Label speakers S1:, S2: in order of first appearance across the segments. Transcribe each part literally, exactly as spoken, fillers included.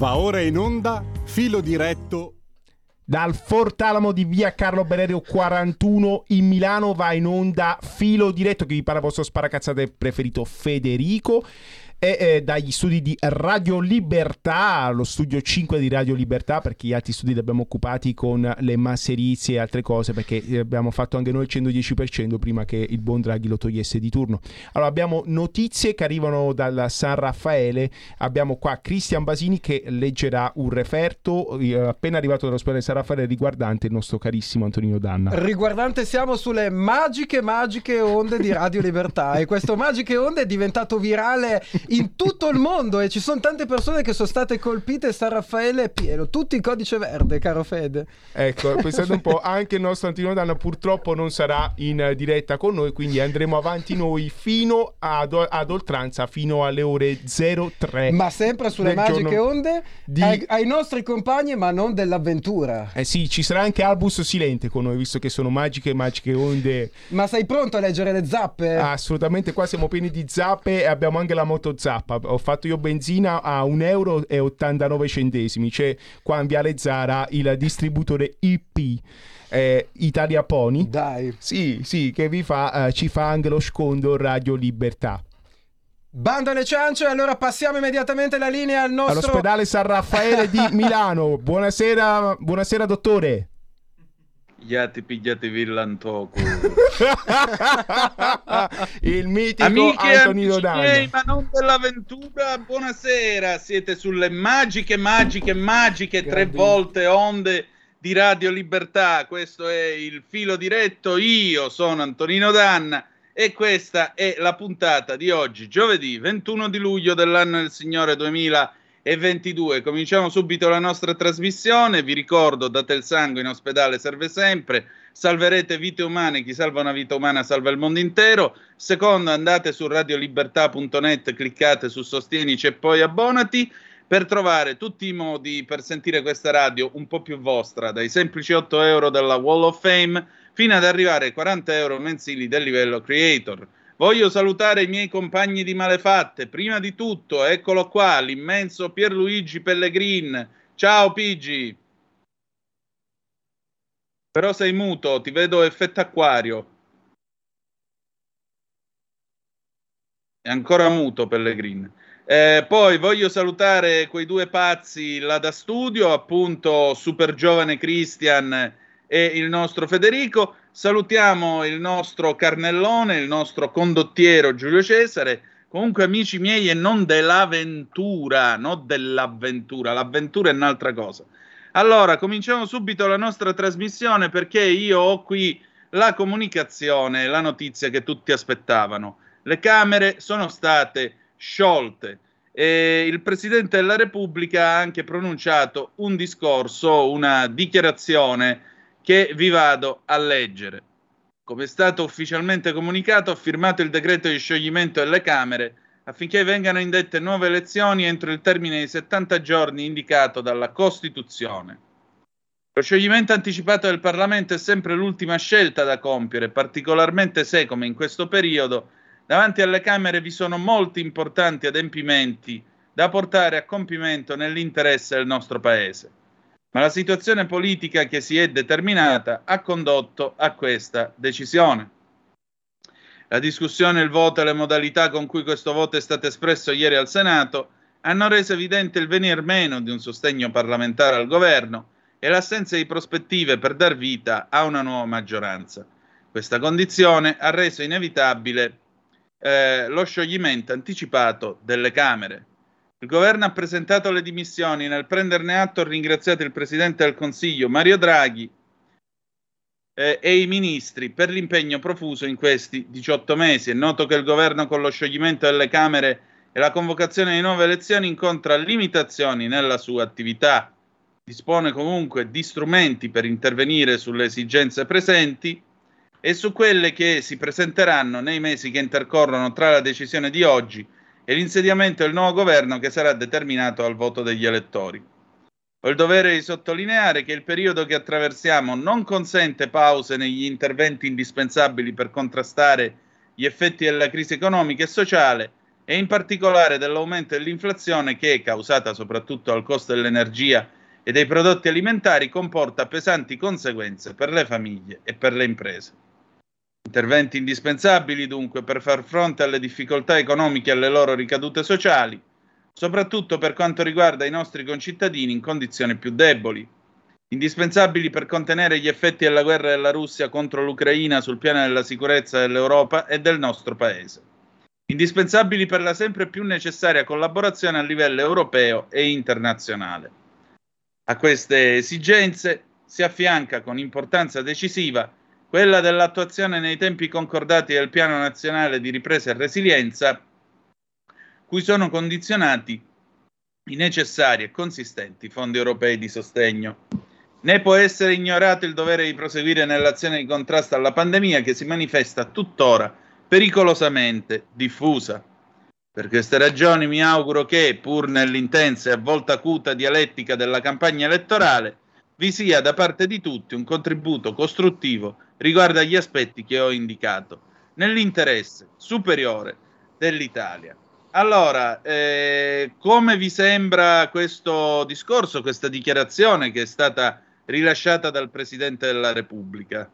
S1: Va ora in onda Filo Diretto.
S2: Dal Fortalamo di via Carlo Benerio quarantuno in Milano va in onda Filo Diretto, che vi parla il vostro sparacazzate preferito Federico, e eh, dagli studi di Radio Libertà, lo studio cinque di Radio Libertà, perché gli altri studi li abbiamo occupati con le masserizie e altre cose, perché abbiamo fatto anche noi il centodieci per cento prima che il buon Draghi lo togliesse di turno. Allora, abbiamo notizie che arrivano dal San Raffaele. Abbiamo qua Cristian Basini che leggerà un referto eh, appena arrivato dall'ospedale San Raffaele riguardante il nostro carissimo Antonino Danna.
S3: Riguardante, siamo sulle magiche magiche onde di Radio Libertà, e questo magiche onde è diventato virale in tutto il mondo e ci sono tante persone che sono state colpite. San Raffaele è pieno, tutti in codice verde, caro Fede.
S2: Ecco, pensate un po', anche il nostro Antonino Danna purtroppo non sarà in diretta con noi, quindi andremo avanti noi fino ad, ad oltranza, fino alle ore zero tre.
S3: Ma sempre sulle magiche onde di... ai, ai nostri compagni, ma non dell'avventura.
S2: Eh sì, ci sarà anche Albus Silente con noi, visto che sono magiche magiche onde.
S3: Ma sei pronto a leggere le zappe?
S2: Assolutamente, qua siamo pieni di zappe e abbiamo anche la moto zappa. Ho fatto io benzina a un euro e ottantanove centesimi. C'è qua in Viale Zara il distributore I P eh, Italia Pony.
S3: Dai.
S2: Sì, sì, che vi fa, eh, ci fa anche lo sconto Radio Libertà.
S3: Bando alle ciance, allora passiamo immediatamente la linea al nostro...
S2: all'ospedale San Raffaele di Milano. Buonasera, buonasera dottore.
S4: Pigliati, pigliati Villantoco.
S2: Il mitico
S4: Amiche
S2: Antonino Danna.
S4: Miei, ma non dell'avventura, buonasera. Siete sulle magiche, magiche, magiche tre volte onde di Radio Libertà. Questo è il Filo Diretto. Io sono Antonino Danna e questa è la puntata di oggi, giovedì ventuno di luglio dell'anno del Signore duemilaventidue. Cominciamo subito la nostra trasmissione. Vi ricordo, date il sangue, in ospedale serve sempre, salverete vite umane, chi salva una vita umana salva il mondo intero. Secondo, andate su radiolibertà punto net, cliccate su Sostienici e poi abbonati per trovare tutti i modi per sentire questa radio un po' più vostra, dai semplici otto euro della Wall of Fame fino ad arrivare ai quaranta euro mensili del livello Creator. Voglio salutare i miei compagni di malefatte. Prima di tutto, eccolo qua, l'immenso Pierluigi Pellegrin. Ciao Pigi. Però sei muto, ti vedo effetto acquario. È ancora muto Pellegrin. Eh, poi voglio salutare quei due pazzi là da studio, appunto super giovane Christian e il nostro Federico. Salutiamo il nostro Carnellone, il nostro condottiero Giulio Cesare. Comunque, amici miei, e non dell'avventura, non dell'avventura, l'avventura è un'altra cosa. Allora, cominciamo subito la nostra trasmissione, perché io ho qui la comunicazione, la notizia che tutti aspettavano. Le Camere sono state sciolte e il Presidente della Repubblica ha anche pronunciato un discorso, una dichiarazione che vi vado a leggere. Come è stato ufficialmente comunicato, ha firmato il decreto di scioglimento delle Camere affinché vengano indette nuove elezioni entro il termine di settanta giorni indicato dalla Costituzione. Lo scioglimento anticipato del Parlamento è sempre l'ultima scelta da compiere, particolarmente se, come in questo periodo, davanti alle Camere vi sono molti importanti adempimenti da portare a compimento nell'interesse del nostro Paese. Ma la situazione politica che si è determinata ha condotto a questa decisione. La discussione, il voto e le modalità con cui questo voto è stato espresso ieri al Senato hanno reso evidente il venir meno di un sostegno parlamentare al governo e l'assenza di prospettive per dar vita a una nuova maggioranza. Questa condizione ha reso inevitabile eh, lo scioglimento anticipato delle Camere. Il governo ha presentato le dimissioni. Nel prenderne atto ha ringraziato il Presidente del Consiglio Mario Draghi eh, e i ministri per l'impegno profuso in questi diciotto mesi. È noto che il governo, con lo scioglimento delle Camere e la convocazione di nuove elezioni, incontra limitazioni nella sua attività. Dispone comunque di strumenti per intervenire sulle esigenze presenti e su quelle che si presenteranno nei mesi che intercorrono tra la decisione di oggi e l'insediamento del nuovo governo, che sarà determinato dal voto degli elettori. Ho il dovere di sottolineare che il periodo che attraversiamo non consente pause negli interventi indispensabili per contrastare gli effetti della crisi economica e sociale e in particolare dell'aumento dell'inflazione che, causata soprattutto dal costo dell'energia e dei prodotti alimentari, comporta pesanti conseguenze per le famiglie e per le imprese. Interventi indispensabili dunque per far fronte alle difficoltà economiche e alle loro ricadute sociali, soprattutto per quanto riguarda i nostri concittadini in condizioni più deboli. Indispensabili per contenere gli effetti della guerra della Russia contro l'Ucraina sul piano della sicurezza dell'Europa e del nostro Paese. Indispensabili per la sempre più necessaria collaborazione a livello europeo e internazionale. A queste esigenze si affianca con importanza decisiva quella dell'attuazione nei tempi concordati del Piano Nazionale di Ripresa e Resilienza, cui sono condizionati i necessari e consistenti fondi europei di sostegno. Né può essere ignorato il dovere di proseguire nell'azione di contrasto alla pandemia che si manifesta tuttora pericolosamente diffusa. Per queste ragioni mi auguro che, pur nell'intensa e a volte acuta dialettica della campagna elettorale, vi sia da parte di tutti un contributo costruttivo riguardo agli aspetti che ho indicato, nell'interesse superiore dell'Italia. Allora, eh, come vi sembra questo discorso, questa dichiarazione che è stata rilasciata dal Presidente della Repubblica?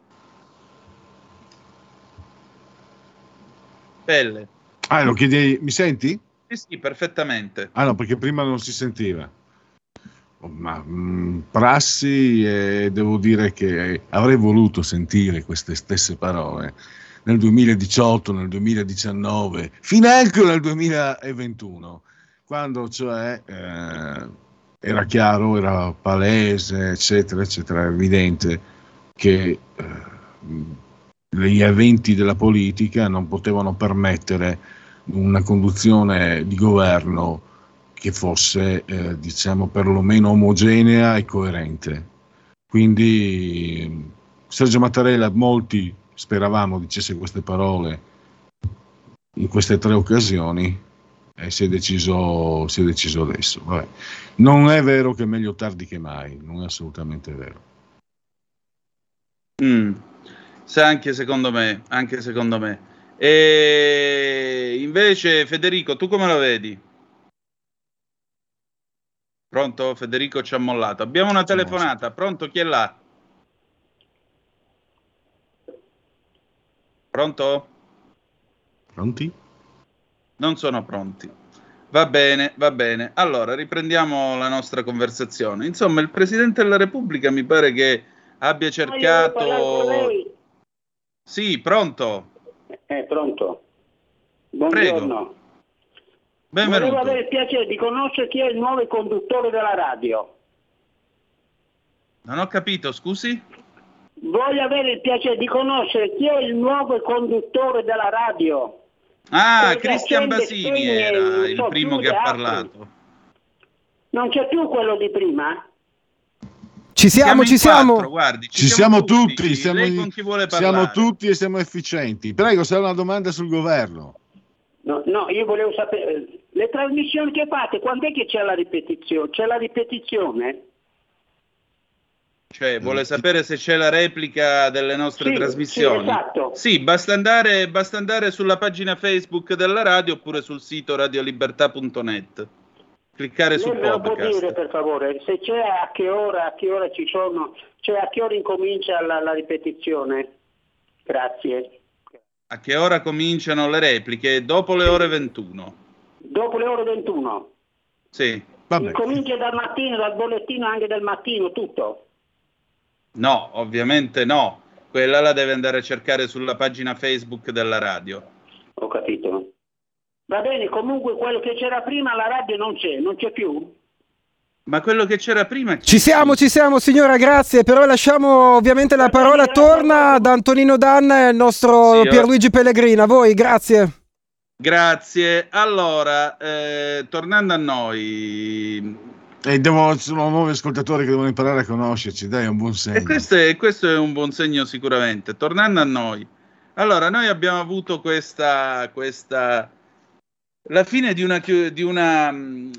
S4: Pelle.
S5: Ah, lo chiedi, mi senti?
S4: Sì, sì, perfettamente.
S5: Ah no, perché prima non si sentiva. Ma mh, prassi, e devo dire che avrei voluto sentire queste stesse parole nel duemiladiciotto, nel duemiladiciannove, finanche nel duemilaventuno, quando cioè eh, era chiaro, era palese, eccetera, eccetera, evidente che eh, gli eventi della politica non potevano permettere una conduzione di governo che fosse, eh, diciamo, perlomeno omogenea e coerente. Quindi Sergio Mattarella, molti speravamo dicesse queste parole in queste tre occasioni e si è deciso, si è deciso adesso. Vabbè. Non è vero che è meglio tardi che mai, non è assolutamente vero.
S4: Mm. Se anche secondo me, anche secondo me. E invece Federico, tu come la vedi? Pronto? Federico ci ha mollato. Abbiamo una telefonata. Pronto? Chi è là? Pronto?
S5: Pronti?
S4: Non sono pronti. Va bene, va bene. Allora, riprendiamo la nostra conversazione. Insomma, il Presidente della Repubblica mi pare che abbia cercato... Sì, pronto?
S6: Eh, pronto. Buongiorno.
S4: Prego. Benvenuto.
S6: Volevo avere il piacere di conoscere chi è il nuovo conduttore della radio.
S4: Non ho capito, scusi?
S6: Voglio avere il piacere di conoscere chi è il nuovo conduttore della radio.
S4: Ah,
S6: Perché
S4: Cristian
S6: accende,
S4: Basini
S6: spegne,
S4: era il
S6: so,
S4: primo che
S6: chiude,
S4: ha
S6: apre.
S4: parlato.
S6: Non c'è più quello di prima?
S3: Ci siamo,
S4: in
S3: ci siamo.
S4: quattro, guardi,
S5: Ci siamo tutti, siamo,
S4: Lei con chi vuole parlare?
S5: siamo tutti e siamo efficienti. Prego, se ha una domanda sul governo.
S6: No, no, io volevo sapere, le trasmissioni che fate, quando è che c'è la ripetizione? C'è la ripetizione?
S4: Cioè, vuole sapere se c'è la replica delle nostre
S6: Sì,
S4: trasmissioni?
S6: sì, esatto.
S4: Sì, basta andare, basta andare sulla pagina Facebook della radio oppure sul sito radiolibertà punto net. Cliccare su
S6: Lei me lo può dire
S4: podcast.
S6: per favore, se c'è, a che ora, a che ora ci sono, cioè a che ora incomincia la, la ripetizione? Grazie.
S4: A che ora cominciano le repliche? Dopo le ore ventuno.
S6: Dopo le ore ventuno?
S4: Sì.
S5: Vabbè.
S6: Comincia dal mattino, dal bollettino anche del mattino, tutto?
S4: No, ovviamente no. Quella la deve andare a cercare sulla pagina Facebook della radio.
S6: Ho capito. Va bene, comunque quello che c'era prima alla radio non c'è, non c'è più?
S4: Ma quello che c'era prima...
S3: Ci siamo, ci siamo signora, grazie, però lasciamo ovviamente la parola, torna da Antonino Danna e il nostro
S4: Sì,
S3: Pierluigi Pellegrina, a voi, grazie.
S4: Grazie. Allora, eh, tornando a noi...
S5: E devo, ci sono nuovi ascoltatori che devono imparare a conoscerci, dai, è un buon segno.
S4: E questo è, questo è un buon segno sicuramente. Tornando a noi. Allora, noi abbiamo avuto questa... questa la fine di una... di una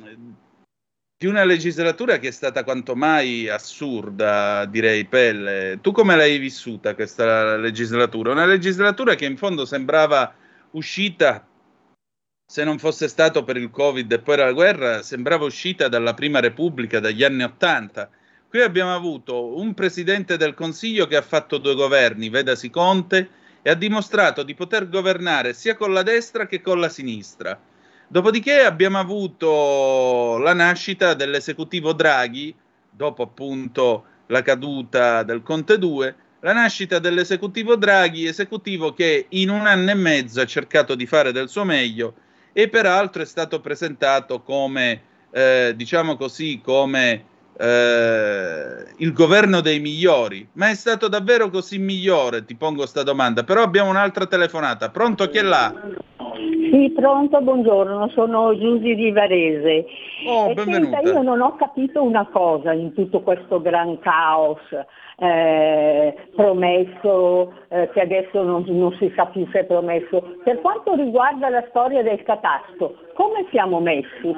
S4: di una legislatura che è stata quanto mai assurda, direi, Pelle. Tu come l'hai vissuta questa legislatura? Una legislatura che in fondo sembrava uscita se non fosse stato per il Covid e poi la guerra, sembrava uscita dalla Prima Repubblica, dagli anni Ottanta. Qui abbiamo avuto un Presidente del Consiglio che ha fatto due governi, vedasi Conte, e ha dimostrato di poter governare sia con la destra che con la sinistra. Dopodiché abbiamo avuto la nascita dell'esecutivo Draghi, dopo appunto la caduta del Conte due, la nascita dell'esecutivo Draghi, esecutivo che in un anno e mezzo ha cercato di fare del suo meglio e peraltro è stato presentato come, eh, diciamo così, come eh, il governo dei migliori. Ma è stato davvero così migliore? Ti pongo sta domanda. Però abbiamo un'altra telefonata. Pronto, chi è là?
S7: Sì, pronto, buongiorno, sono Giusy di Varese.
S4: Oh,
S7: e
S4: benvenuta.
S7: Senta, io non ho capito una cosa in tutto questo gran caos eh, promesso, eh, che adesso non, non si sa più se è promesso. Per quanto riguarda la storia del catasto, come siamo messi?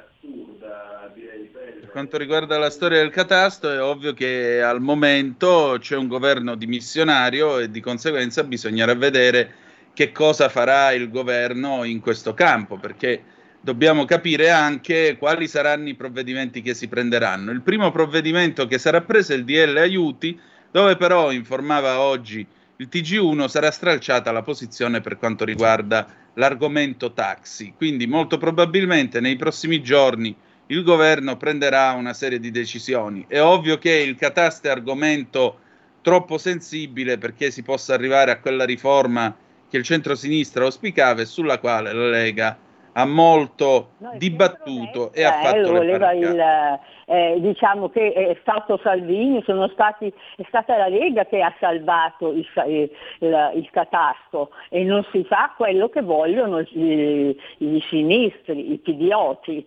S4: Per quanto riguarda la storia del catasto, è ovvio che al momento c'è un governo dimissionario e di conseguenza bisognerà vedere che cosa farà il governo in questo campo, perché dobbiamo capire anche quali saranno i provvedimenti che si prenderanno. Il primo provvedimento che sarà preso è il D L aiuti, dove però, informava oggi il T G uno, sarà stralciata la posizione per quanto riguarda l'argomento taxi. Quindi molto probabilmente nei prossimi giorni il governo prenderà una serie di decisioni. È ovvio che il catasto è argomento troppo sensibile perché si possa arrivare a quella riforma che il centro-sinistra auspicava e sulla quale la Lega ha molto no, dibattuto e ha fatto
S7: eh,
S4: le
S7: voleva il, eh, diciamo che è stato Salvini, sono stati, è stata la Lega che ha salvato il, il, il, il catasto e non si fa quello che vogliono i, i sinistri, i pidioti.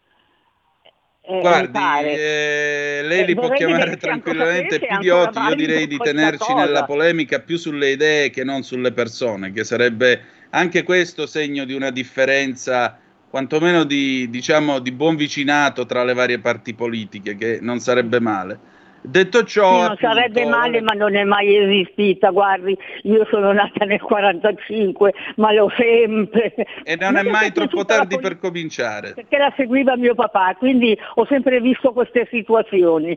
S7: Eh,
S4: Guardi, eh, lei li eh, può chiamare tranquillamente pidioti, io direi di tenerci cosa. nella polemica più sulle idee che non sulle persone, che sarebbe anche questo segno di una differenza, quantomeno di, diciamo, di buon vicinato tra le varie parti politiche, che non sarebbe male. Detto ciò...
S7: Sì, non appunto, sarebbe male, ma non è mai esistita, guardi, io sono nata nel quarantacinque, ma l'ho sempre...
S4: E non è mai troppo tardi per cominciare.
S7: Perché la seguiva mio papà, quindi ho sempre visto queste situazioni.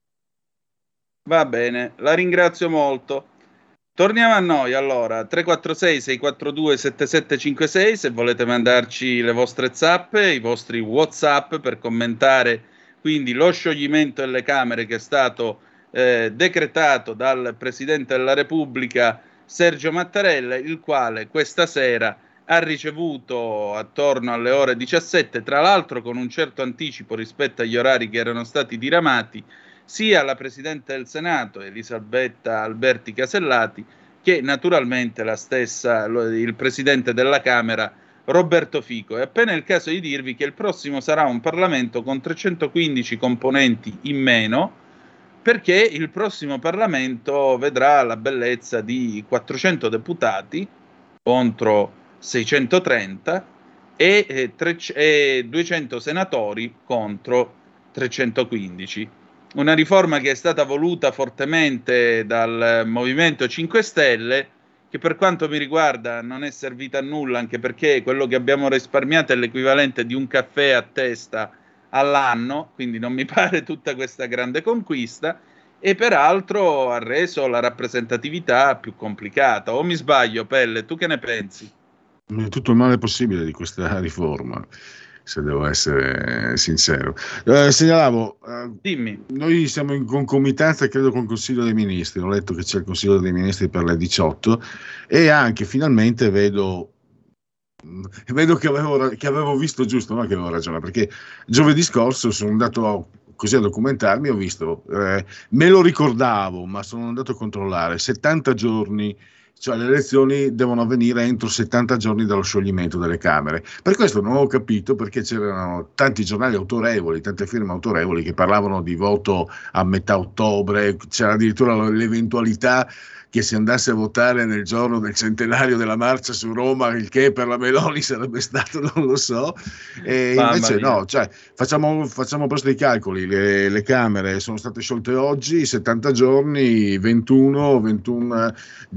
S4: Va bene, la ringrazio molto. Torniamo a noi, allora, tre quattro sei sei quattro due sette sette cinque sei, se volete mandarci le vostre zappe, i vostri WhatsApp per commentare quindi lo scioglimento delle Camere che è stato eh, decretato dal Presidente della Repubblica Sergio Mattarella, il quale questa sera ha ricevuto attorno alle ore diciassette, tra l'altro con un certo anticipo rispetto agli orari che erano stati diramati, sia la Presidente del Senato Elisabetta Alberti Casellati che naturalmente la stessa, il Presidente della Camera Roberto Fico. È appena il caso di dirvi che il prossimo sarà un Parlamento con trecentoquindici componenti in meno, perché il prossimo Parlamento vedrà la bellezza di quattrocento deputati contro seicentotrenta e, e, tre, e duecento senatori contro trecentoquindici. Una riforma che è stata voluta fortemente dal Movimento cinque Stelle, che per quanto mi riguarda non è servita a nulla, anche perché quello che abbiamo risparmiato è l'equivalente di un caffè a testa all'anno, quindi non mi pare tutta questa grande conquista, e peraltro ha reso la rappresentatività più complicata. O mi sbaglio, Pelle, tu che ne pensi?
S5: Tutto il male possibile di questa riforma, se devo essere sincero. Eh, segnalavo, eh,
S4: Dimmi.
S5: Noi siamo in concomitanza, credo, con il Consiglio dei Ministri. Ho letto che c'è il Consiglio dei Ministri per le diciotto e anche finalmente vedo vedo che avevo, che avevo visto giusto, non che avevo ragione, perché giovedì scorso sono andato a, così a documentarmi, ho visto, eh, me lo ricordavo, ma sono andato a controllare, settanta giorni, cioè le elezioni devono avvenire entro settanta giorni dallo scioglimento delle Camere. Per questo non ho capito perché c'erano tanti giornali autorevoli, tante firme autorevoli che parlavano di voto a metà ottobre, c'era addirittura l'eventualità che si andasse a votare nel giorno del centenario della marcia su Roma, il che per la Meloni sarebbe stato, non lo so, e invece no, cioè, facciamo, facciamo presto i calcoli, le, le Camere sono state sciolte oggi, settanta giorni, ventuno, ventuno di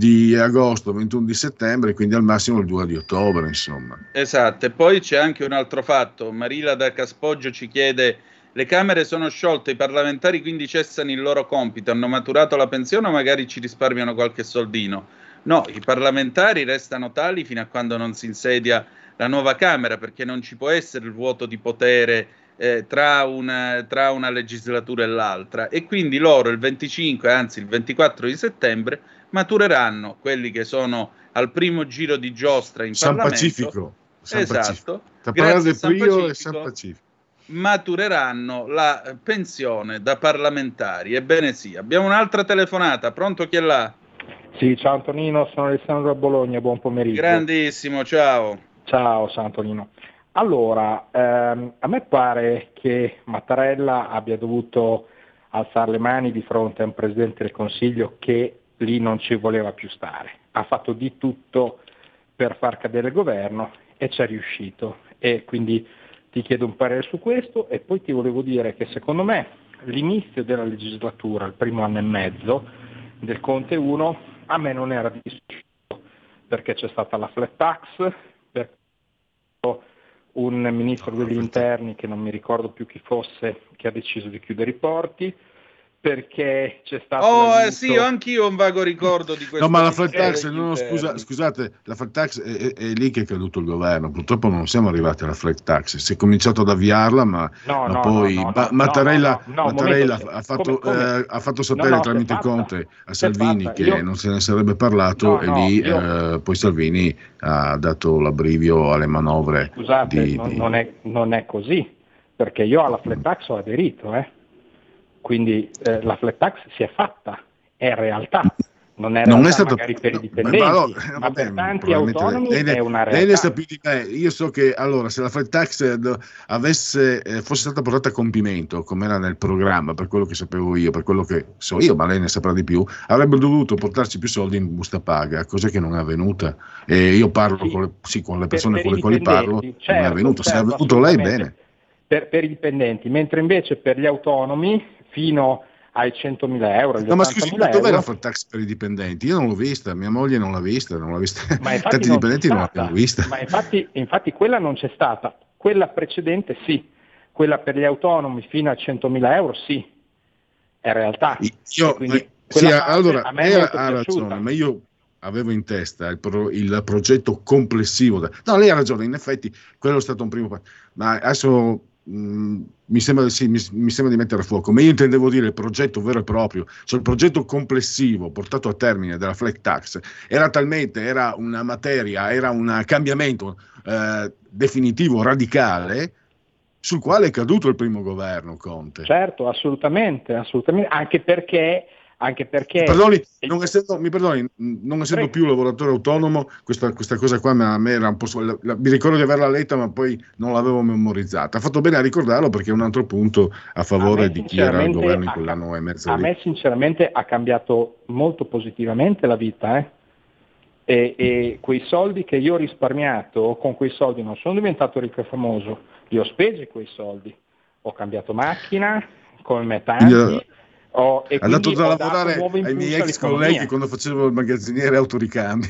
S5: agosto, ventuno di settembre, quindi al massimo il due di ottobre, insomma.
S4: Esatto, e poi c'è anche un altro fatto. Marila da Caspoggio ci chiede: le Camere sono sciolte, i parlamentari quindi cessano il loro compito, hanno maturato la pensione o magari ci risparmiano qualche soldino? No, i parlamentari restano tali fino a quando non si insedia la nuova Camera, perché non ci può essere il vuoto di potere eh, tra, una, tra una legislatura e l'altra, e quindi loro il venticinque, anzi il ventiquattro di settembre matureranno, quelli che sono al primo giro di giostra in
S5: San
S4: Parlamento.
S5: Pacifico. San
S4: Esatto.
S5: Pacifico.
S4: Grazie a San
S5: Prio
S4: Pacifico,
S5: e San Pacifico
S4: matureranno la pensione da parlamentari. Ebbene sì, abbiamo un'altra telefonata. Pronto, chi è là?
S8: Sì, ciao Antonino, sono Alessandro da Bologna, buon pomeriggio.
S4: Grandissimo, ciao.
S8: Ciao, ciao Antonino. Allora, ehm, a me pare che Mattarella abbia dovuto alzare le mani di fronte a un Presidente del Consiglio che lì non ci voleva più stare. Ha fatto di tutto per far cadere il governo e ci è riuscito. E quindi ti chiedo un parere su questo, e poi ti volevo dire che secondo me l'inizio della legislatura, il primo anno e mezzo del Conte uno, a me non era dispiaciuto, perché c'è stata la flat tax, per un ministro degli interni che non mi ricordo più chi fosse, che ha deciso di chiudere i porti, perché c'è stato
S4: oh
S8: l'aiuto...
S4: eh, sì, anch'io ho un vago ricordo di questo.
S5: No, ma la flat tax, no, scusa, scusate, la flat tax è, è, è lì che è caduto il governo. Purtroppo non siamo arrivati alla flat tax. Si è cominciato ad avviarla, ma,
S8: no,
S5: ma
S8: no,
S5: poi
S8: no, no,
S5: ma,
S8: no,
S5: Mattarella,
S8: no, no, no,
S5: Mattarella
S8: momento,
S5: ha, fatto,
S8: come, come?
S5: Eh, ha fatto sapere
S8: no, no,
S5: tramite
S8: fatta,
S5: Conte a Salvini
S8: fatta.
S5: che
S8: Io...
S5: non se ne sarebbe parlato,
S8: no,
S5: e
S8: no,
S5: lì
S8: io...
S5: eh, poi Salvini ha dato l'abbrivio alle manovre.
S8: Scusate,
S5: di,
S8: non,
S5: di...
S8: non, è, non è così, perché io alla flat tax ho aderito, eh. Quindi eh, la flat tax si è fatta, è realtà, non è realtà
S5: non è stato,
S8: magari per
S5: no,
S8: i dipendenti,
S5: ma, allora,
S8: ma
S5: vabbè,
S8: per tanti autonomi
S5: lei ne,
S8: è una realtà.
S5: Lei ne sa più di me. Io so che allora se la flat tax avesse, eh, fosse stata portata a compimento, come era nel programma, per quello che sapevo io, per quello che so io, ma lei ne saprà di più, avrebbe dovuto portarci più soldi in busta paga, cosa che non è avvenuta. E io parlo
S8: sì,
S5: con, le, sì, con le persone
S8: per,
S5: con
S8: per
S5: le quali parlo,
S8: certo,
S5: non è avvenuto.
S8: Certo,
S5: se è avvenuto lei, bene.
S8: Per, per i dipendenti, mentre invece per gli autonomi fino ai centomila euro, agli
S5: no, ma scusi, ma dov'è
S8: euro,
S5: la flat tax per i dipendenti? Io non l'ho vista, mia moglie non l'ha vista, non l'ha vista.
S8: Ma
S5: Tanti
S8: non
S5: dipendenti non l'abbiamo vista.
S8: Ma infatti, infatti quella non c'è stata, quella precedente sì, quella per gli autonomi fino a centomila euro sì, è realtà.
S5: Io,
S8: quindi,
S5: sì,
S8: fase,
S5: allora,
S8: a me
S5: lei
S8: è
S5: ha ragione, ma io avevo in testa il, pro, il progetto complessivo. Da... No, lei ha ragione, in effetti quello è stato un primo passo, ma adesso mh, mi, sembra, sì, mi, mi sembra di mettere a fuoco, ma io intendevo dire il progetto vero e proprio, cioè il progetto complessivo portato a termine della flat tax era talmente, era una materia, era un cambiamento eh, definitivo, radicale, sul quale è caduto il primo governo Conte.
S8: Certo, assolutamente, assolutamente, anche perché anche perché
S5: perdoni, non essendo, mi perdoni, non essendo più lavoratore autonomo, questa, questa cosa qua a me era un po', la, la, mi ricordo di averla letta ma poi non l'avevo memorizzata. Ha fatto bene a ricordarlo perché è un altro punto a favore a di chi era al governo in quell'anno e mezzo
S8: a
S5: lì.
S8: Me sinceramente ha cambiato molto positivamente la vita, eh? e, e quei soldi che io ho risparmiato, con quei soldi non sono diventato ricco e famoso, li ho spesi quei soldi, ho cambiato macchina come me tanti. Io... Oh, e
S5: ha dato da
S8: ho
S5: lavorare
S8: dato
S5: ai miei ex colleghi quando facevo il magazziniere autoricambi.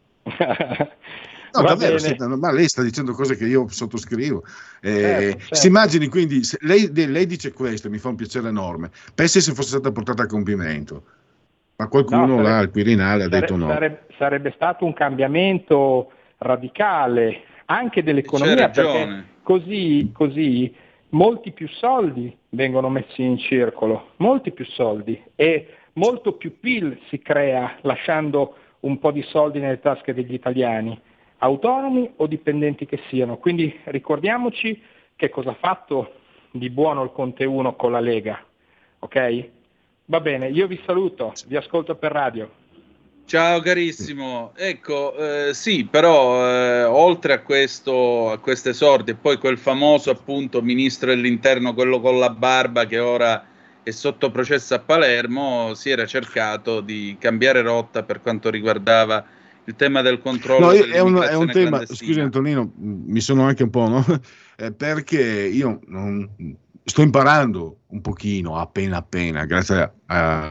S5: No, davvero, sì, ma lei sta dicendo cose che io sottoscrivo. Eh, certo, certo. Si immagini quindi, se lei, lei dice questo, mi fa un piacere enorme. Pensi se fosse stata portata a compimento, ma qualcuno no, sarebbe, là al Quirinale ha detto no.
S8: Sarebbe, sarebbe stato un cambiamento radicale anche dell'economia, perché così, così molti più soldi vengono messi in circolo, molti più soldi, e molto più P I L si crea lasciando un po' di soldi nelle tasche degli italiani, autonomi o dipendenti che siano. Quindi ricordiamoci che cosa ha fatto di buono il Conte uno con la Lega, ok? Va bene, io vi saluto, vi ascolto per radio.
S4: Ciao carissimo, ecco, eh, sì, però eh, oltre a questo, a queste sorti, e poi quel famoso appunto ministro dell'interno, quello con la barba che ora è sotto processo a Palermo, si era cercato di cambiare rotta per quanto riguardava il tema del controllo.
S5: No, è un, è un tema, scusi Antonino, mi sono anche un po', no? Eh, perché io non, sto imparando un pochino, appena appena, grazie a,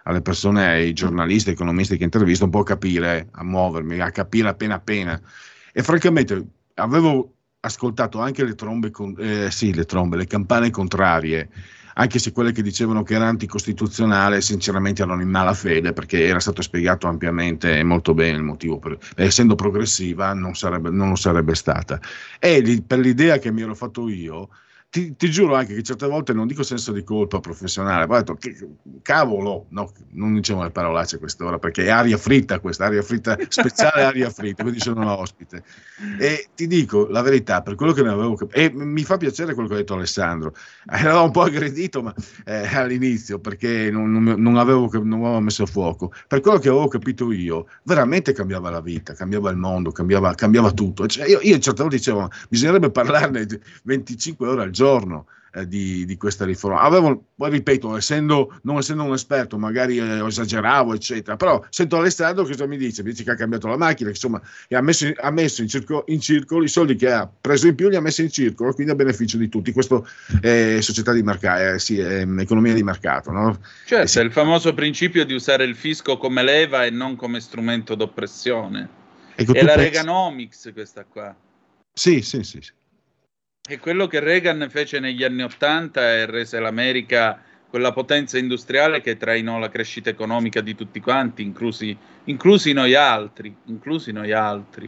S5: alle persone, ai giornalisti, ai economisti che intervisto, un po' a capire, a muovermi, a capire appena appena. E francamente avevo ascoltato anche le trombe, con, eh, sì, le trombe, le campane contrarie, anche se quelle che dicevano che era anticostituzionale sinceramente erano in malafede, perché era stato spiegato ampiamente e molto bene il motivo, per, essendo progressiva non, sarebbe, non lo sarebbe stata. E li, per l'idea che mi ero fatto io, ti, ti giuro anche che certe volte non dico senso di colpa professionale, ma ho detto che, cavolo, no, non diciamo le parolacce a quest'ora perché è aria fritta questa, aria fritta speciale, aria fritta, quindi sono un ospite. E ti dico la verità, per quello che ne avevo capito, e mi fa piacere quello che ha detto Alessandro, era un po' aggredito ma, eh, all'inizio perché non, non, non, avevo, non avevo messo a fuoco, per quello che avevo capito io, veramente cambiava la vita, cambiava il mondo, cambiava, cambiava tutto. Cioè, io, io certe volte dicevo, bisognerebbe parlarne venticinque ore al giorno eh, di, di questa riforma. Avevo, poi ripeto, essendo, non essendo un esperto, magari eh, esageravo, eccetera, però sento Alessandro che cosa mi dice? Mi dice che ha cambiato la macchina, che insomma che ha messo, ha messo in, circo, in circolo i soldi che ha preso in più, li ha messi in circolo, quindi a beneficio di tutti. Questo è società di mercato, eh, sì, è economia di mercato, no?
S4: Certo,
S5: eh, sì.
S4: È il famoso principio di usare il fisco come leva e non come strumento d'oppressione.
S5: Ecco,
S4: è la
S5: pensi...
S4: Reaganomics questa qua.
S5: Sì, sì, sì, sì.
S4: È quello che Reagan fece negli anni Ottanta e rese l'America quella potenza industriale che trainò la crescita economica di tutti quanti, inclusi, inclusi noi altri. Inclusi noi altri.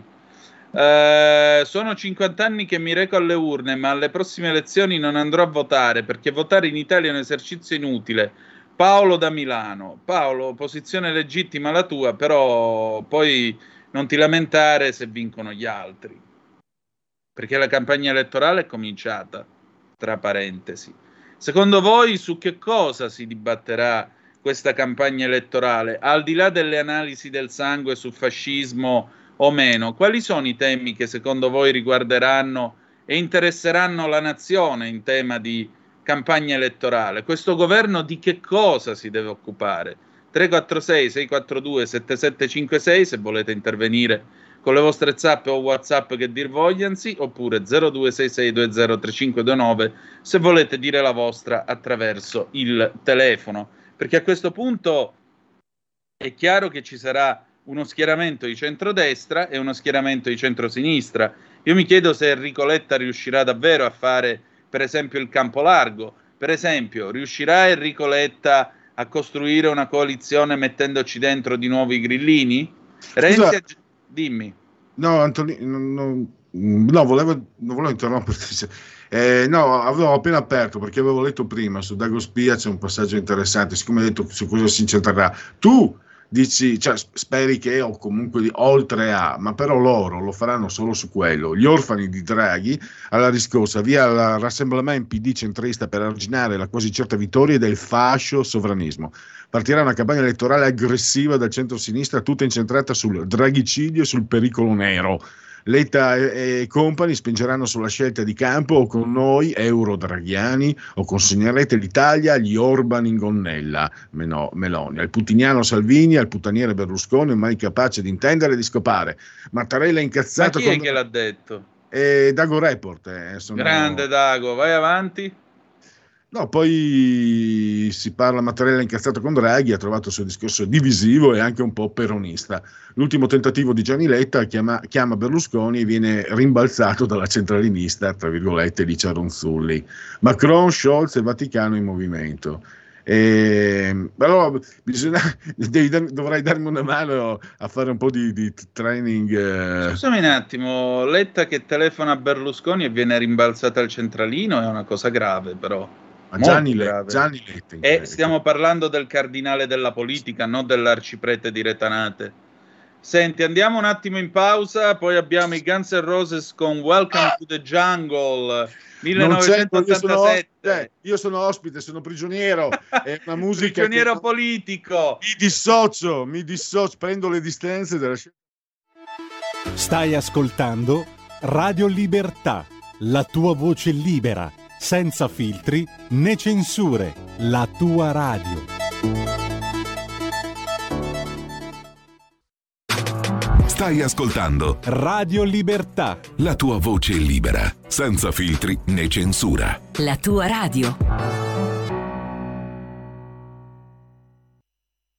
S4: Eh, sono cinquanta anni che mi reco alle urne, ma alle prossime elezioni non andrò a votare perché votare in Italia è un esercizio inutile. Paolo da Milano. Paolo, posizione legittima la tua, però poi non ti lamentare se vincono gli altri. Perché la campagna elettorale è cominciata, tra parentesi. Secondo voi su che cosa si dibatterà questa campagna elettorale? Al di là delle analisi del sangue su fascismo o meno, quali sono i temi che secondo voi riguarderanno e interesseranno la nazione in tema di campagna elettorale? Questo governo di che cosa si deve occupare? tre quattro sei sei quattro due sette sette cinque sei se volete intervenire con le vostre zappe o WhatsApp che dir vogliansi, oppure zero due sei sei due zero tre cinque due nove se volete dire la vostra attraverso il telefono. Perché a questo punto è chiaro che ci sarà uno schieramento di centrodestra e uno schieramento di centrosinistra. Io mi chiedo se Enrico Letta riuscirà davvero a fare, per esempio, il campo largo. Per esempio, riuscirà Enrico Letta a costruire una coalizione mettendoci dentro di nuovo i grillini? Renzi a... Dimmi.
S5: No, Antonio, no, no, no volevo, non volevo interromperti. Eh, no, avevo appena aperto perché avevo letto prima su Dago Spia c'è un passaggio interessante, siccome hai detto su cosa si incentrerà. Tu dici, cioè, speri che o comunque di, oltre a, ma però loro lo faranno solo su quello. Gli orfani di Draghi alla riscossa via il rassemblement P D centrista per arginare la quasi certa vittoria del fascio sovranismo. Partirà una campagna elettorale aggressiva dal centro-sinistra, tutta incentrata sul draghicidio e sul pericolo nero. Letta e, e compagni spingeranno sulla scelta di campo o con noi euro-draghiani o consegnerete l'Italia agli Orban in gonnella, Meno, Meloni, al putiniano Salvini, al puttaniere Berlusconi, mai capace di intendere e di scopare. Mattarella incazzato.
S4: Ma chi è
S5: con...
S4: che l'ha detto?
S5: Eh, Dago Report. Eh, sono...
S4: Grande Dago, vai avanti.
S5: No, poi si parla Mattarella incazzato con Draghi, ha trovato il suo discorso divisivo e anche un po' peronista. L'ultimo tentativo di Gianni Letta chiama, chiama Berlusconi e viene rimbalzato dalla centralinista, tra virgolette, Licia Ronzulli. Macron, Scholz e Vaticano in movimento. E, però bisogna, devi, dovrai darmi una mano a fare un po' di, di training. Eh.
S4: Scusami un attimo, Letta che telefona a Berlusconi e viene rimbalzata al centralino è una cosa grave, però.
S5: Ma Gianni, Le, Gianni Letta.
S4: E stiamo parlando del cardinale della politica, non dell'arciprete di Retanate. Senti, andiamo un attimo in pausa, poi abbiamo i Guns N' Roses con Welcome to the Jungle millenovecentottantasette.
S5: Io sono, io sono ospite, sono prigioniero, è una musica
S4: prigioniero
S5: che...
S4: politico.
S5: Mi dissocio, mi dissocio, prendo le distanze della scelta.
S1: Stai ascoltando Radio Libertà, la tua voce libera, senza filtri né censure, la tua radio.
S9: Stai ascoltando
S1: Radio Libertà,
S9: la tua voce libera, senza filtri né censura.
S10: La tua radio.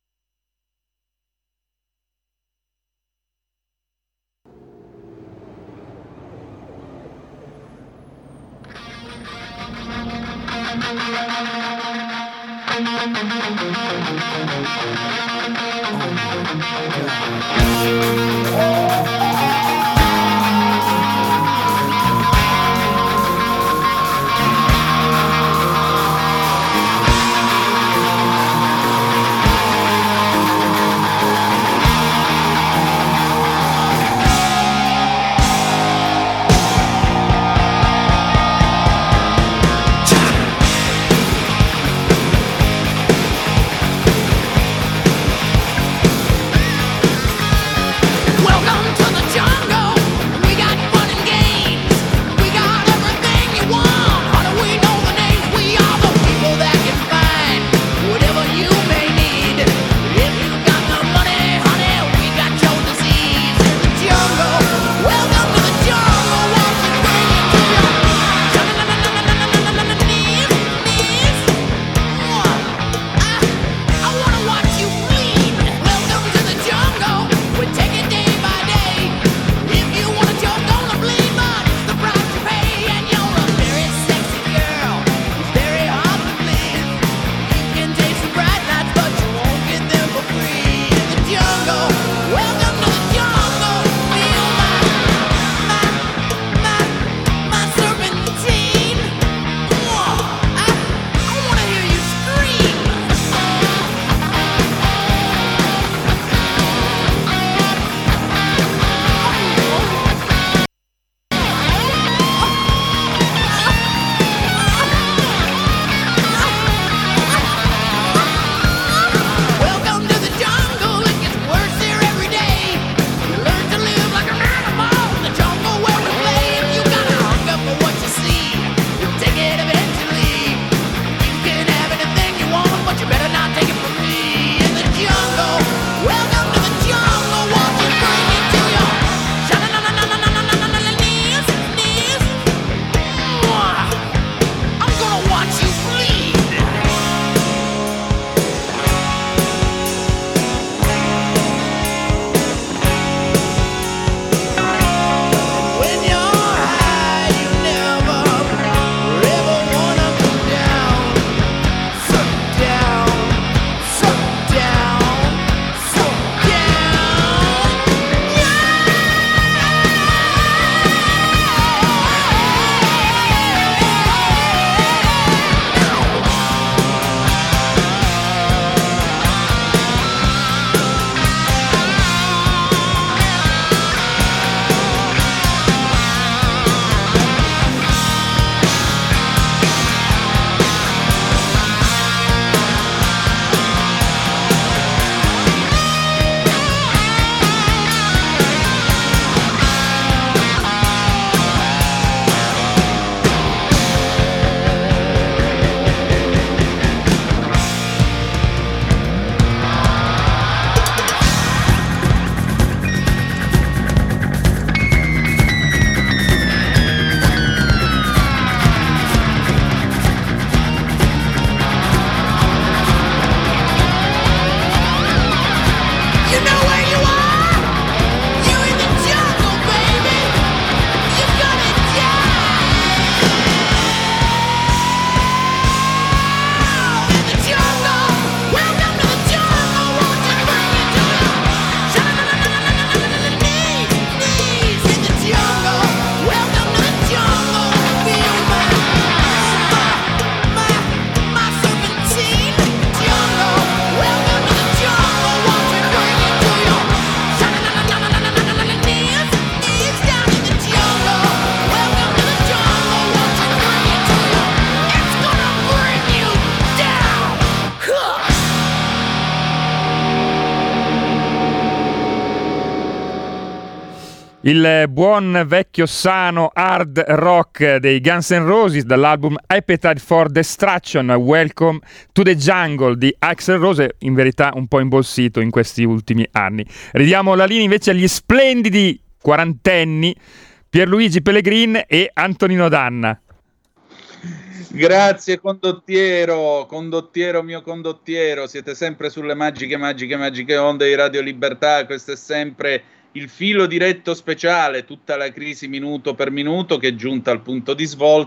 S10: Il buon vecchio sano hard rock dei Guns N' Roses dall'album Appetite for Destruction, Welcome to the Jungle di Axl Rose, in verità un po' imbolsito in questi ultimi anni. Ridiamo la linea invece agli splendidi quarantenni Pierluigi Pellegrin e Antonino Danna.
S4: Grazie condottiero, condottiero mio condottiero, siete sempre sulle magiche, magiche, magiche onde di Radio Libertà. Questo è sempre il filo diretto speciale, tutta la crisi minuto per minuto che è giunta al punto di svolta.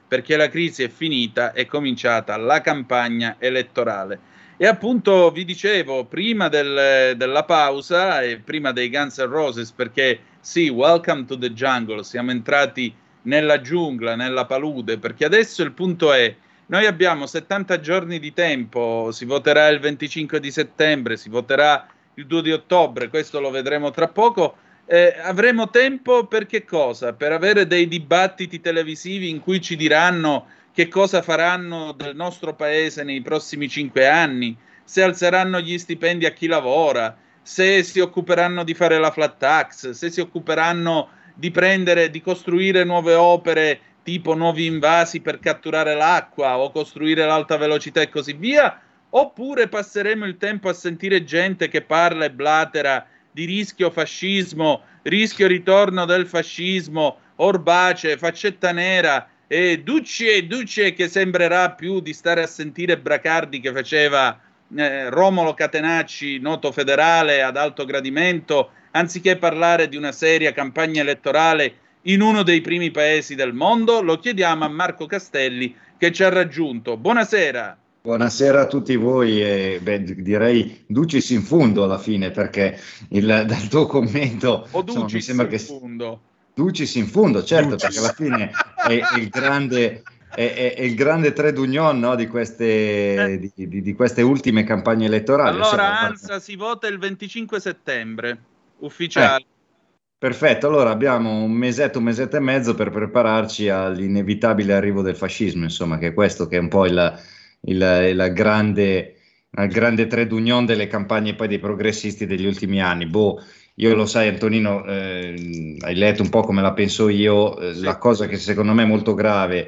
S4: perché la crisi è finita, è cominciata la campagna elettorale. E appunto vi dicevo, prima del, della pausa e prima dei Guns N' Roses, perché sì, welcome to the jungle, siamo entrati nella giungla, nella palude, perché adesso il punto è, noi abbiamo settanta giorni di tempo, si voterà il venticinque di settembre, si voterà il due di ottobre, questo lo vedremo tra poco, eh, avremo tempo per che cosa? Per avere dei dibattiti televisivi in cui ci diranno che cosa faranno del nostro paese nei prossimi cinque anni, se alzeranno gli stipendi a chi lavora, se si occuperanno di fare la flat tax, se si occuperanno di prendere, di costruire nuove opere tipo nuovi invasi per catturare l'acqua o costruire l'alta velocità e così via, oppure passeremo il tempo a sentire gente che parla e blatera di rischio fascismo, rischio ritorno del fascismo, Orbace, faccetta nera, e Duce, Duce che sembrerà più di stare a sentire Bracardi che faceva eh, Romolo Catenacci, noto federale ad alto gradimento, anziché parlare di una seria campagna elettorale in uno dei primi paesi del mondo. Lo chiediamo a Marco Castelli che ci ha raggiunto. Buonasera.
S11: Buonasera a tutti voi, e beh, direi Ducis in fundo alla fine, perché il, dal tuo commento
S4: o
S11: insomma, mi sembra che
S4: fundo.
S11: Ducis in fondo, certo,
S4: Ducis.
S11: Perché alla fine è, è il grande è, è, è il grande trait d'union, no, di, queste, di, di, di queste ultime campagne elettorali.
S4: Allora,
S11: insomma,
S4: ANSA si vota il venticinque settembre, ufficiale.
S11: Eh. Perfetto, allora abbiamo un mesetto, un mesetto e mezzo per prepararci all'inevitabile arrivo del fascismo, insomma, che è questo che è un po' il, il, il grande, il grande trait d'union delle campagne poi dei progressisti degli ultimi anni. Boh, io lo sai Antonino, eh, hai letto un po' come la penso io, eh,
S4: Sì.
S11: La cosa che secondo me è molto grave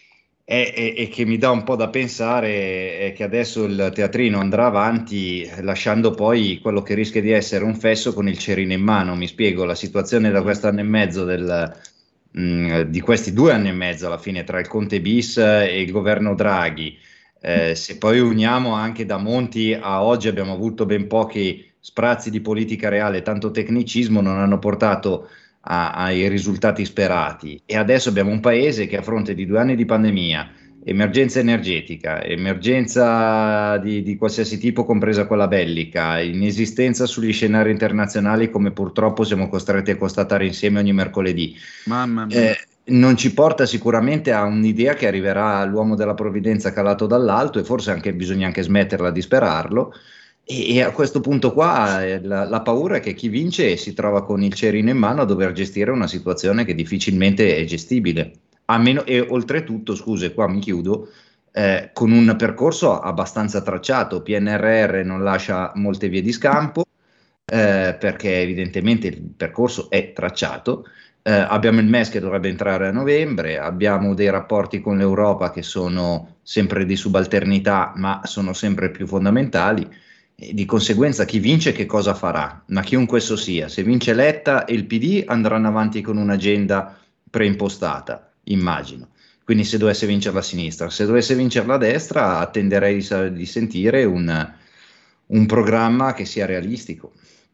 S11: e, e, e che mi dà un po' da pensare è che adesso il teatrino andrà avanti lasciando poi quello che rischia di essere un fesso con il cerino in mano. Mi spiego, la situazione da quest'anno e mezzo del, mh, di questi due anni e mezzo alla fine tra il Conte bis e il governo Draghi, eh, se poi uniamo anche da Monti a oggi abbiamo avuto ben pochi sprazzi di politica reale, tanto tecnicismo, non hanno portato a, ai risultati sperati. E adesso abbiamo un paese che a fronte di due anni di pandemia, emergenza energetica, emergenza di, di qualsiasi tipo, compresa quella bellica, inesistenza sugli scenari internazionali come purtroppo siamo costretti a constatare insieme ogni mercoledì.
S4: Mamma mia.
S11: Eh, non ci porta sicuramente a un'idea che arriverà l'uomo della provvidenza calato dall'alto, e forse anche bisogna anche smetterla di sperarlo. E a questo punto qua la, la paura è che chi vince si trova con il cerino in mano a dover gestire una situazione che difficilmente è gestibile. A meno, e oltretutto, scuse, qua mi chiudo, eh, con un percorso abbastanza tracciato. P N R R non lascia molte vie di scampo, eh, perché evidentemente il percorso è tracciato. Eh, abbiamo il M E S che dovrebbe entrare a novembre, abbiamo dei rapporti con l'Europa che sono sempre di subalternità, ma sono sempre più fondamentali. E di conseguenza chi vince che cosa farà? Ma chiunque esso sia, se vince Letta e il P D andranno avanti con un'agenda preimpostata, immagino. Quindi se dovesse vincere la sinistra, se dovesse vincere la destra, attenderei di, di sentire un, un programma che sia realistico.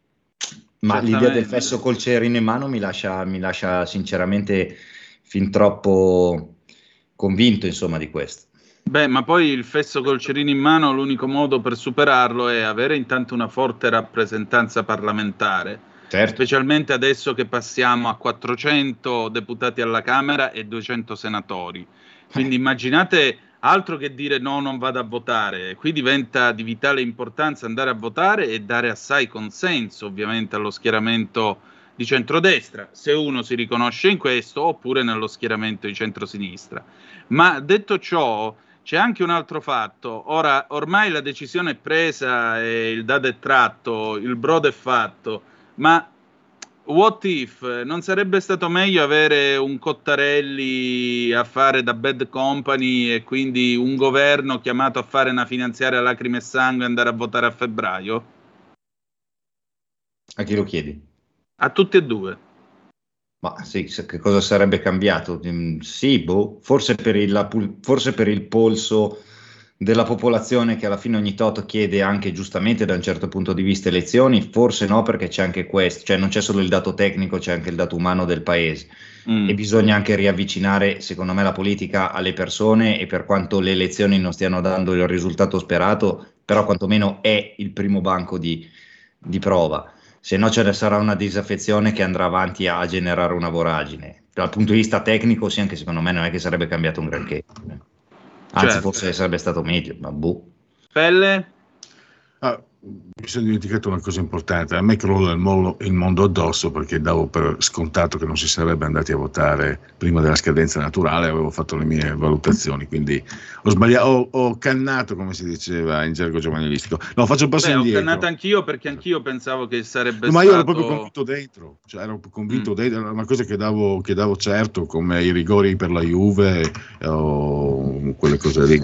S11: Ma l'idea del fesso col cerino in mano mi lascia, mi lascia sinceramente fin troppo convinto, insomma, di questo.
S4: Beh, ma poi il fesso col cerino in mano, l'unico modo per superarlo è avere intanto una forte rappresentanza parlamentare,
S11: certo.
S4: Specialmente adesso che passiamo a quattrocento deputati alla Camera e duecento senatori. Quindi immaginate, altro che dire no, non vado a votare, qui diventa di vitale importanza andare a votare e dare assai consenso ovviamente allo schieramento di centrodestra, se uno si riconosce in questo, oppure nello schieramento di centrosinistra. Ma detto ciò, c'è anche un altro fatto. Ora, ormai la decisione è presa, e il dado è tratto, il brodo è fatto, ma what if? Non sarebbe stato meglio avere un Cottarelli a fare da bad company e quindi un governo chiamato a fare una finanziaria a lacrime e sangue e andare a votare a febbraio?
S11: A chi lo chiedi?
S4: A tutti e due.
S11: Ma sì, che cosa sarebbe cambiato? Sì, boh, forse per il, forse per il polso della popolazione che alla fine ogni tot chiede anche giustamente da un certo punto di vista elezioni, forse no, perché c'è anche questo, cioè non c'è solo il dato tecnico, c'è anche il dato umano del paese mm. e bisogna anche riavvicinare secondo me la politica alle persone, e per quanto le elezioni non stiano dando il risultato sperato, però quantomeno è il primo banco di, di prova, se no ce ne sarà una disaffezione che andrà avanti a generare una voragine. Dal punto di vista tecnico sì, anche secondo me non è che sarebbe cambiato un granché. Anzi, certo. Forse sarebbe stato meglio, ma boh.
S4: Pelle?
S5: Ah, mi sono dimenticato una cosa importante. A me crolla il, mo- il mondo addosso, perché davo per scontato che non si sarebbe andati a votare prima della scadenza naturale, avevo fatto le mie valutazioni, quindi ho sbagliato, ho, ho cannato, come si diceva in gergo giovanilistico. No, faccio un passo
S4: Beh,
S5: indietro.
S4: Ho cannato anch'io, perché anch'io pensavo che sarebbe
S5: no,
S4: stato...
S5: ma io ero proprio convinto dentro, cioè ero convinto
S4: mm.
S5: dentro, era una cosa che davo, che davo certo, come i rigori per la Juve o quelle cose lì.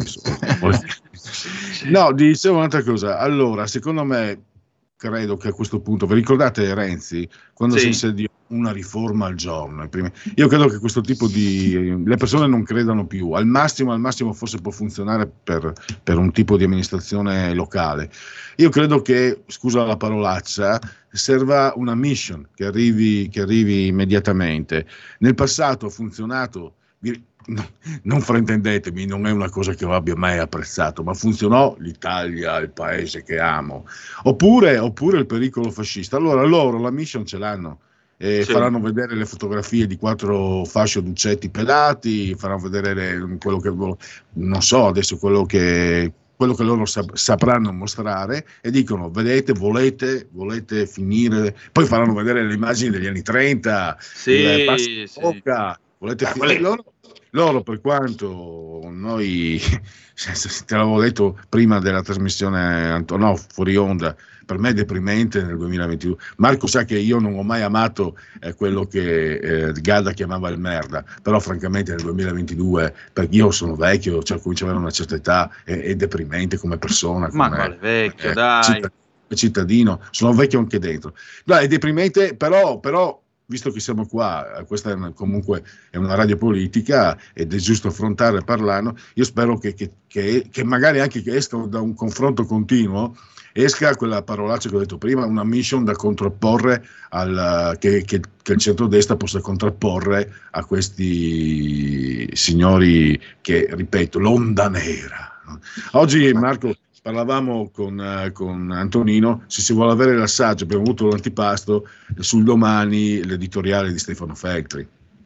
S5: No, dicevo un'altra cosa. Allora, secondo me, credo che a questo punto, vi ricordate Renzi quando sì. si insediò una riforma al giorno? Primi, io credo che questo tipo di le persone non credano più. Al massimo, al massimo forse può funzionare per, per un tipo di amministrazione locale. Io credo che, scusa la parolaccia, serva una mission che arrivi, che arrivi immediatamente. Nel passato ha funzionato. No, non fraintendetemi, non è una cosa che io abbia mai apprezzato, ma funzionò l'Italia, il paese che amo. Oppure, oppure il pericolo fascista. Allora loro la mission ce l'hanno, eh, sì. faranno vedere le fotografie di quattro fasce d'uccetti pelati, faranno vedere le, quello che non so adesso quello che quello che loro sap- sapranno mostrare, e dicono: vedete, volete, volete finire, poi faranno vedere le immagini degli anni trenta,
S4: sì,
S5: il
S4: sì.
S5: bocca, volete ah, finire loro. Loro, per quanto noi, te l'avevo detto prima della trasmissione, no, fuori onda, per me è deprimente nel duemilaventidue. Marco sa che io non ho mai amato eh, quello che eh, Gadda chiamava il merda, però francamente nel duemilaventidue, perché io sono vecchio, cioè comincio ad avere una certa età, è, è deprimente come persona.
S4: Ma
S5: come,
S4: quale vecchio,
S5: eh,
S4: dai.
S5: Cittadino, cittadino, sono vecchio anche dentro. No, è deprimente, però... però visto che siamo qua, questa è una, comunque è una radio politica ed è giusto affrontare e parlarne, io spero che, che, che, che magari anche che esca da un confronto continuo, esca quella parolaccia che ho detto prima, una mission da contrapporre al, che, che, che il centrodestra possa contrapporre a questi signori che, ripeto, l'onda nera. Oggi, Marco, parlavamo con, uh, con Antonino, se si vuole avere l'assaggio, abbiamo avuto l'antipasto sul Domani, l'editoriale di Stefano Feltri.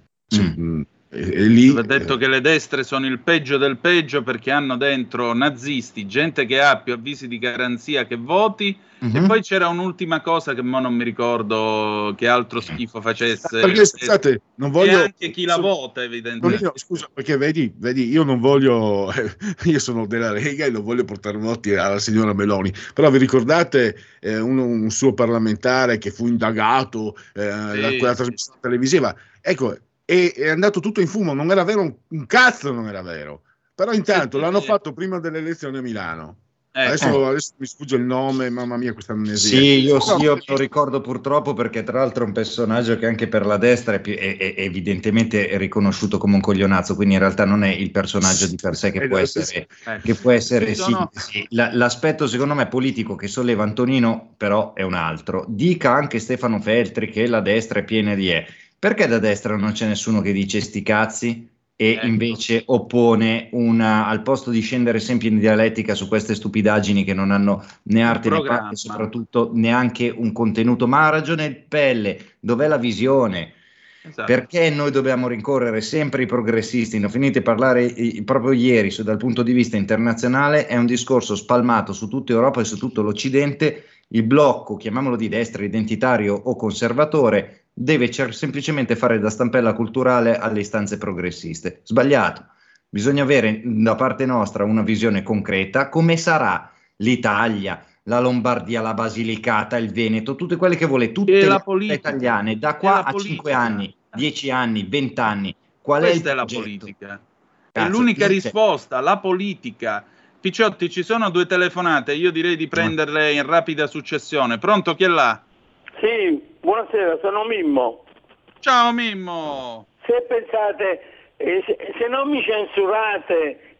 S4: Mm. E, e lì, ho detto eh, che le destre sono il peggio del peggio, perché hanno dentro nazisti, gente che ha più avvisi di garanzia che voti, uh-huh. E poi c'era un'ultima cosa che mo non mi ricordo che altro schifo facesse.
S5: Perché, scusate, non voglio...
S4: E anche chi la vota, evidentemente.
S5: Scusa, perché vedi, vedi, io non voglio, io sono della Lega e non voglio portare voti alla signora Meloni, però vi ricordate eh, un, un suo parlamentare che fu indagato eh, sì, da quella trasmissione televisiva? Ecco, e è andato tutto in fumo, non era vero, un, un cazzo non era vero, però intanto sì, l'hanno sì. fatto prima delle elezioni a Milano. Eh, adesso, eh. adesso mi sfugge il nome, mamma mia, questa amnesia.
S11: Sì, io, no, io lo ricordo purtroppo, perché tra l'altro è un personaggio che anche per la destra è, più, è, è evidentemente riconosciuto come un coglionazzo, quindi in realtà non è il personaggio di per sé che, può essere, eh. che può essere sono... sì, sì. La, l'aspetto secondo me politico che solleva Antonino però è un altro. Dica anche Stefano Feltri che la destra è piena di E. Perché da destra non c'è nessuno che dice sti cazzi e ecco. invece oppone una, al posto di scendere sempre in dialettica su queste stupidaggini che non hanno né arte né parte, e soprattutto neanche un contenuto? Ma ha ragione il Pelle, dov'è la visione? Esatto. Perché noi dobbiamo rincorrere sempre i progressisti? Ne ho finito di parlare i, proprio ieri su, dal punto di vista internazionale, è un discorso spalmato su tutta Europa e su tutto l'Occidente. Il blocco, chiamiamolo di destra, identitario o conservatore, deve cer- semplicemente fare da stampella culturale alle istanze progressiste. Sbagliato. Bisogna avere da parte nostra una visione concreta, come sarà l'Italia, la Lombardia, la Basilicata, il Veneto, tutte quelle che vuole, tutte le politica, italiane, da qua a cinque anni, dieci anni, venti anni. Qual
S4: Questa
S11: è,
S4: il
S11: è la
S4: politica.
S11: Cazzo,
S4: è l'unica
S11: c'è.
S4: risposta, la politica. Picciotti, ci sono due telefonate, io direi di prenderle in rapida successione. Pronto, chi è là?
S12: Sì, buonasera, sono Mimmo.
S4: Ciao Mimmo.
S12: Se pensate, eh, se, se non mi censurate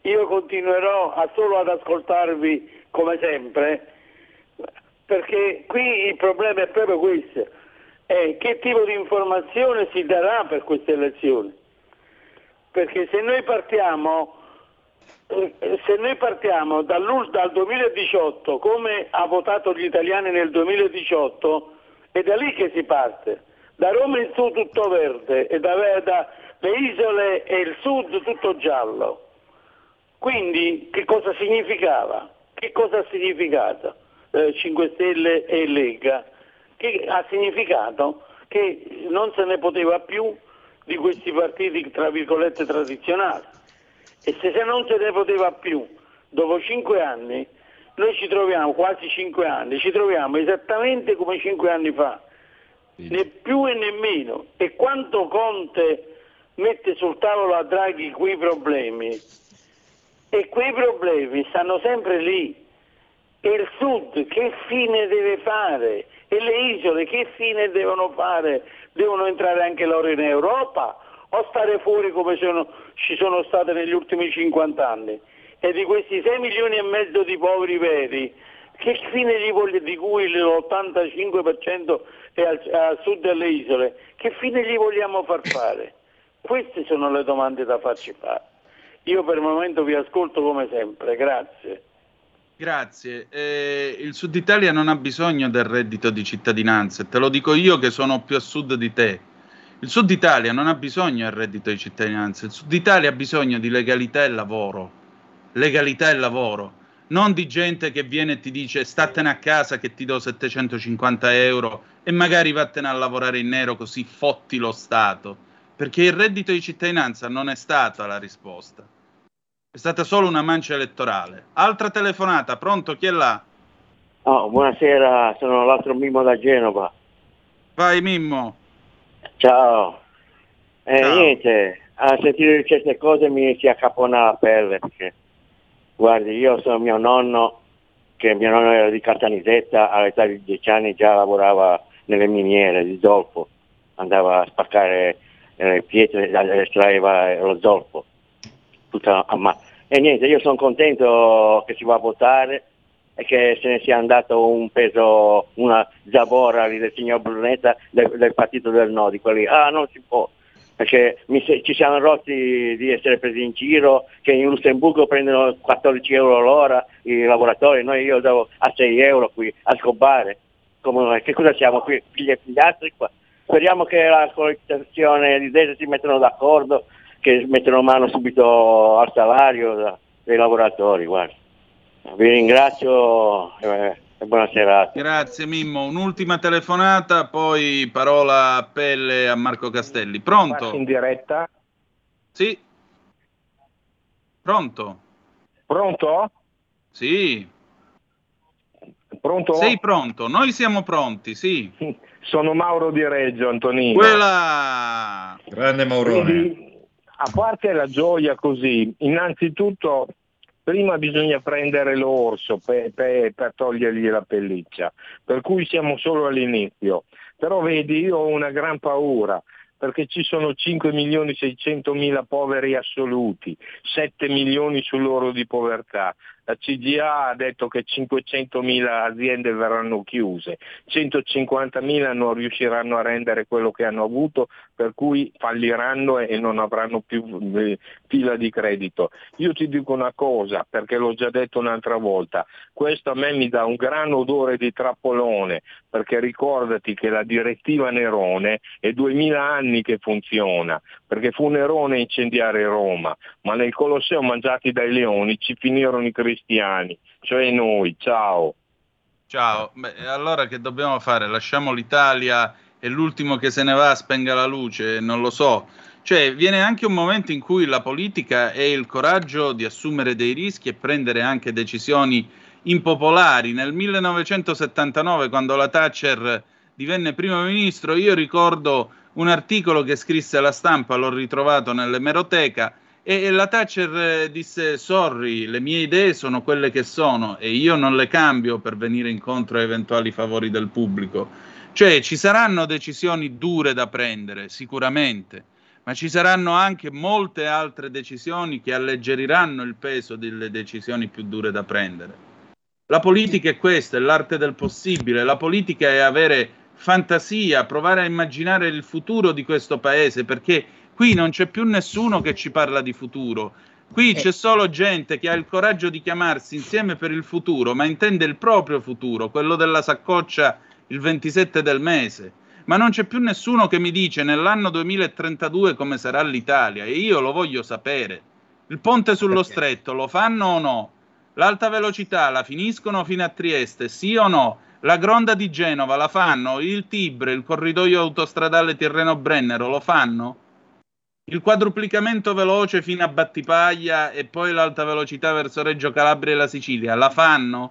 S12: io continuerò a solo ad ascoltarvi come sempre, perché qui il problema è proprio questo, è che tipo di informazione si darà per queste elezioni. Perché se noi partiamo, se noi partiamo dal, dal duemiladiciotto, come ha votato gli italiani nel duemiladiciotto, è da lì che si parte. Da Roma in su tutto verde e da, da le isole e il sud tutto giallo. Quindi che cosa significava? Che cosa ha significato eh, cinque Stelle e Lega? Che ha significato che non se ne poteva più di questi partiti tra virgolette tradizionali. E se, se non se ne poteva più, dopo cinque anni, noi ci troviamo, quasi cinque anni, ci troviamo esattamente come cinque anni fa, né più e né meno. E quanto Conte mette sul tavolo a Draghi quei problemi, e quei problemi stanno sempre lì. E il Sud che fine deve fare? E le isole che fine devono fare? Devono entrare anche loro in Europa o stare fuori come sono, ci sono state negli ultimi cinquanta anni? E di questi sei milioni e mezzo di poveri veri, che fine gli voglio, di cui l'ottantacinque per cento è al, al sud delle isole, che fine gli vogliamo far fare? Queste sono le domande da farci fare. Io per il momento vi ascolto come sempre, grazie.
S4: Grazie. Eh, il Sud Italia non ha bisogno del reddito di cittadinanza, te lo dico io che sono più a sud di te. Il Sud Italia non ha bisogno del reddito di cittadinanza, il Sud Italia ha bisogno di legalità e lavoro. Legalità e lavoro, non di gente che viene e ti dice statene a casa che ti do settecentocinquanta euro e magari vattene a lavorare in nero così fotti lo Stato, perché il reddito di cittadinanza non è stata la risposta. È stata solo una mancia elettorale. Altra telefonata, pronto? Chi è là?
S13: Oh, buonasera, sono l'altro Mimmo da Genova.
S4: Vai Mimmo.
S13: Ciao. Eh,
S4: Ciao.
S13: Niente, a sentire certe cose mi si accapona la pelle, perché guardi, io sono mio nonno, che mio nonno era di Caltanissetta, all'età di dieci anni già lavorava nelle miniere di zolfo, andava a spaccare le pietre, estraeva lo zolfo. Tutta a mano. E niente, io sono contento che si va a votare e che se ne sia andato un peso, una zavorra lì del signor Brunetta del, del partito del no, di quelli, ah non si può, perché mi, ci siamo rotti di essere presi in giro, che in Lussemburgo prendono quattordici euro l'ora i lavoratori, noi io devo a sei euro qui a scobare. Come, che cosa siamo qui, figli e figliastri qua? Speriamo che la coalizione di destra si mettano d'accordo, che mettono mano subito al salario dei lavoratori. Guarda. Vi ringrazio e buona serata.
S4: Grazie Mimmo, un'ultima telefonata, poi parola a pelle a Marco Castelli. Pronto?
S8: In diretta?
S4: Sì. Pronto?
S8: Pronto?
S4: Sì.
S8: Pronto?
S4: Sei pronto? Noi siamo pronti, sì.
S8: Sono Mauro di Reggio, Antonino.
S4: Quella!
S14: Grande Maurone.
S8: Quindi, a parte la gioia così, innanzitutto prima bisogna prendere l'orso per, per, per togliergli la pelliccia, per cui siamo solo all'inizio. Però vedi, io ho una gran paura, perché ci sono cinque milioni seicentomila poveri assoluti, sette milioni sull'oro di povertà. La C G A ha detto che cinquecentomila aziende verranno chiuse, centocinquantamila non riusciranno a rendere quello che hanno avuto, per cui falliranno e non avranno più fila di credito. Io ti dico una cosa, perché l'ho già detto un'altra volta, questo a me mi dà un gran odore di trappolone, perché ricordati che la direttiva Nerone è duemila anni che funziona, perché fu Nerone a incendiare Roma, ma nel Colosseo mangiati dai leoni ci finirono i cristiani, cioè noi. Ciao.
S4: Ciao. Beh, allora che dobbiamo fare? Lasciamo l'Italia e l'ultimo che se ne va spenga la luce? Non lo so. Cioè, viene anche un momento in cui la politica ha il coraggio di assumere dei rischi e prendere anche decisioni impopolari. Nel millenovecentosettantanove, quando la Thatcher divenne primo ministro, io ricordo un articolo che scrisse La Stampa, l'ho ritrovato nell'emeroteca, e la Thatcher disse: sorry, le mie idee sono quelle che sono e io non le cambio per venire incontro a eventuali favori del pubblico. Cioè, ci saranno decisioni dure da prendere, sicuramente, ma ci saranno anche molte altre decisioni che alleggeriranno il peso delle decisioni più dure da prendere. La politica è questa, è l'arte del possibile. La politica è avere fantasia, provare a immaginare il futuro di questo paese, perché qui non c'è più nessuno che ci parla di futuro. Qui c'è solo gente che ha il coraggio di chiamarsi Insieme per il Futuro, ma intende il proprio futuro, quello della saccoccia il ventisette del mese. Ma non c'è più nessuno che mi dice nell'anno duemilatrentadue come sarà l'Italia, e io lo voglio sapere. Il ponte sullo Stretto lo fanno o no? L'alta velocità la finiscono fino a Trieste, sì o no? La Gronda di Genova la fanno? Il Tibre, il corridoio autostradale Tirreno-Brennero lo fanno? Il quadruplicamento veloce fino a Battipaglia e poi l'alta velocità verso Reggio Calabria e la Sicilia la fanno?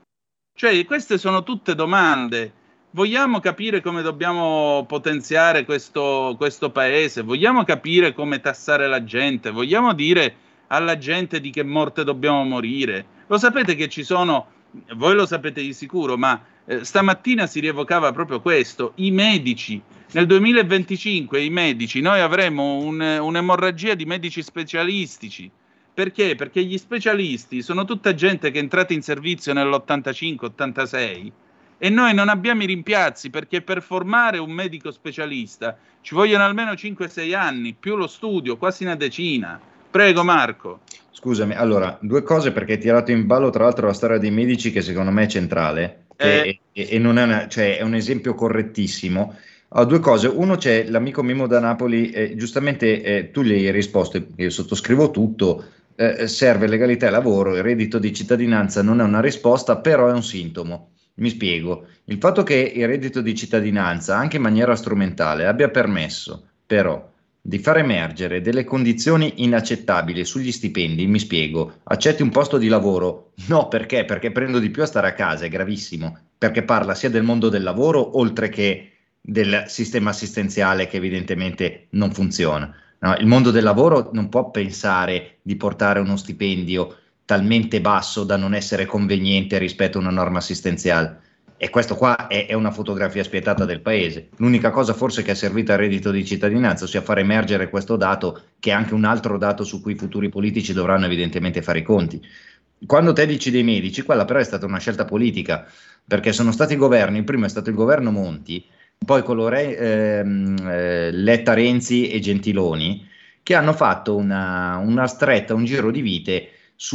S4: Cioè, queste sono tutte domande. Vogliamo capire come dobbiamo potenziare questo, questo paese? Vogliamo capire come tassare la gente? Vogliamo dire alla gente di che morte dobbiamo morire? Lo sapete che ci sono, voi lo sapete di sicuro, ma eh, stamattina si rievocava proprio questo, i medici. Nel duemilaventicinque i medici, noi avremo un, un'emorragia di medici specialistici. Perché? Perché gli specialisti sono tutta gente che è entrata in servizio nell'ottantacinque ottantasei e noi non abbiamo i rimpiazzi, perché per formare un medico specialista ci vogliono almeno cinque sei anni, più lo studio, quasi una decina. Prego Marco.
S11: Scusami, allora, due cose, perché hai tirato in ballo tra l'altro la storia dei medici, che secondo me è centrale,
S4: Eh.
S11: e, e non è, una, cioè, è un esempio correttissimo. Allora, due cose, uno, c'è l'amico Mimo da Napoli, eh, giustamente eh, tu gli hai risposto, io sottoscrivo tutto, eh, serve legalità e lavoro, il reddito di cittadinanza non è una risposta, però è un sintomo. Mi spiego, il fatto che il reddito di cittadinanza, anche in maniera strumentale, abbia permesso però di far emergere delle condizioni inaccettabili sugli stipendi, mi spiego, accetti un posto di lavoro? No, perché? Perché prendo di più a stare a casa, è gravissimo, perché parla sia del mondo del lavoro oltre che del sistema assistenziale che evidentemente non funziona. No, il mondo del lavoro non può pensare di portare uno stipendio talmente basso da non essere conveniente rispetto a una norma assistenziale. E questo qua è, è una fotografia spietata del paese. L'unica cosa forse che è servita al reddito di cittadinanza, ossia far emergere questo dato, che è anche un altro dato su cui i futuri politici dovranno evidentemente fare i conti. Quando te dici dei medici, quella però è stata una scelta politica, perché sono stati governi, il primo è stato il governo Monti, poi quello Re, ehm, eh, Letta, Renzi e Gentiloni, che hanno fatto una, una stretta, un giro di vite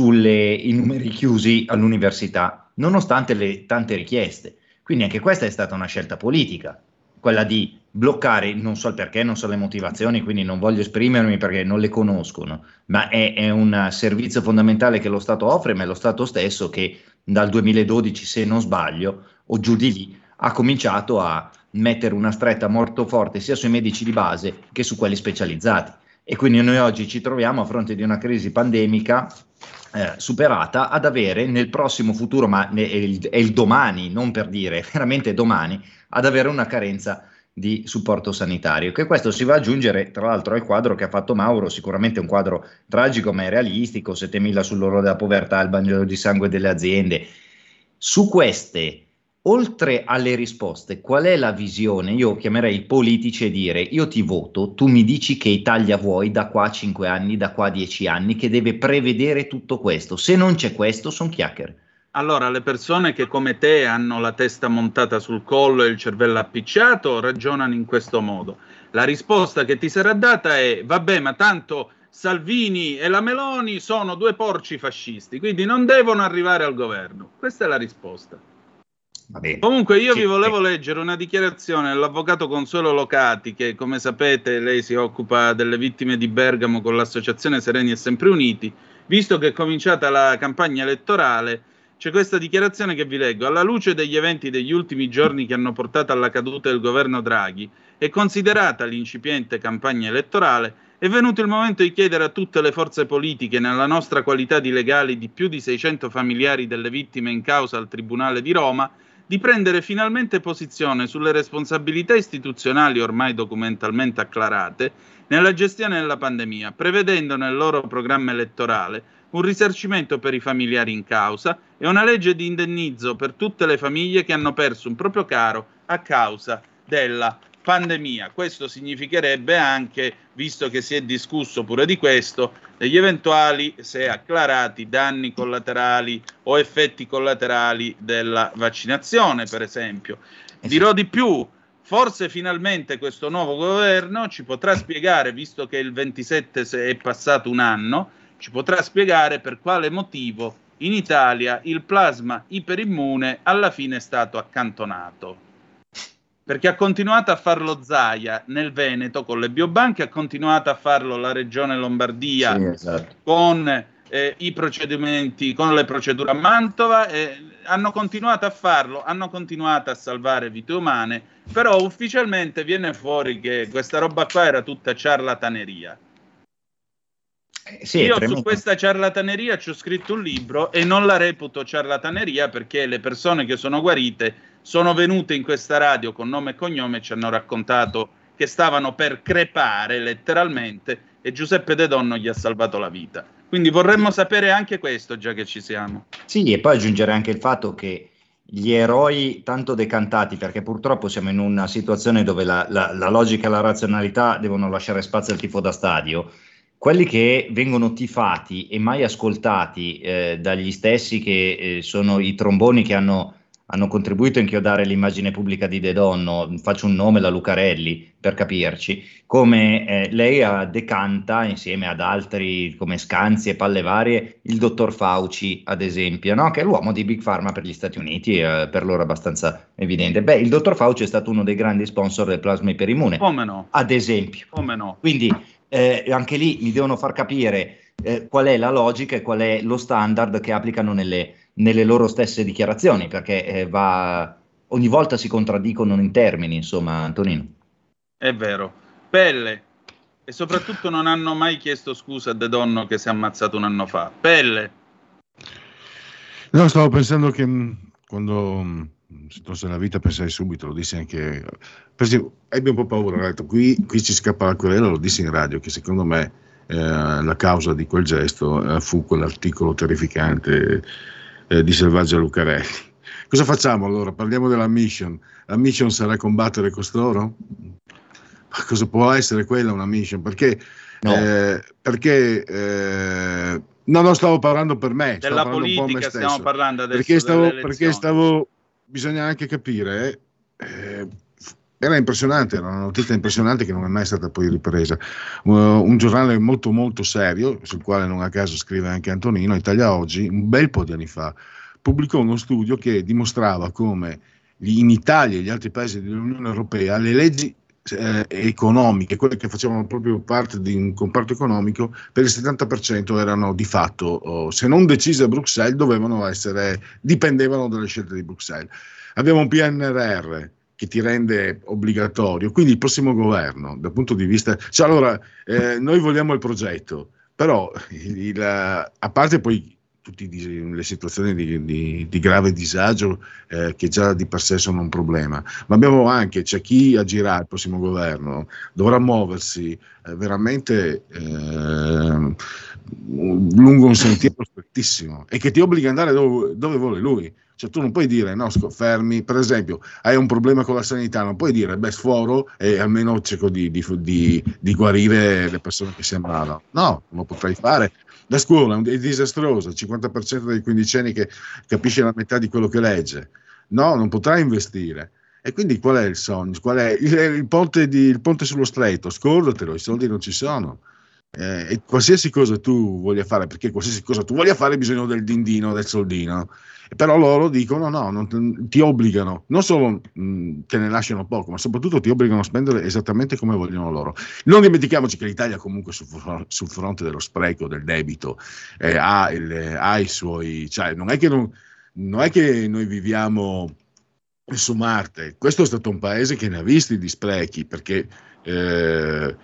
S11: sui numeri chiusi all'università, nonostante le tante richieste. Quindi anche questa è stata una scelta politica, quella di bloccare, non so il perché, non so le motivazioni, quindi non voglio esprimermi perché non le conoscono, ma è, è un servizio fondamentale che lo Stato offre, ma è lo Stato stesso che dal duemiladodici, se non sbaglio, o giù di lì, ha cominciato a mettere una stretta molto forte sia sui medici di base che su quelli specializzati. E quindi noi oggi ci troviamo a fronte di una crisi pandemica eh, superata, ad avere nel prossimo futuro, ma è il, è il domani, non per dire, veramente domani, ad avere una carenza di supporto sanitario, che questo si va ad aggiungere tra l'altro al quadro che ha fatto Mauro, sicuramente un quadro tragico ma è realistico, settemila sull'orlo della povertà, il bagno di sangue delle aziende. Su queste, oltre alle risposte, qual è la visione? Io chiamerei i politici e dire: io ti voto, tu mi dici che Italia vuoi da qua a cinque anni, da qua a dieci anni, che deve prevedere tutto questo. Se non c'è questo, sono chiacchiere.
S4: Allora, le persone che come te hanno la testa montata sul collo e il cervello appicciato ragionano in questo modo. La risposta che ti sarà data è: vabbè, ma tanto Salvini e la Meloni sono due porci fascisti, quindi non devono arrivare al governo. Questa è la risposta.
S11: Va bene.
S4: Comunque io
S11: Sì,
S4: vi volevo
S11: sì.
S4: leggere una dichiarazione dell'avvocato Consuelo Locati, che come sapete lei si occupa delle vittime di Bergamo con l'associazione Sereni e Sempre Uniti. Visto che è cominciata la campagna elettorale, c'è questa dichiarazione che vi leggo: alla luce degli eventi degli ultimi giorni che hanno portato alla caduta del governo Draghi e considerata l'incipiente campagna elettorale, è venuto il momento di chiedere a tutte le forze politiche, nella nostra qualità di legali di più di seicento familiari delle vittime in causa al Tribunale di Roma, di prendere finalmente posizione sulle responsabilità istituzionali ormai documentalmente acclarate nella gestione della pandemia, prevedendo nel loro programma elettorale un risarcimento per i familiari in causa e una legge di indennizzo per tutte le famiglie che hanno perso un proprio caro a causa della pandemia. Questo significherebbe anche, visto che si è discusso pure di questo, degli eventuali, se acclarati, danni collaterali o effetti collaterali della vaccinazione, per esempio. Dirò di più, forse finalmente questo nuovo governo ci potrà spiegare, visto che il ventisette è passato un anno, ci potrà spiegare per quale motivo in Italia il plasma iperimmune alla fine è stato accantonato. Perché ha continuato a farlo Zaia nel Veneto con le biobanche, ha continuato a farlo la regione Lombardia, sì, esatto, con eh, i procedimenti, con le procedure a Mantova, eh, hanno continuato a farlo, hanno continuato a salvare vite umane, però ufficialmente viene fuori che questa roba qua era tutta ciarlataneria.
S11: Sì,
S4: Io su questa ciarlataneria ci ho scritto un libro e non la reputo ciarlataneria, perché le persone che sono guarite sono venute in questa radio con nome e cognome e ci hanno raccontato che stavano per crepare letteralmente e Giuseppe De Donno gli ha salvato la vita. Quindi vorremmo sapere anche questo, già che ci siamo.
S11: Sì, e poi aggiungere anche il fatto che gli eroi tanto decantati, perché purtroppo siamo in una situazione dove la, la, la logica e la razionalità devono lasciare spazio al tifo da stadio, quelli che vengono tifati e mai ascoltati eh, dagli stessi che eh, sono i tromboni che hanno, hanno contribuito a inchiodare l'immagine pubblica di De Donno, faccio un nome, la Lucarelli, per capirci, come eh, lei ha decanta insieme ad altri come Scanzi e palle varie, il dottor Fauci ad esempio, no? Che è l'uomo di Big Pharma per gli Stati Uniti, eh, per loro abbastanza evidente. Beh, il dottor Fauci è stato uno dei grandi sponsor del plasma iperimmune,
S4: come no?
S11: Ad esempio.
S4: Come no?
S11: Quindi Eh, anche lì mi devono far capire eh, qual è la logica e qual è lo standard che applicano nelle, nelle loro stesse dichiarazioni, perché eh, va, ogni volta si contraddicono in termini, insomma, Antonino.
S4: È vero. Pelle. E soprattutto non hanno mai chiesto scusa a De Donno che si è ammazzato un anno fa. Pelle.
S5: No, stavo pensando che mh, quando mh, si tolse la vita pensai subito, lo dissi anche, per esempio, ebbi un po' paura, ho detto, qui, qui ci scappa la querela, lo dissi in radio, che secondo me eh, la causa di quel gesto eh, fu quell'articolo terrificante eh, di Selvaggia Lucarelli. Cosa facciamo allora? Parliamo della mission. La mission sarà combattere costoro? Ma cosa può essere quella una mission? Perché, no. eh, perché eh, no, non stavo parlando per me,
S4: della
S5: stavo
S4: politica,
S5: un po' me
S4: stiamo
S5: stesso.
S4: parlando adesso
S5: perché stavo,
S4: delle
S5: perché stavo bisogna anche capire eh, era impressionante, era una notizia impressionante che non è mai stata poi ripresa. Uh, un giornale molto molto serio, sul quale non a caso scrive anche Antonino, Italia Oggi, un bel po' di anni fa pubblicò uno studio che dimostrava come in Italia e gli altri paesi dell'Unione Europea le leggi eh, economiche, quelle che facevano proprio parte di un comparto economico, per il settanta per cento erano di fatto, oh, se non decise a Bruxelles, dovevano essere, dipendevano dalle scelte di Bruxelles. Abbiamo un P N R R che ti rende obbligatorio, quindi il prossimo governo, dal punto di vista, cioè allora eh, noi vogliamo il progetto, però il, il, a parte poi tutte le situazioni di, di, di grave disagio eh, che già di per sé sono un problema, ma abbiamo anche, c'è chi agirà il prossimo governo, dovrà muoversi eh, veramente eh, lungo un sentiero strettissimo e che ti obbliga ad andare dove, dove vuole lui. Cioè tu non puoi dire no, fermi, per esempio hai un problema con la sanità, non puoi dire beh sforo e almeno cerco di, di, di, di guarire le persone che si ammalano. No, non lo potrai fare. La scuola è disastrosa, il cinquanta per cento dei quindicenni che capisce la metà di quello che legge. No, non potrai investire. E quindi qual è il sogno? Qual è il, il, ponte di, il ponte sullo stretto? Scordatelo, i soldi non ci sono. Eh, e qualsiasi cosa tu voglia fare, perché qualsiasi cosa tu voglia fare hai bisogno del dindino, del soldino, e però loro dicono no, non, ti obbligano, non solo mh, te ne lasciano poco, ma soprattutto ti obbligano a spendere esattamente come vogliono loro. Non dimentichiamoci che l'Italia comunque sul, sul fronte dello spreco, del debito eh, ha, il, ha i suoi, cioè non è che non, non è che noi viviamo su Marte, questo è stato un paese che ne ha visti di sprechi, perché eh,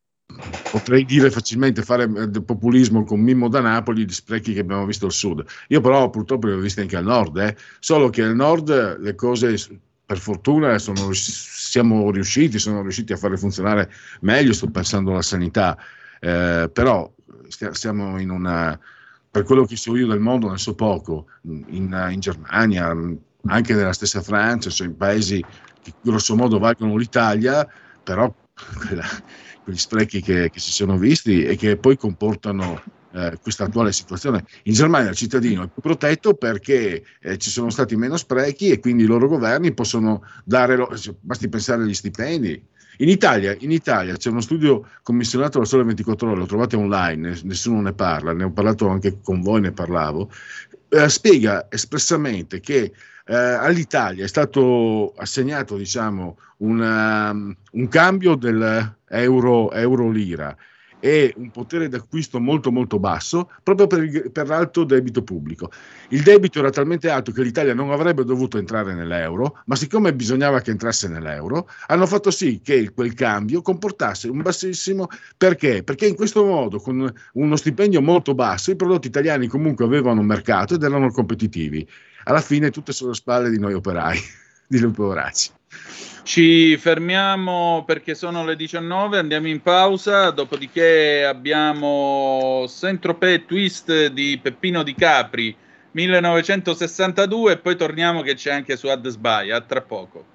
S5: potrei dire facilmente fare del populismo con Mimmo da Napoli di sprechi che abbiamo visto al sud. Io però purtroppo li ho visti anche al nord, eh. Solo che al nord le cose per fortuna sono, siamo riusciti, sono riusciti a farle funzionare meglio, sto pensando alla sanità, eh, però siamo in una, per quello che so io del mondo ne so poco, in, in Germania, anche nella stessa Francia, cioè in paesi che grosso modo valgono l'Italia, però quella, quegli sprechi che, che si sono visti e che poi comportano eh, questa attuale situazione. In Germania il cittadino è più protetto perché eh, ci sono stati meno sprechi e quindi i loro governi possono dare, lo, basti pensare agli stipendi. In Italia, in Italia c'è uno studio commissionato dal Sole ventiquattro Ore, lo trovate online, nessuno ne parla, ne ho parlato anche con voi, ne parlavo, eh, spiega espressamente che eh, all'Italia è stato assegnato, diciamo, una, un cambio dell'euro euro lira e un potere d'acquisto molto molto basso proprio per, il, per l'alto debito pubblico. Il debito era talmente alto che l'Italia non avrebbe dovuto entrare nell'euro, ma siccome bisognava che entrasse nell'euro, hanno fatto sì che quel cambio comportasse un bassissimo, perché? Perché in questo modo, con uno stipendio molto basso, i prodotti italiani comunque avevano un mercato ed erano competitivi. Alla fine tutte sulle spalle di noi operai, di noi poveracci.
S4: Ci fermiamo perché sono le diciannove, andiamo in pausa, dopodiché abbiamo Saint-Tropez Twist di Peppino Di Capri, millenovecentosessantadue, e poi torniamo che c'è anche su Sbaia. A tra poco.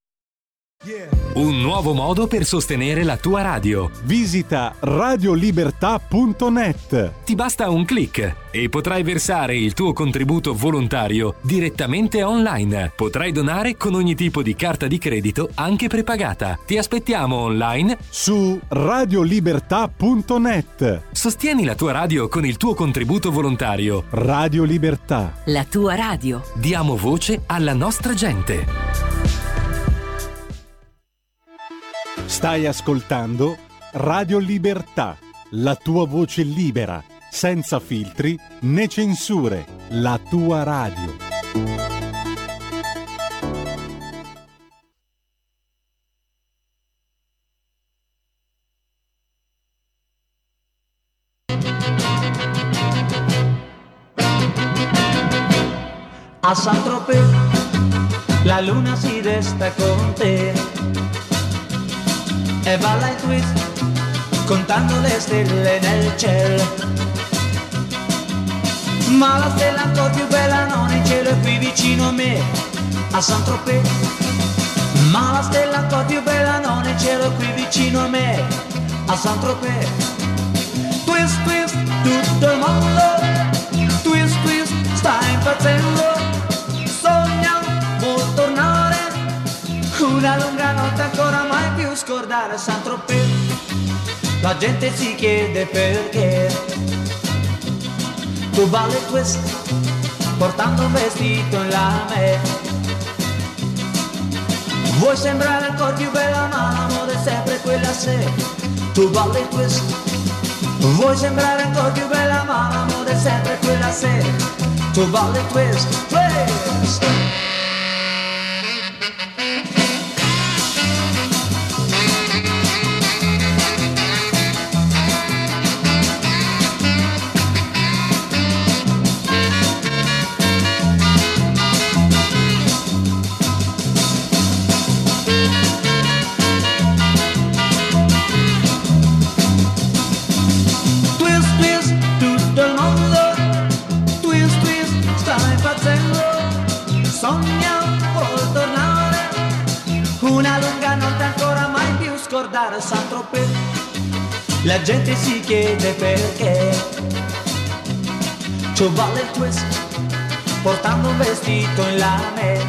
S14: Un nuovo modo per sostenere la tua radio.
S1: Visita radiolibertà punto net.
S14: Ti basta un click e potrai versare il tuo contributo volontario direttamente online. Potrai donare con ogni tipo di carta di credito, anche prepagata. Ti aspettiamo online
S1: su radiolibertà punto net.
S14: Sostieni la tua radio con il tuo contributo volontario.
S1: Radio Libertà.
S15: La tua radio.
S14: Diamo voce alla nostra gente.
S1: Stai ascoltando Radio Libertà, la tua voce libera, senza filtri né censure, la tua radio.
S16: A Saint-Tropez la luna si desta con te e balla il twist contando le stelle nel cielo, ma la stella ancora più bella non in cielo è qui vicino a me, a Saint-Tropez. Ma la stella ancora più bella non in cielo è qui vicino a me, a Saint-Tropez. Twist twist tutto il mondo, twist twist sta impazzendo, sogna vuol tornare, una lunga notte ancora mai più scordare a Saint-Tropez. La gente si chiede perché tu balli twist portando un vestito in lame. Vuoi sembrare ancora più bella ma la moda è sempre quella se tu balli twist. Vuoi sembrare ancora più bella ma la moda è sempre quella se tu balli twist, twist. A Saint-Tropez la gente si chiede perché tu balli il twist portando un vestito in lame.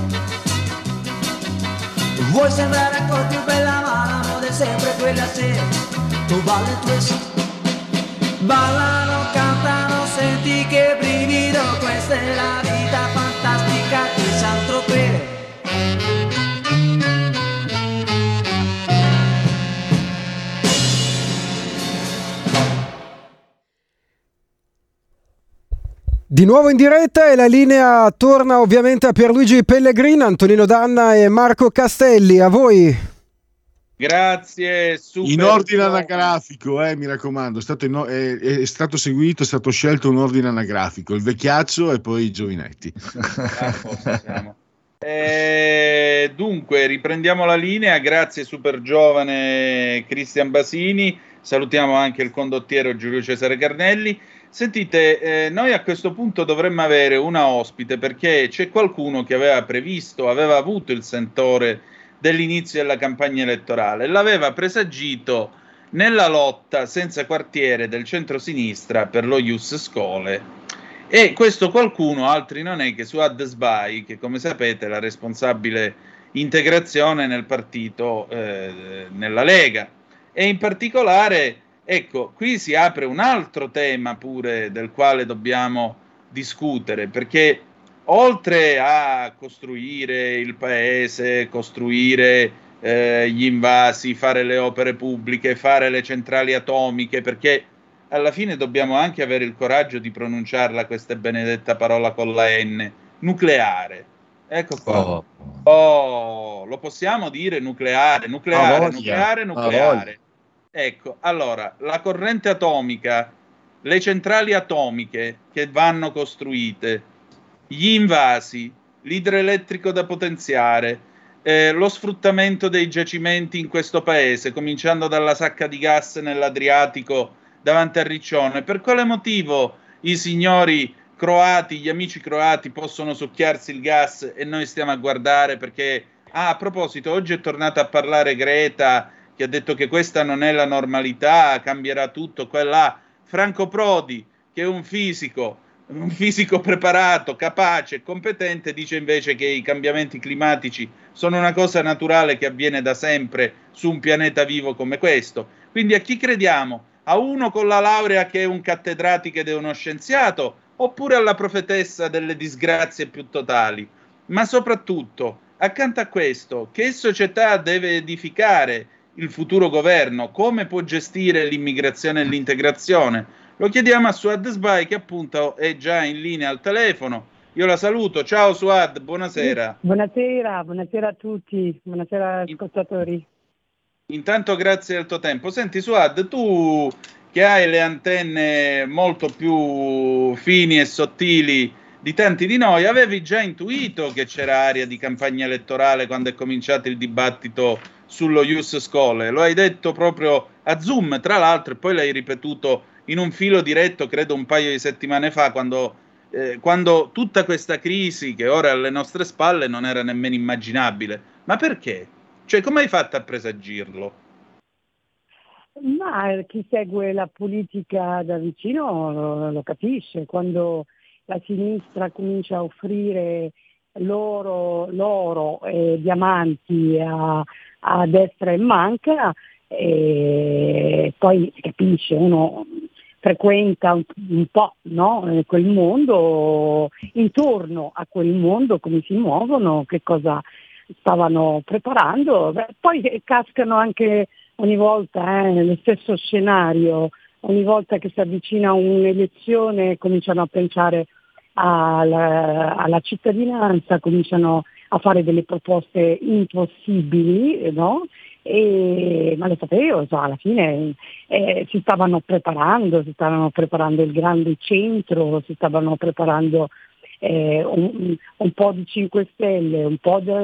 S16: Vuoi sembrare ancora più bella ma la moda è sempre quella se tu balli il twist. Ballano, cantano, senti che brivido, questa è la vita fantastica di Saint-Tropez.
S3: Di nuovo in diretta e la linea torna ovviamente a Pierluigi Pellegrini, Antonino Danna e Marco Castelli. A voi.
S4: Grazie. Super
S5: in ordine anagrafico, eh, mi raccomando. È stato, in, è, è stato seguito, è stato scelto un ordine anagrafico. Il vecchiaccio e poi i giovinetti.
S4: eh, dunque, riprendiamo la linea. Grazie, super giovane Cristian Basini. Salutiamo anche il condottiero Giulio Cesare Carnelli. Sentite, eh, noi a questo punto dovremmo avere una ospite perché c'è qualcuno che aveva previsto, aveva avuto il sentore dell'inizio della campagna elettorale. L'aveva presagito nella lotta senza quartiere del centro-sinistra per lo Ius Scholae. E questo qualcuno altri non è che Suad Sbai, che come sapete è la responsabile integrazione nel partito, eh, nella Lega. E in particolare, ecco, qui si apre un altro tema pure del quale dobbiamo discutere, perché oltre a costruire il paese, costruire eh, gli invasi, fare le opere pubbliche, fare le centrali atomiche, perché alla fine dobbiamo anche avere il coraggio di pronunciarla questa benedetta parola con la N, nucleare. Ecco qua. Oh, oh lo possiamo dire nucleare, nucleare, nucleare, nucleare. Ecco, allora, la corrente atomica, le centrali atomiche che vanno costruite, gli invasi, l'idroelettrico da potenziare, eh, lo sfruttamento dei giacimenti in questo paese, cominciando dalla sacca di gas nell'Adriatico davanti a Riccione. Per quale motivo i signori croati, gli amici croati possono succhiarsi il gas e noi stiamo a guardare? Perché, ah, a proposito, oggi è tornata a parlare Greta, che ha detto che questa non è la normalità, cambierà tutto, quella. Franco Prodi, che è un fisico, un fisico preparato, capace, competente, dice invece che i cambiamenti climatici sono una cosa naturale che avviene da sempre su un pianeta vivo come questo. Quindi a chi crediamo? A uno con la laurea che è un cattedratico ed è uno scienziato, oppure alla profetessa delle disgrazie più totali? Ma soprattutto, accanto a questo, che società deve edificare il futuro governo? Come può gestire l'immigrazione e l'integrazione? Lo chiediamo a Suad Sbai, che appunto è già in linea al telefono. Io la saluto. Ciao Suad, buonasera.
S15: Buonasera, buonasera a tutti, buonasera ascoltatori.
S4: Intanto grazie del tuo tempo. Senti Suad, tu che hai le antenne molto più fini e sottili di tanti di noi, avevi già intuito che c'era aria di campagna elettorale quando è cominciato il dibattito sullo Ius Scholae? Lo hai detto proprio a Zoom, tra l'altro, e poi l'hai ripetuto in un filo diretto, credo un paio di settimane fa, quando, eh, quando tutta questa crisi che ora è alle nostre spalle non era nemmeno immaginabile. Ma perché? Cioè, come hai fatto a presagirlo?
S15: Ma chi segue la politica da vicino lo, lo capisce. Quando la sinistra comincia a offrire l'oro, l'oro e diamanti a, a destra e manca, e poi si capisce, uno frequenta un, un po', no? Quel mondo, intorno a quel mondo come si muovono, che cosa stavano preparando. Beh, poi cascano anche ogni volta eh, nello stesso scenario, ogni volta che si avvicina un'elezione cominciano a pensare alla, alla cittadinanza, cominciano a fare delle proposte impossibili, no? E, ma lo sapevo, so, alla fine eh, si stavano preparando, si stavano preparando il grande centro, si stavano preparando Eh, un, un po' di cinque Stelle, un po' di,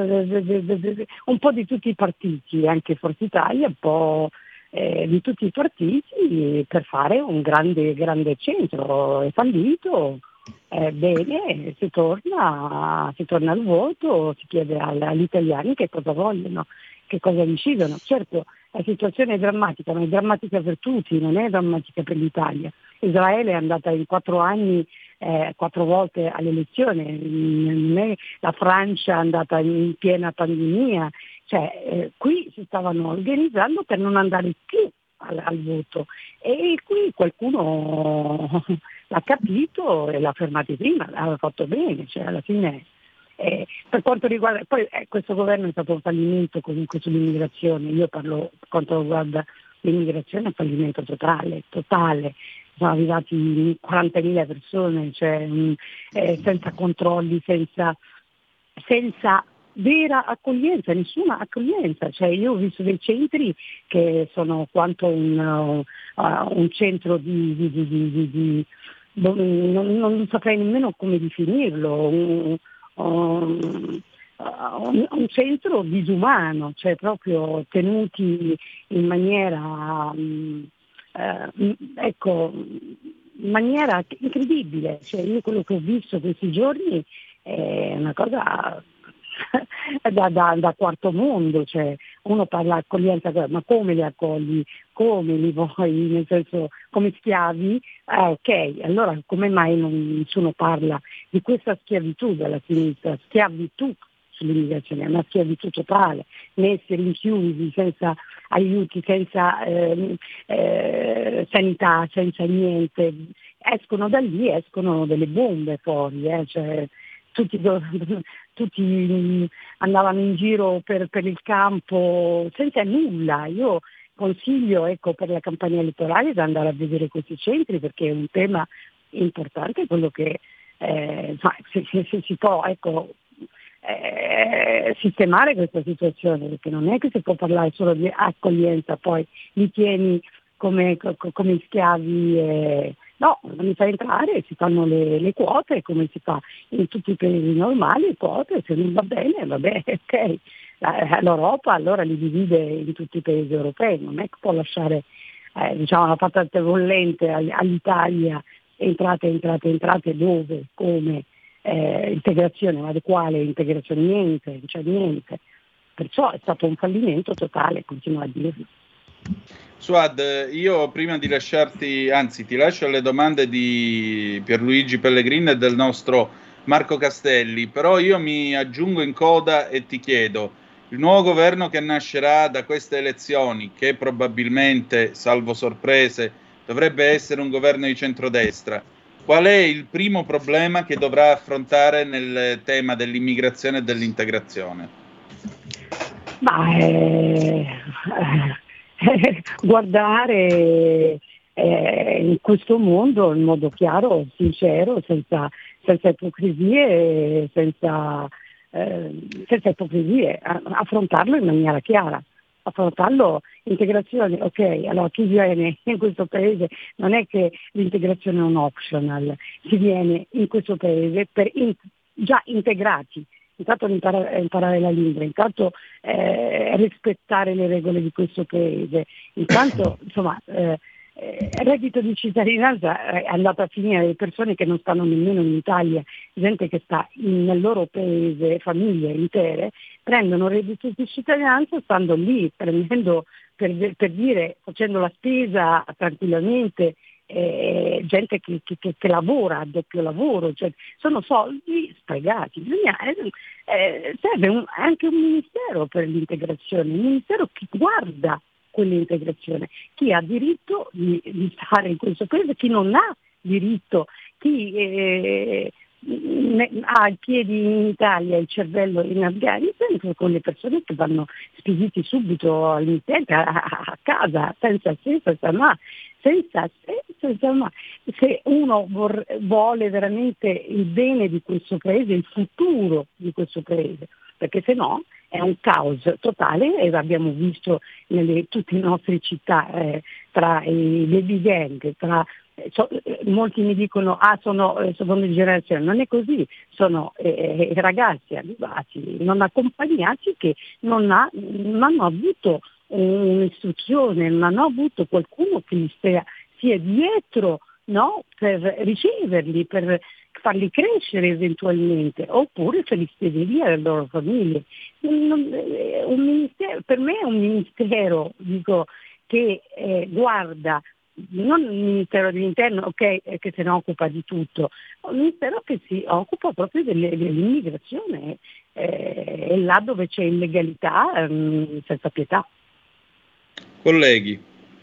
S15: un po' di tutti i partiti, anche Forza Italia, un po' eh, di tutti i partiti per fare un grande, grande centro. È fallito, eh, bene, si torna, si torna al voto, si chiede agli italiani che cosa vogliono, che cosa decidono. Certo, la situazione è drammatica, ma è drammatica per tutti, non è drammatica per l'Italia. Israele è andata in quattro anni Eh, quattro volte all'elezione, la Francia è andata in piena pandemia, cioè eh, qui si stavano organizzando per non andare più al, al voto e qui qualcuno l'ha capito e l'ha fermato prima, l'ha fatto bene, cioè alla fine eh, per quanto riguarda, poi eh, questo governo è stato un fallimento comunque sull'immigrazione, io parlo per quanto riguarda l'immigrazione, è un fallimento totale, totale. Sono arrivati quarantamila persone, cioè, mh, eh, senza controlli, senza, senza vera accoglienza, nessuna accoglienza. Cioè, io ho visto dei centri che sono quanto un, uh, un centro di, di, di, di, di non, non saprei nemmeno come definirlo, un, un, un, un centro disumano, cioè proprio tenuti in maniera... Um, Uh, ecco, in maniera incredibile, cioè io quello che ho visto questi giorni è una cosa da, da, da quarto mondo, cioè uno parla accoglienza, ma come li accogli? Come li vuoi? Nel senso, come schiavi? Ah, ok, allora come mai non, nessuno parla di questa schiavitù della sinistra? Schiavitù sull'immigrazione, è una schiavitù totale, messi rinchiusi senza aiuti, senza eh, eh, sanità, senza niente. Escono da lì, escono delle bombe fuori, eh, cioè, tutti, tutti andavano in giro per, per il campo senza nulla. Io consiglio, ecco, per la campagna elettorale di andare a vedere questi centri, perché è un tema importante, quello che eh, se, se, se si può, ecco, eh, sistemare questa situazione, perché non è che si può parlare solo di accoglienza, poi li tieni come, come schiavi. Eh, No, li fa entrare, si fanno le, le quote come si fa in tutti i paesi normali, quote, se non va bene, va bene, ok. L'Europa allora li divide in tutti i paesi europei, non è che può lasciare eh, diciamo, una patata bollente all'Italia, entrate, entrate, entrate dove, come, eh, integrazione, ma di quale integrazione? Niente, non c'è niente. Perciò è stato un fallimento totale, continuo a dirlo.
S4: Suad, io prima di lasciarti, anzi ti lascio alle domande di Pierluigi Pellegrini e del nostro Marco Castelli, però io mi aggiungo in coda e ti chiedo, il nuovo governo che nascerà da queste elezioni, che probabilmente, salvo sorprese, dovrebbe essere un governo di centrodestra, qual è il primo problema che dovrà affrontare nel tema dell'immigrazione e dell'integrazione?
S15: Ma eh, guardare eh, in questo mondo in modo chiaro, sincero, senza, senza ipocrisie, senza, eh, senza ipocrisie, affrontarlo in maniera chiara, affrontarlo integrazione, ok, allora chi viene in questo paese non è che l'integrazione è un optional, si viene in questo paese per in, già integrati. Intanto imparare, imparare la lingua, intanto eh, rispettare le regole di questo paese, intanto insomma eh, eh, il reddito di cittadinanza è andato a finire le persone che non stanno nemmeno in Italia, gente che sta in, nel loro paese, famiglie intere, prendono il reddito di cittadinanza stando lì, prendendo per, per dire, facendo la spesa tranquillamente. Eh, gente che, che, che lavora a doppio lavoro, cioè sono soldi sprecati. Bisogna, eh, eh, serve un, anche un ministero per l'integrazione, un ministero che guarda quell'integrazione, chi ha diritto di, di stare in questo paese, chi non ha diritto, chi eh, ha i piedi in Italia e il cervello in Afghanistan, con le persone che vanno spediti subito all'interno a, a casa, senza se, senza ma. Senza se, senza ma. Se uno vor, vuole veramente il bene di questo paese, il futuro di questo paese, perché se no è un caos totale e l'abbiamo visto nelle tutte le nostre città, eh, tra i baby gang, tra eh, so, eh, molti mi dicono ah sono eh, seconda generazione, non è così, sono eh, ragazzi arrivati, non accompagnati che non, ha, non hanno avuto un'istruzione, non hanno avuto qualcuno che li stia, sia dietro, no? Per riceverli, per farli crescere eventualmente, oppure se li spedi via dalle loro famiglie. Non, un ministero, per me è un ministero, dico, che eh, guarda, non il Ministero dell'Interno, ok, che se ne occupa di tutto, un ministero che si occupa proprio delle, dell'immigrazione, eh, e là dove c'è illegalità, ehm, senza pietà.
S4: Colleghi.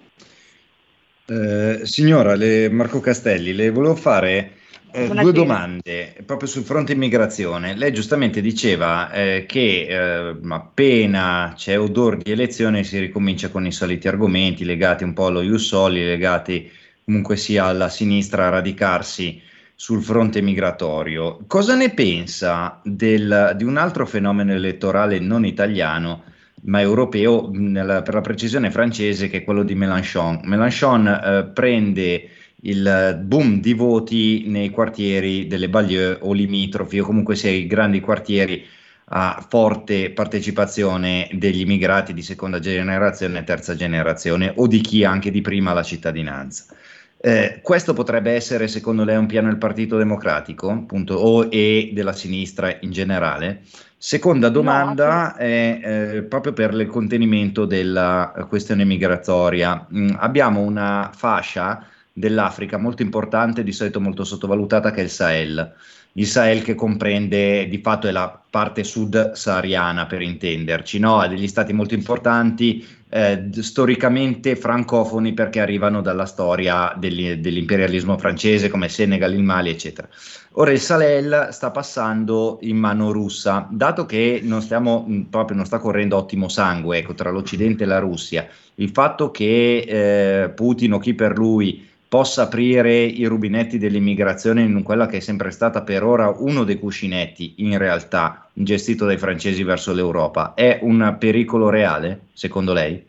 S11: Eh, signora le, Marco Castelli, le volevo fare eh, due domande proprio sul fronte immigrazione. Lei giustamente diceva eh, che eh, appena c'è odore di elezione si ricomincia con i soliti argomenti legati un po' allo ius soli, legati comunque sia alla sinistra a radicarsi sul fronte migratorio. Cosa ne pensa del, di un altro fenomeno elettorale non italiano ma europeo, nella, per la precisione francese, che è quello di Mélenchon. Mélenchon eh, prende il boom di voti nei quartieri delle banlieue o limitrofi, o comunque sia i grandi quartieri a forte partecipazione degli immigrati di seconda generazione e terza generazione, o di chi anche di prima ha la cittadinanza. Eh, questo potrebbe essere, secondo lei, un piano del Partito Democratico, appunto, o e della sinistra in generale? Seconda domanda
S15: No,
S11: è eh, proprio per il contenimento della questione migratoria. Mm, abbiamo una fascia dell'Africa molto importante, di solito molto sottovalutata, che è il Sahel. Il Sahel che comprende, di fatto è la parte sud-sahariana, per intenderci, no? Ha degli stati molto importanti, eh, storicamente francofoni, perché arrivano dalla storia degli- dell'imperialismo francese, come Senegal, il Mali, eccetera. Ora il Sahel sta passando in mano russa, dato che non stiamo mh, proprio non sta correndo ottimo sangue, ecco, tra l'Occidente e la Russia. Il fatto che eh, Putin o chi per lui possa aprire i rubinetti dell'immigrazione in quella che è sempre stata per ora uno dei cuscinetti, in realtà, gestito dai francesi verso l'Europa, è un pericolo reale, secondo lei?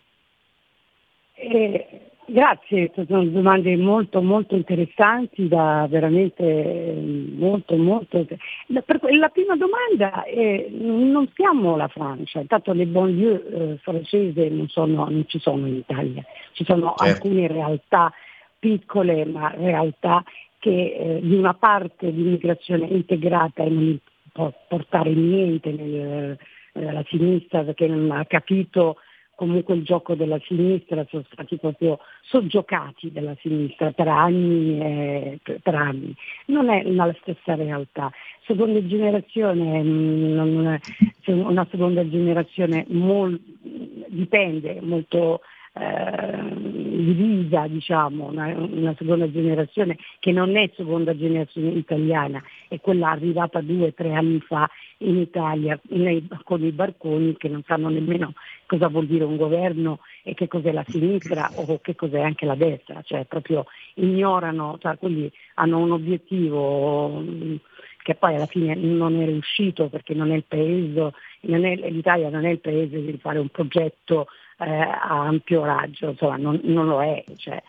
S15: Eh, grazie, sono domande molto molto interessanti, da veramente eh, molto molto. La, per- la prima domanda è: non siamo la Francia, intanto le banlieue eh, francesi non, sono, non ci sono in Italia, ci sono
S11: Certo.
S15: alcune realtà piccole, ma realtà che eh, di una parte di immigrazione integrata e non può portare niente nel, nella sinistra, perché non ha capito comunque il gioco della sinistra, sono stati proprio soggiocati dalla sinistra per anni e per, per anni. Non è la stessa realtà. Seconda generazione, mh, non è, c'è una seconda generazione mol, dipende molto eh, divisa, diciamo, una, una seconda generazione che non è seconda generazione italiana, è quella arrivata due o tre anni fa in Italia nei, con i barconi, che non sanno nemmeno cosa vuol dire un governo e che cos'è la sinistra o che cos'è anche la destra, cioè proprio ignorano, cioè quelli hanno un obiettivo mh, che poi alla fine non è riuscito, perché non è il paese, non è, l'Italia non è il paese di fare un progetto eh, a ampio raggio, insomma non, non lo è, cioè,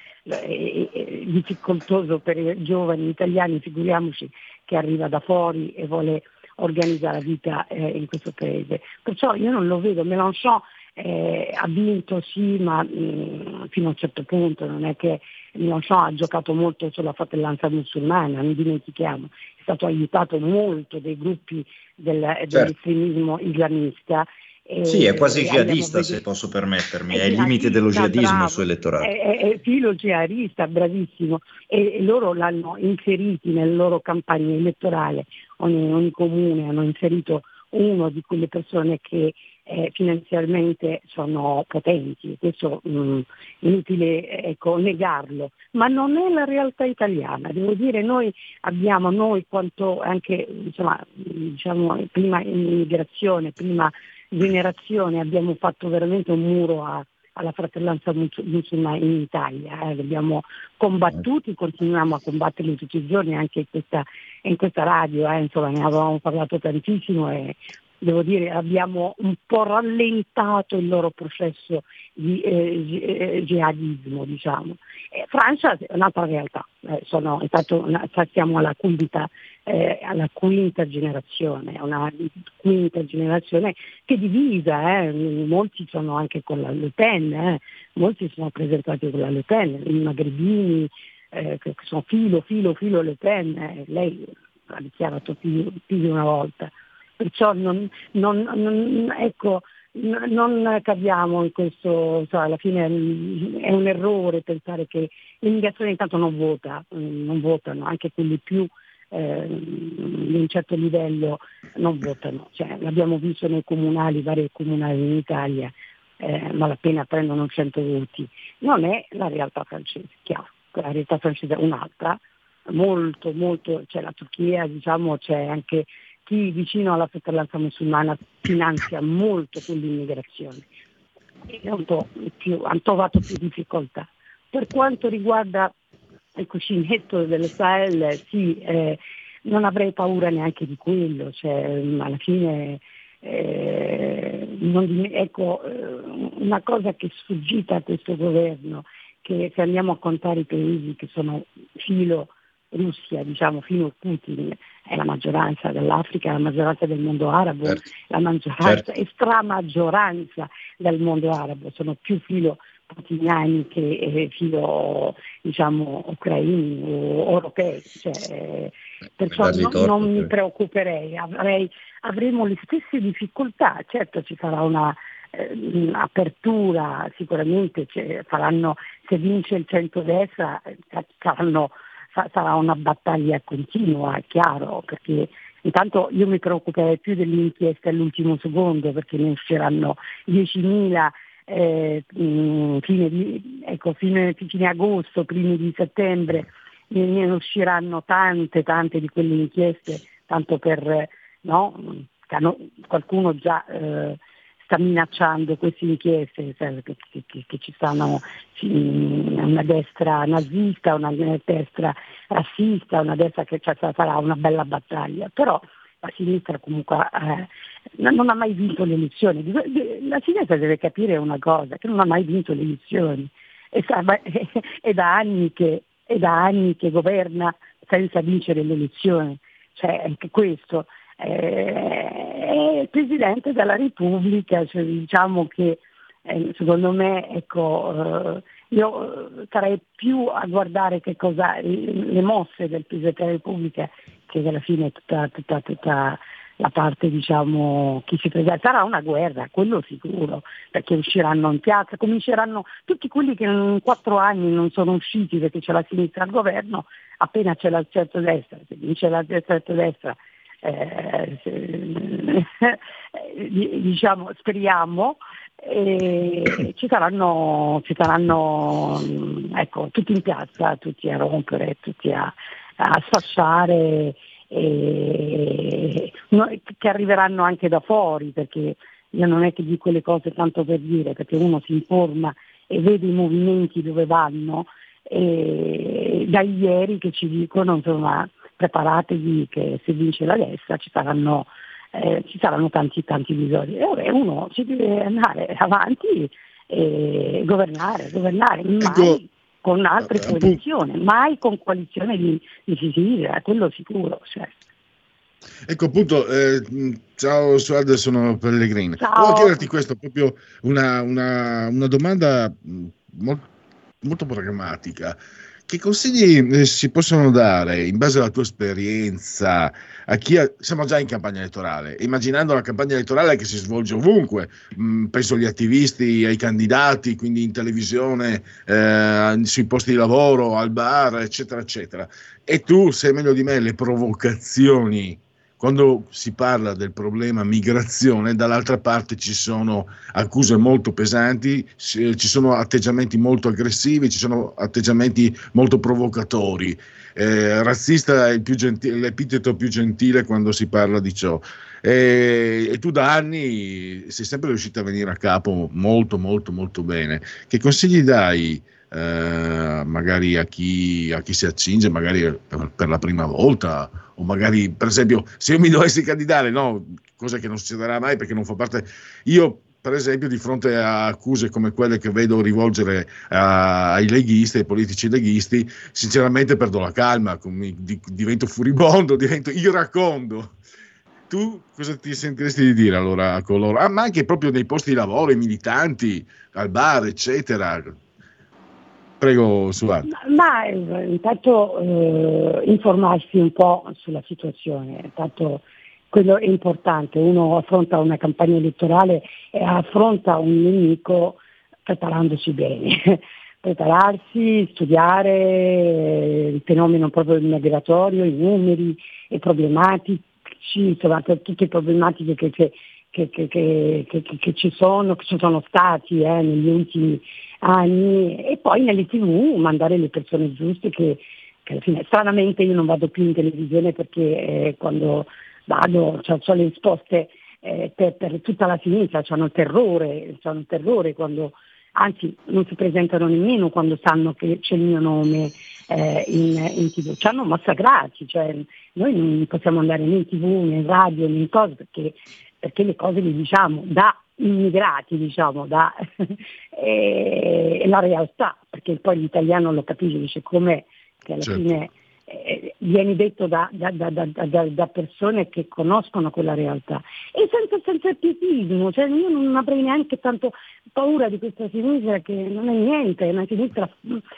S15: è, è difficoltoso per i giovani italiani, figuriamoci che arriva da fuori e vuole organizzare la vita eh, in questo paese. Perciò io non lo vedo. Mélenchon eh, ha vinto sì, ma mh, fino a un certo punto, non è che Mélenchon ha giocato molto sulla fratellanza musulmana, non dimentichiamo, è stato aiutato molto dai gruppi del,
S11: Certo.
S15: dell'estremismo islamista. E,
S11: Sì, è quasi
S15: e
S11: jihadista,
S15: veduto,
S11: se posso permettermi,
S15: è
S11: è il limite dello
S15: jihadista,
S11: jihadismo
S15: bravo,
S11: il suo elettorato.
S15: È, è, è filo jihadista, bravissimo, e, e loro l'hanno inseriti nelle loro campagne elettorali, ogni, ogni comune hanno inserito uno di quelle persone che eh, finanziariamente sono potenti, questo mh, inutile ecco, negarlo, ma non è la realtà italiana, devo dire. Noi abbiamo, noi quanto anche insomma, diciamo, prima immigrazione, prima generazione, abbiamo fatto veramente un muro a, alla fratellanza musulmana in Italia, eh. L'abbiamo combattuti, continuiamo a combatterli tutti i giorni anche in questa, in questa radio, eh. Insomma, ne avevamo parlato tantissimo e devo dire abbiamo un po' rallentato il loro processo di eh, jihadismo, diciamo. Eh, Francia è un'altra realtà, eh, sono, intanto una, siamo alla quinta, eh, alla quinta generazione, una quinta generazione che è divisa, eh. Molti sono anche con la Le Pen, eh. Molti sono presentati con la Le Pen, i magrebini eh, che sono filo, filo, filo Le Pen, eh. Lei l'ha dichiarato più, più di una volta. Perciò non, non, non, ecco, non cadiamo in questo, cioè alla fine è un errore pensare che l'immigrazione intanto non vota, non votano, anche quelli più eh, di un certo livello non votano, cioè, l'abbiamo visto nei comunali, vari comunali in Italia, eh, malapena prendono cento voti. Non è la realtà francese, chiaro, la realtà francese è un'altra, molto, molto, c'è la Turchia, diciamo, c'è anche chi vicino alla fratellanza musulmana finanzia molto quell'immigrazione e un po' più, hanno trovato più difficoltà. Per quanto riguarda il cuscinetto del Sahel, sì, eh, non avrei paura neanche di quello, cioè, alla fine eh, non, ecco, una cosa che è sfuggita a questo governo, che se andiamo a contare i paesi che sono filo Russia, diciamo fino a Putin, è la maggioranza dell'Africa, la maggioranza del mondo arabo, certo. La maggioranza, certo. Stramaggioranza del mondo arabo, sono più filo putiniani che eh, filo diciamo ucraini o europei, cioè, eh, perciò no, torto, non mi preoccuperei, avrei, avremo le stesse difficoltà, certo ci sarà una eh, apertura, sicuramente cioè, faranno, se vince il centrodestra eh, saranno, fa, sarà una battaglia continua, è chiaro, perché intanto io mi preoccuperei più dell'inchiesta all'ultimo secondo, perché ne usciranno diecimila eh, fine, di, ecco, fine, fine agosto, primi di settembre, ne, ne usciranno tante, tante di quelle inchieste, tanto per, no, qualcuno già eh, sta minacciando queste inchieste, cioè, che, che, che ci stanno una destra nazista, una destra razzista, una destra che cioè, farà una bella battaglia, però la sinistra comunque eh, non ha mai vinto le elezioni. La sinistra deve capire una cosa, che non ha mai vinto le elezioni, e è da anni che, è da anni che governa senza vincere le elezioni, cioè anche questo. È il Presidente della Repubblica, cioè, diciamo che eh, secondo me ecco, eh, io sarei più a guardare che cosa le mosse del Presidente della Repubblica, che alla fine tutta, tutta, tutta la parte diciamo chi si presenta, sarà una guerra, quello sicuro, perché usciranno in piazza, cominceranno tutti quelli che in quattro anni non sono usciti perché c'è la sinistra al governo, appena c'è la centrodestra, se vince la centrodestra Eh, diciamo speriamo eh, ci saranno ci saranno ecco tutti in piazza, tutti a rompere, tutti a, a sfasciare eh, no, che arriveranno anche da fuori, perché io non è che dico le cose tanto per dire, perché uno si informa e vede i movimenti dove vanno, e da ieri che ci dicono insomma preparatevi che se vince la destra ci saranno, eh, ci saranno tanti tanti episodi, e uno ci deve andare avanti e governare, governare mai ecco, con altre eh, coalizioni, mai con coalizione di, di sinistra, quello sicuro. Cioè.
S5: Ecco appunto, eh, ciao Suardo, sono Pellegrini.
S15: Ciao.
S5: Volevo chiederti questo, proprio una, una, una domanda molto, molto pragmatica. Che consigli eh, si possono dare in base alla tua esperienza a chi ha, siamo già in campagna elettorale, immaginando la campagna elettorale che si svolge ovunque, mh, penso agli attivisti, ai candidati, quindi in televisione, eh, sui posti di lavoro, al bar, eccetera, eccetera. E tu sai meglio di me le provocazioni. Quando si parla del problema migrazione, dall'altra parte ci sono accuse molto pesanti, ci sono atteggiamenti molto aggressivi, ci sono atteggiamenti molto provocatori. Eh, razzista è il più gentile, l'epiteto più gentile quando si parla di ciò. E, e tu da anni sei sempre riuscito a venire a capo molto, molto, molto bene. Che consigli dai? Eh, magari a chi, a chi si accinge magari per, per la prima volta, o magari per esempio se io mi dovessi candidare, no, cosa che non succederà mai perché non fa parte, io per esempio di fronte a accuse come quelle che vedo rivolgere a, ai leghisti, ai politici leghisti, sinceramente perdo la calma, come, di, divento furibondo, divento iracondo. Tu cosa ti sentiresti di dire allora a coloro, ah, ma anche proprio nei posti di lavoro, i militanti, al bar, eccetera? Prego, Suardo.
S15: Ma intanto eh, informarsi un po' sulla situazione, intanto quello è importante, uno affronta una campagna elettorale e affronta un nemico preparandosi bene, prepararsi, studiare il fenomeno proprio migratorio, i numeri, i problematici, insomma tutte le problematiche che, che, che, che, che, che, che ci sono, che ci sono stati eh, negli ultimi anni, e poi nelle tv mandare le persone giuste che, che alla fine, stranamente io non vado più in televisione perché eh, quando vado cioè, ho le risposte eh, per, per tutta la sinistra, hanno terrore, c'hanno terrore quando, anzi non si presentano nemmeno quando sanno che c'è il mio nome eh, in, in tv, ci hanno massacrati, cioè noi non possiamo andare né in tv né in radio né in cose perché, perché le cose le diciamo da immigrati, diciamo, da e la realtà, perché poi l'italiano lo capisce, dice com'è, che alla certo. fine eh, viene detto da, da, da, da, da, da persone che conoscono quella realtà, e senza, senza pietismo, cioè io non avrei neanche tanto paura di questa sinistra che non è niente, è una sinistra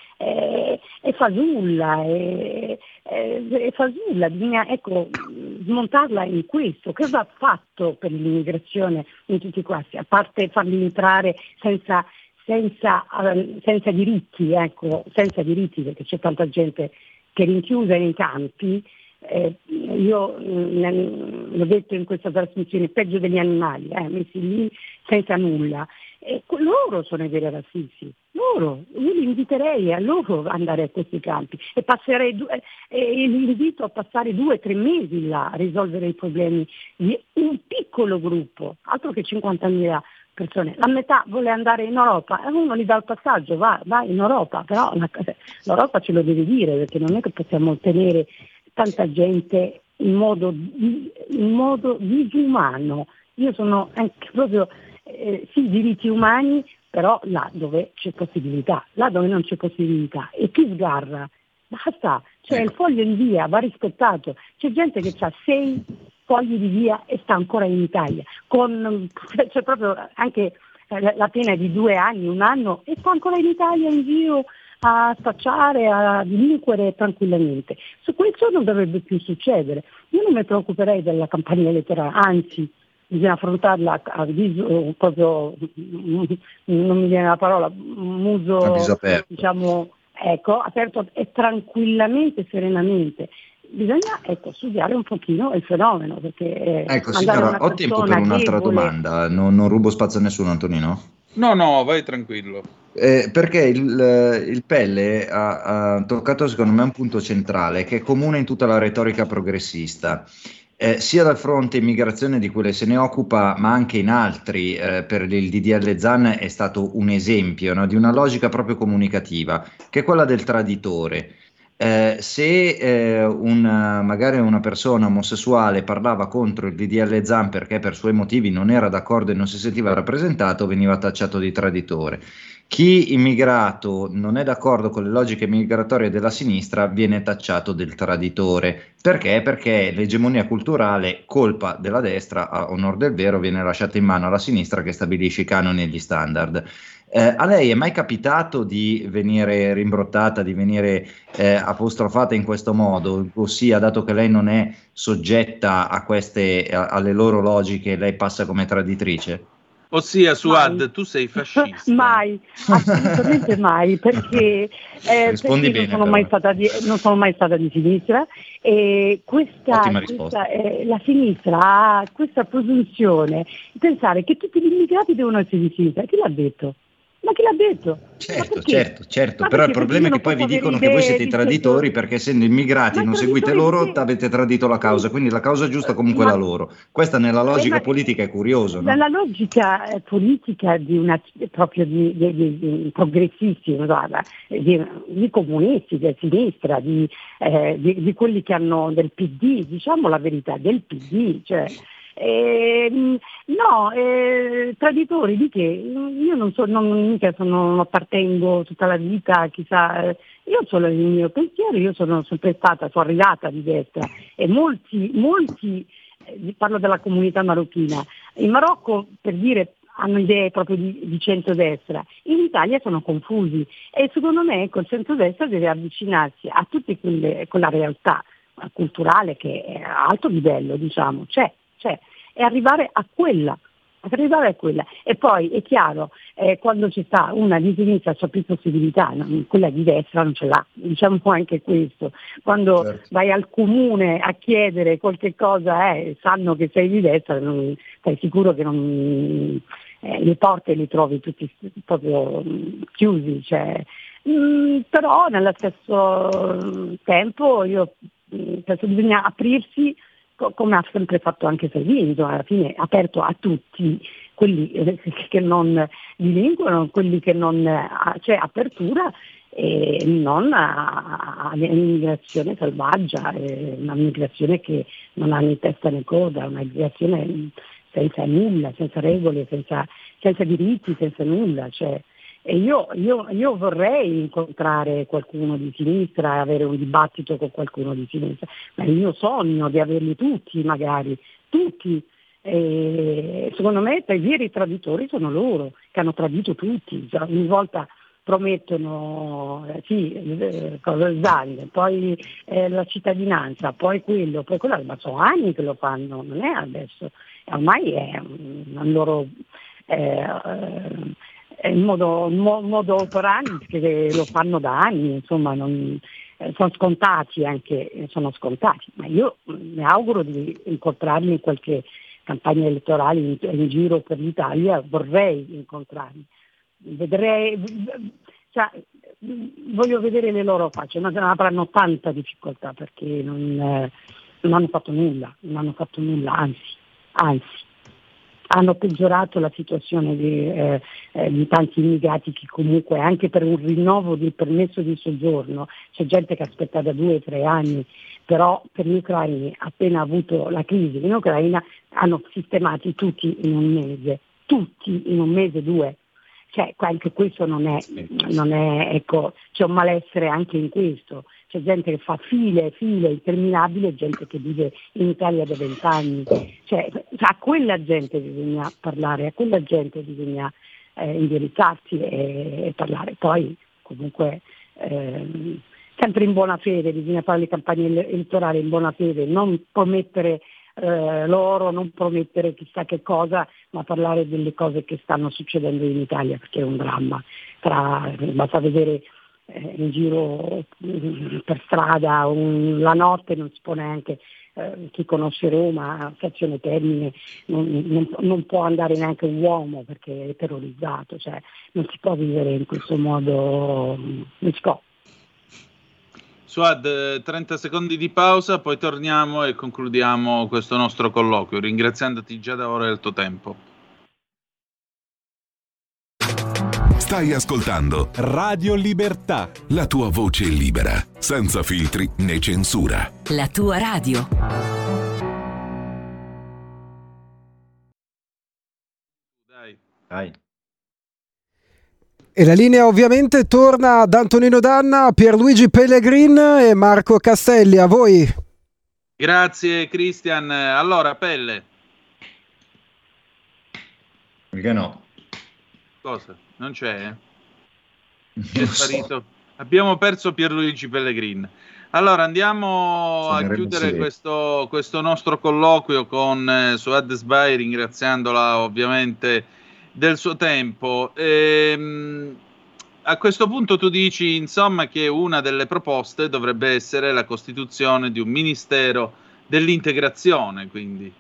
S15: è, è fasulla, è, è, è fasulla, bisogna ecco, smontarla in questo. Cosa ha fatto per l'immigrazione in tutti questi, a parte farli entrare senza Senza, senza diritti, ecco, senza diritti, perché c'è tanta gente che è rinchiusa nei campi. Eh, io mh, l'ho detto in questa trasmissione, peggio degli animali, eh, messi lì senza nulla. E loro sono i veri razzisti, loro. Io li inviterei a loro andare a questi campi e passerei due, e li invito a passare due o tre mesi là a risolvere i problemi di un piccolo gruppo, altro che cinquantamila persone. La metà vuole andare in Europa, e uno gli dà il passaggio, va, va in Europa, però la, l'Europa ce lo deve dire, perché non è che possiamo tenere tanta gente in modo, in modo disumano. Io sono anche proprio, eh, sì, diritti umani, però là dove c'è possibilità, là dove non c'è possibilità, e chi sgarra, basta, cioè il foglio in via va rispettato. C'è gente che ha sei fogli di via e sta ancora in Italia, con cioè proprio anche la pena di due anni, un anno, e sta ancora in Italia in giro a spacciare, a delinquere tranquillamente. Su questo non dovrebbe più succedere. Io non mi preoccuperei della campagna elettorale, anzi bisogna affrontarla a viso proprio, non mi viene la parola, muso,
S11: a viso aperto,
S15: diciamo, ecco, aperto e tranquillamente, serenamente. Bisogna ecco, studiare un pochino il fenomeno, perché
S11: ecco signora, ho tempo per un'altra
S15: debole...
S11: domanda, non, non rubo spazio a nessuno, Antonino?
S4: No, no, vai tranquillo.
S11: Eh, perché il, il Pelle ha, ha toccato secondo me un punto centrale che è comune in tutta la retorica progressista, eh, sia dal fronte immigrazione di cui lei se ne occupa, ma anche in altri. Eh, per il D D L Zan è stato un esempio, no, di una logica proprio comunicativa, che è quella del traditore. Eh, se eh, una, magari una persona omosessuale parlava contro il D D L Zan perché per suoi motivi non era d'accordo e non si sentiva rappresentato, veniva tacciato di traditore. Chi immigrato non è d'accordo con le logiche migratorie della sinistra viene tacciato del traditore. Perché? Perché l'egemonia culturale, colpa della destra, a onor del vero, viene lasciata in mano alla sinistra che stabilisce i canoni e gli standard. Eh, a lei è mai capitato di venire rimbrottata, di venire eh, apostrofata in questo modo? Ossia, dato che lei non è soggetta a queste, a, alle loro logiche, lei passa come traditrice?
S4: Ossia, Suad, tu sei fascista.
S15: Mai, assolutamente mai, perché, eh, perché
S11: bene,
S15: non, sono mai stata di, non sono mai stata di sinistra, e questa, questa eh, la sinistra ha questa presunzione di pensare che tutti gli immigrati devono essere di sinistra. Chi l'ha detto? Ma chi l'ha detto?
S11: Certo, certo, certo,
S15: Ma
S11: però il
S15: perché?
S11: problema è che
S15: Perché
S11: poi vi
S15: io non
S11: dicono
S15: posso
S11: che voi
S15: avere
S11: siete i
S15: idee
S11: traditori
S15: di-
S11: perché essendo immigrati
S15: Ma
S11: non seguite
S15: traditori
S11: loro,
S15: perché?
S11: avete tradito la causa, quindi la causa giusta comunque è
S15: Ma-
S11: la loro. Questa nella logica
S15: ma-
S11: politica è curioso, no?
S15: La logica eh, politica di una, proprio di, di, di, di progressisti, guarda, di, di comunisti, di sinistra, di, eh, di, di quelli che hanno del P D, diciamo la verità, del P D, cioè, ehm, no, eh, traditori di che? Io non so, non, mica sono, non appartengo tutta la vita, chissà, eh, io ho solo il mio pensiero, io sono sempre stata, sono arrivata di destra, e molti, molti eh, parlo della comunità marocchina. In Marocco, per dire, hanno idee proprio di, di centrodestra, in Italia sono confusi, e secondo me ecco, il centrodestra deve avvicinarsi a tutte quelle, quella realtà culturale che è a alto livello, diciamo, c'è, c'è, e arrivare a quella. arrivare a quella. E poi è chiaro, eh, quando ci sta una di sinistra c'è più possibilità, no? Quella di destra non ce l'ha, diciamo anche questo. Quando certo. vai al comune a chiedere qualche cosa, eh, sanno che sei di destra, non, sei sicuro che non, eh, le porte li trovi tutti proprio mh, chiusi, cioè. mh, però nello stesso tempo io mh, penso che bisogna aprirsi, come ha sempre fatto anche Salvini, alla fine aperto a tutti, quelli che non delinquono, quelli che non, c'è apertura, e non all'immigrazione selvaggia, una migrazione che non ha né testa né coda, una migrazione senza nulla, senza regole, senza, senza diritti, senza nulla, cioè, E io, io, io vorrei incontrare qualcuno di sinistra, avere un dibattito con qualcuno di sinistra, ma il mio sogno di averli tutti, magari, tutti. E secondo me i veri traditori sono loro, che hanno tradito tutti, cioè, ogni volta promettono eh, sì, eh, il Zang, poi eh, la cittadinanza, poi quello, poi quello, ma sono anni che lo fanno, non è adesso, ormai è un loro eh, è il modo, mo, modo operandi che lo fanno da anni, insomma non, eh, sono scontati anche, sono scontati, ma io mi auguro di incontrarli in qualche campagna elettorale in, in giro per l'Italia, vorrei incontrarli. Vedrei, cioè, voglio vedere le loro facce, ma avranno tanta difficoltà perché non, eh, non hanno fatto nulla, non hanno fatto nulla, anzi, anzi, hanno peggiorato la situazione di, eh, eh, di tanti immigrati che comunque anche per un rinnovo del permesso di soggiorno, c'è gente che aspetta da due o tre anni, però per gli ucraini appena avuto la crisi in Ucraina hanno sistemati tutti in un mese, tutti in un mese, due. Cioè, anche questo non è, non è, ecco, c'è un malessere anche in questo, c'è gente che fa file, file interminabili e gente che vive in Italia da vent'anni, cioè a quella gente bisogna parlare, a quella gente bisogna eh, indirizzarsi e, e parlare, poi comunque eh, sempre in buona fede, bisogna fare le campagne elettorali in buona fede, non promettere Eh, l'oro, non promettere chissà che cosa, ma parlare delle cose che stanno succedendo in Italia, perché è un dramma. Tra, basta vedere eh, in giro eh, per strada un, la notte non si può neanche, eh, chi conosce Roma, stazione Termine, non, non, non può andare neanche un uomo perché è terrorizzato, cioè non si può vivere in questo modo, non si può.
S4: Suad, trenta secondi di pausa, poi torniamo e concludiamo questo nostro colloquio, ringraziandoti già da ora del tuo tempo.
S9: Stai ascoltando
S1: Radio Libertà,
S9: la tua voce libera, senza filtri né censura.
S17: La tua radio.
S4: Dai.
S11: Dai.
S3: E la linea ovviamente torna ad Antonino Danna, Pierluigi Pellegrin e Marco Castelli. A voi.
S4: Grazie Cristian. Allora, Pelle.
S11: Perché no?
S4: Cosa? Non c'è? È sparito. Abbiamo perso Pierluigi Pellegrin. Allora andiamo a chiudere questo, questo nostro colloquio con eh, Suad Sbai, ringraziandola ovviamente del suo tempo. Ehm, a questo punto tu dici insomma che una delle proposte dovrebbe essere la costituzione di un ministero dell'integrazione, quindi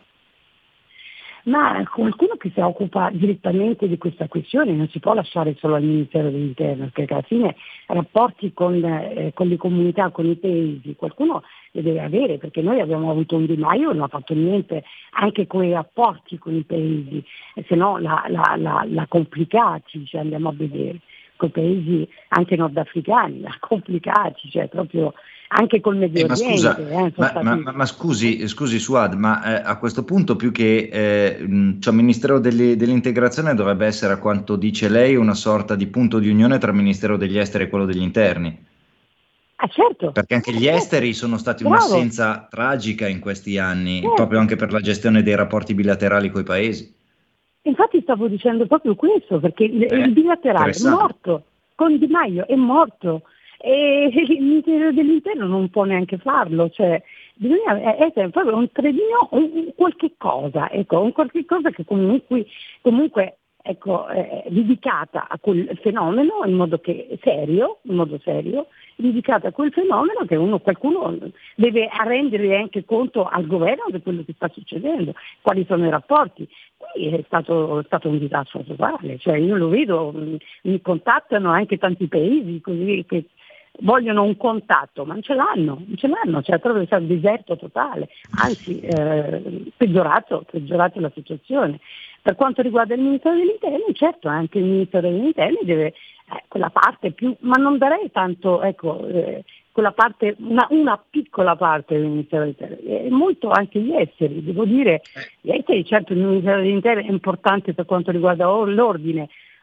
S15: ma qualcuno che si occupa direttamente di questa questione, non si può lasciare solo al Ministero dell'Interno, perché alla fine rapporti con, eh, con le comunità, con i paesi, qualcuno le deve avere, perché noi abbiamo avuto un Di Maio e non ha fatto niente anche con i rapporti con i paesi, se no la, la, la, la complicati, cioè andiamo a vedere, con i paesi anche nordafricani, la complicati, cioè proprio anche col Medio
S11: eh, ma
S15: Oriente.
S11: Scusa,
S15: eh,
S11: ma,
S15: stati...
S11: ma, ma scusi, scusi Suad, ma eh, a questo punto più che eh, mh, cioè, Ministero delle, dell'Integrazione dovrebbe essere, a quanto dice lei, una sorta di punto di unione tra il Ministero degli Esteri e quello degli Interni.
S15: Ah, certo.
S11: Perché anche gli esteri sono stati
S15: Bravo.
S11: un'assenza tragica in questi anni,
S15: Certo.
S11: proprio anche per la gestione dei rapporti bilaterali coi paesi.
S15: Infatti stavo dicendo proprio questo, perché il,
S11: Eh,
S15: il bilaterale è
S11: interessante.
S15: morto, con Di Maio è morto e il Ministero dell'Interno non può neanche farlo, cioè bisogna essere proprio un tredino, un, un qualche cosa, ecco, un qualche cosa che comunque, comunque ecco, è dedicata a quel fenomeno in modo che serio, in modo serio, dedicata a quel fenomeno che uno, qualcuno deve rendere anche conto al governo di quello che sta succedendo, quali sono i rapporti. Qui è stato, è stato un disastro totale, cioè io lo vedo, mi contattano anche tanti paesi così che vogliono un contatto, ma non ce l'hanno, non ce l'hanno, cioè proprio c'è un deserto totale, anzi eh, peggiorato, peggiorato la situazione. Per quanto riguarda il Ministero degli Interni, certo anche il Ministero degli Interni deve, eh, quella parte più, ma non darei tanto, ecco, eh, quella parte, una, una piccola parte del Ministero degli Interni, e molto anche gli esteri, devo dire, gli esteri, certo il Ministero degli Interni è importante per quanto riguarda l'ordine,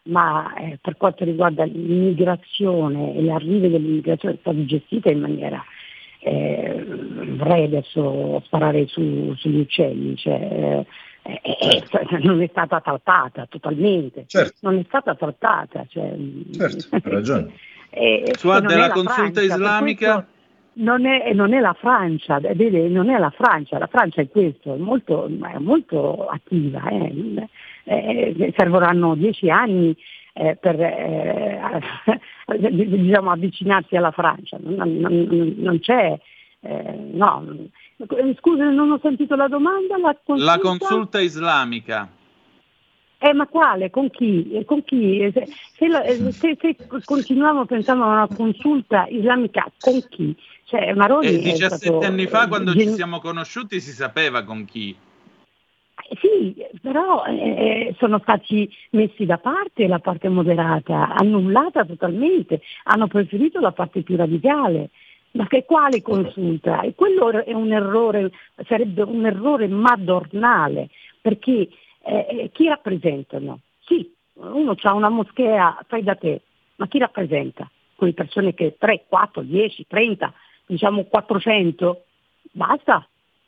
S15: ma eh, per quanto riguarda l'immigrazione e l'arrivo dell'immigrazione è stata gestita in maniera, eh, vorrei adesso sparare su, sugli uccelli, cioè, eh, eh, certo. non è stata trattata totalmente, certo. non è stata trattata. Cioè,
S11: certo, hai ragione.
S15: eh,
S4: Suad, della consulta
S15: Francia,
S4: islamica?
S15: Non è, non è la Francia, vede, non è la Francia, la Francia è questo, è molto, è molto attiva, eh. Eh, serviranno dieci anni eh, per eh, diciamo, avvicinarsi alla Francia, non, non, non c'è, eh, no. Scusa, non ho sentito la domanda. La consulta,
S4: la consulta islamica.
S15: Eh, ma quale? Con chi? Con chi? Se, se, se, se continuiamo pensando a una consulta islamica, con chi? Cioè, Maroni
S4: e diciassette
S15: stato,
S4: anni fa, quando
S15: gen...
S4: ci siamo conosciuti, si sapeva con chi.
S15: Sì, però eh, sono stati messi da parte la parte moderata, annullata totalmente, hanno preferito la parte più radicale. Ma che quale consulta? E quello è un errore, sarebbe un errore madornale, perché eh, chi rappresentano? Sì, uno ha una moschea, fai da te, ma chi rappresenta? Quelle persone che tre, quattro, dieci, trenta, diciamo quattrocento? Basta.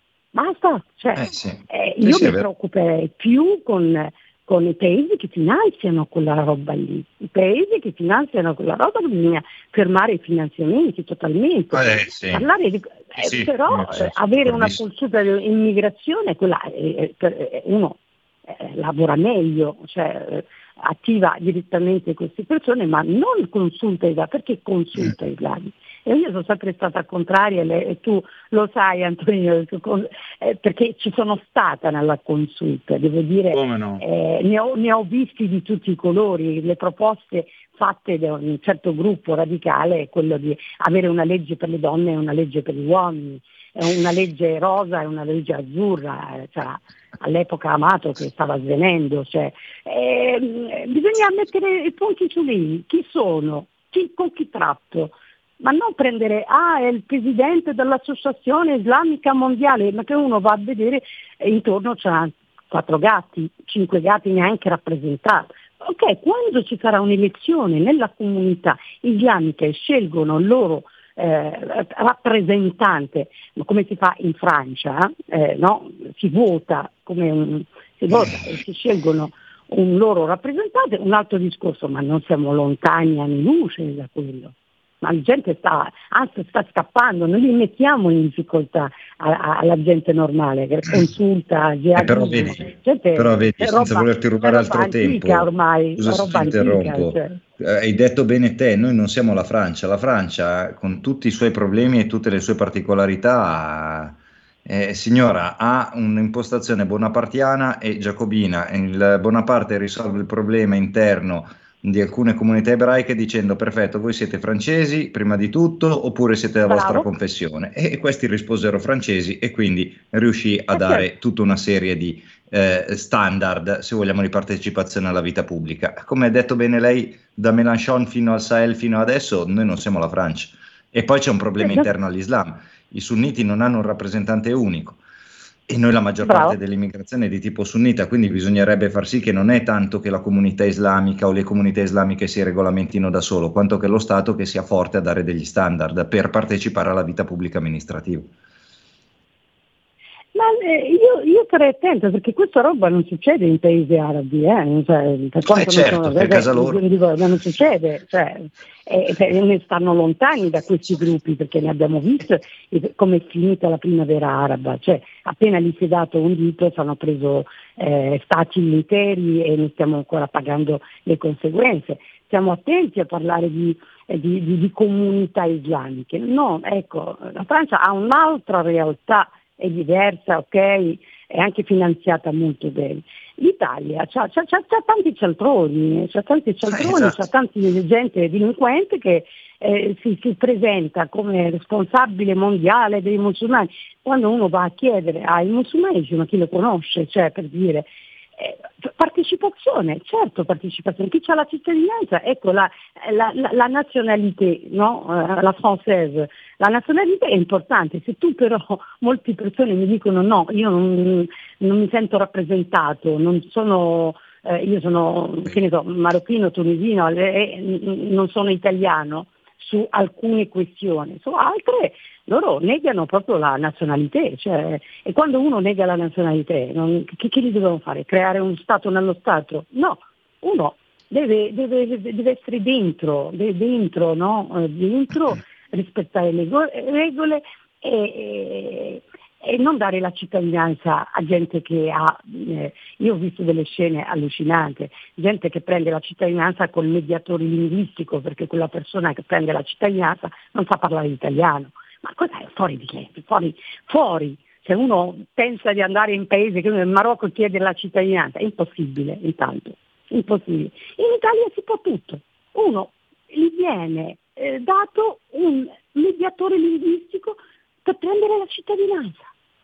S15: Basta, cioè,
S11: eh sì.
S15: eh,
S11: sì,
S15: io
S11: sì,
S15: mi preoccuperei più con, con i paesi che finanziano quella roba lì, i paesi che finanziano quella roba bisogna fermare i finanziamenti totalmente,
S11: eh, sì.
S15: parlare di, eh,
S11: sì,
S15: però
S11: sì,
S15: eh, avere una
S11: bellissimo.
S15: consulta di immigrazione, quella eh, per, uno eh, lavora meglio, cioè eh, attiva direttamente queste persone, ma non consulta islamica, perché consulta islamica? E io sono sempre stata contraria, e tu lo sai Antonio, eh, perché ci sono stata nella consulta, devo dire,
S4: Come no?
S15: eh, ne, ho, ne ho visti di tutti i colori, le proposte fatte da un certo gruppo radicale è quello di avere una legge per le donne e una legge per gli uomini, una legge rosa e una legge azzurra, cioè, all'epoca Amato che stava svenendo, cioè, eh, bisogna mettere i punti su lì, chi sono, chi, con chi tratto. Ma non prendere, ah, è il presidente dell'Associazione Islamica Mondiale, ma che uno va a vedere e intorno c'ha quattro gatti, cinque gatti neanche rappresentati. Ok, quando ci sarà un'elezione nella comunità islamica e scelgono il loro eh, rappresentante, ma come si fa in Francia, eh, no? Si vota, come un, si vota e si scelgono un loro rappresentante, un altro discorso, ma non siamo lontani anni luce da quello. Ma la gente sta, anzi sta scappando, noi li mettiamo in difficoltà a, a, alla gente normale, che consulta,
S11: eh, però vedi, gente, però vedi senza roba, volerti rubare altro tempo,
S15: ormai,
S11: scusa se ti interrompo,
S15: cioè.
S11: Hai detto bene te, noi non siamo la Francia, la Francia con tutti i suoi problemi e tutte le sue particolarità, eh, signora, ha un'impostazione bonapartiana e giacobina. Il Bonaparte risolve il problema interno di alcune comunità ebraiche dicendo perfetto, voi siete francesi prima di tutto oppure siete la
S15: Bravo.
S11: vostra confessione, e questi risposero francesi e quindi riuscì a dare
S15: certo.
S11: tutta una serie di eh, standard, se vogliamo, di partecipazione alla vita pubblica. Come ha detto bene lei, da Mélenchon fino al Sahel fino adesso noi non siamo la Francia. E poi c'è un problema
S15: esatto.
S11: interno all'Islam, i sunniti non hanno un rappresentante unico e noi la maggior
S15: Bravo.
S11: parte dell'immigrazione è di tipo sunnita, quindi bisognerebbe far sì che non è tanto che la comunità islamica o le comunità islamiche si regolamentino da solo, quanto che lo Stato che sia forte a dare degli standard per partecipare alla vita pubblica amministrativa.
S15: Ma eh, io, io sarei attenta, perché questa roba non succede in paesi arabi, eh? Cioè, per quanto
S11: eh certo,
S15: non sono,
S11: per casa loro.
S15: Dico, non succede, cioè, eh, eh, ne stanno lontani da questi gruppi, perché ne abbiamo visto eh, come è finita la primavera araba, cioè appena gli si è dato un dito ci hanno preso eh, stati interi e ne stiamo ancora pagando le conseguenze. Stiamo attenti a parlare di, eh, di, di, di comunità islamiche. No, ecco, la Francia ha un'altra realtà, è diversa, ok, è anche finanziata molto bene. L'Italia c'ha, c'ha, c'ha, c'ha tanti cialtroni, c'ha tanti cialtroni,
S11: esatto.
S15: c'ha tanti gente delinquente che eh, si, si presenta come responsabile mondiale dei musulmani. Quando uno va a chiedere ai musulmani dice ma chi lo conosce, cioè per dire eh, partecipazione, certo partecipazione, chi ha la cittadinanza, ecco la, la, la, la nazionalità, no? Uh, la française, la nazionalità è importante. Se tu però, molte persone mi dicono no, io non, non mi sento rappresentato, non sono eh, io sono, che ne so, marocchino, tunisino, eh, non sono italiano su alcune questioni, su altre loro negano proprio la nazionalità, cioè, e quando uno nega la nazionalità, non, che, che gli devono fare? Creare un Stato nello Stato? No, uno deve, deve, deve essere dentro, deve dentro, no? Dentro, rispettare le go- regole e, e, e non dare la cittadinanza a gente che ha, eh, io ho visto delle scene allucinanti, gente che prende la cittadinanza col mediatore linguistico perché quella persona che prende la cittadinanza non sa parlare italiano, ma cos'è? Fuori di legge, fuori, fuori, se uno pensa di andare in paese che il Marocco chiede la cittadinanza, è impossibile intanto, impossibile. In Italia si può tutto, uno gli viene eh, dato un mediatore linguistico per prendere la cittadinanza.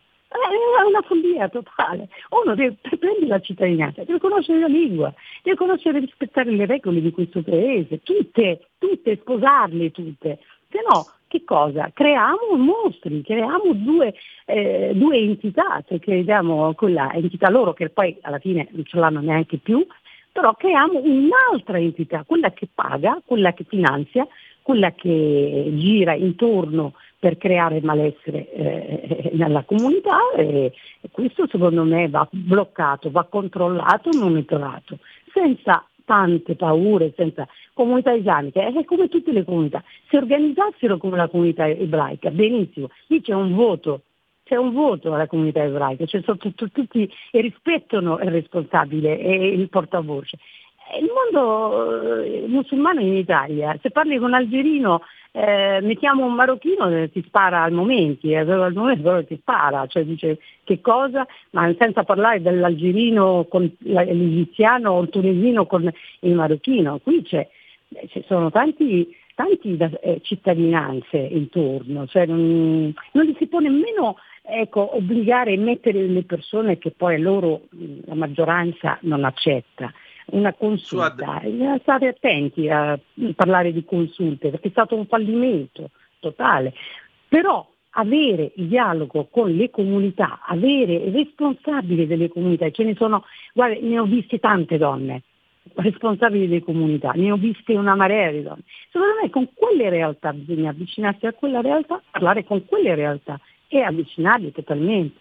S15: È una follia totale. Uno deve prendere la cittadinanza, deve conoscere la lingua, deve conoscere e rispettare le regole di questo paese, tutte, tutte, sposarle tutte. Se no, che cosa? Creiamo mostri, creiamo due, eh, due entità, se creiamo quella entità loro che poi alla fine non ce l'hanno neanche più, però creiamo un'altra entità, quella che paga, quella che finanzia, quella che gira intorno per creare malessere eh, nella comunità e, e questo secondo me va bloccato, va controllato, monitorato, senza tante paure, senza comunità islamiche, è come tutte le comunità, se organizzassero come la comunità ebraica, benissimo, lì c'è un voto, c'è un voto alla comunità ebraica, cioè sono tutti, tutti e rispettano il responsabile e il portavoce. Il mondo eh, musulmano in Italia, se parli con un algerino, eh, mettiamo un marocchino, eh, ti spara al momento, eh, al momento ti spara, cioè dice che cosa, ma senza parlare dell'algerino con l'egiziano o il tunisino con il marocchino. Qui c'è, ci sono tanti, tanti da, eh, cittadinanze intorno, cioè non, non li si può nemmeno ecco, obbligare a mettere le persone che poi loro, la maggioranza, non accetta. Una consulta, state attenti a parlare di consulte perché è stato un fallimento totale, però avere il dialogo con le comunità, avere il responsabile delle comunità, ce ne sono, guarda, ne ho viste tante donne responsabili delle comunità, ne ho viste una marea di donne, secondo me con quelle realtà bisogna avvicinarsi a quella realtà, parlare con quelle realtà e avvicinarli totalmente.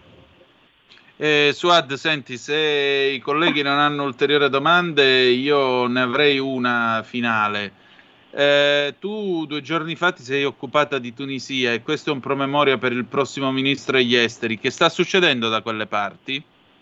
S4: Eh, Suad, senti, se i colleghi non hanno ulteriori domande, io ne avrei una finale. Eh, tu due giorni fa ti sei occupata di Tunisia e questo è un promemoria per il prossimo ministro degli esteri. Che sta succedendo da quelle parti?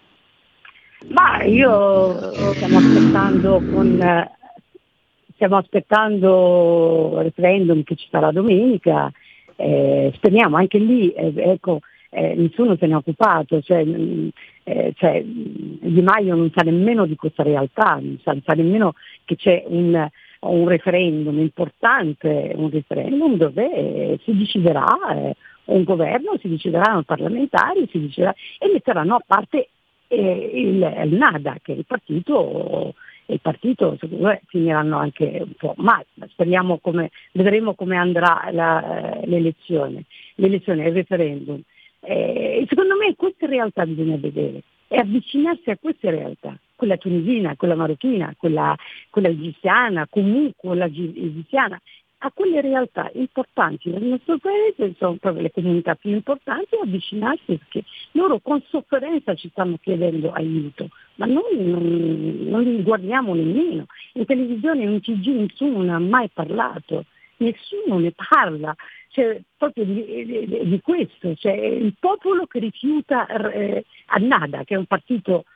S15: Ma io stiamo aspettando con stiamo aspettando il referendum che ci sarà domenica, eh, speriamo anche lì, eh, ecco. Eh, nessuno se ne è occupato, cioè, eh, cioè, Di Maio non sa nemmeno di questa realtà, non sa, sa nemmeno che c'è un, un referendum importante, un referendum dove eh, si deciderà eh, un governo, si decideranno i parlamentari, si deciderà, e metteranno a parte eh, il, il Nada, che è il partito, il partito secondo me finiranno anche un po' male, speriamo come, vedremo come andrà la, l'elezione, l'elezione, il referendum. Eh, secondo me queste realtà bisogna vedere e avvicinarsi a queste realtà, quella tunisina, quella marocchina, quella, quella egiziana, comunque quella egiziana, a quelle realtà importanti nel nostro paese, sono proprio le comunità più importanti, avvicinarsi perché loro con sofferenza ci stanno chiedendo aiuto, ma noi non, non li guardiamo nemmeno, in televisione, in T G nessuno ne ha mai parlato, nessuno ne parla. Cioè, proprio di, di, di questo, cioè il popolo che rifiuta eh, Nada, che è un partito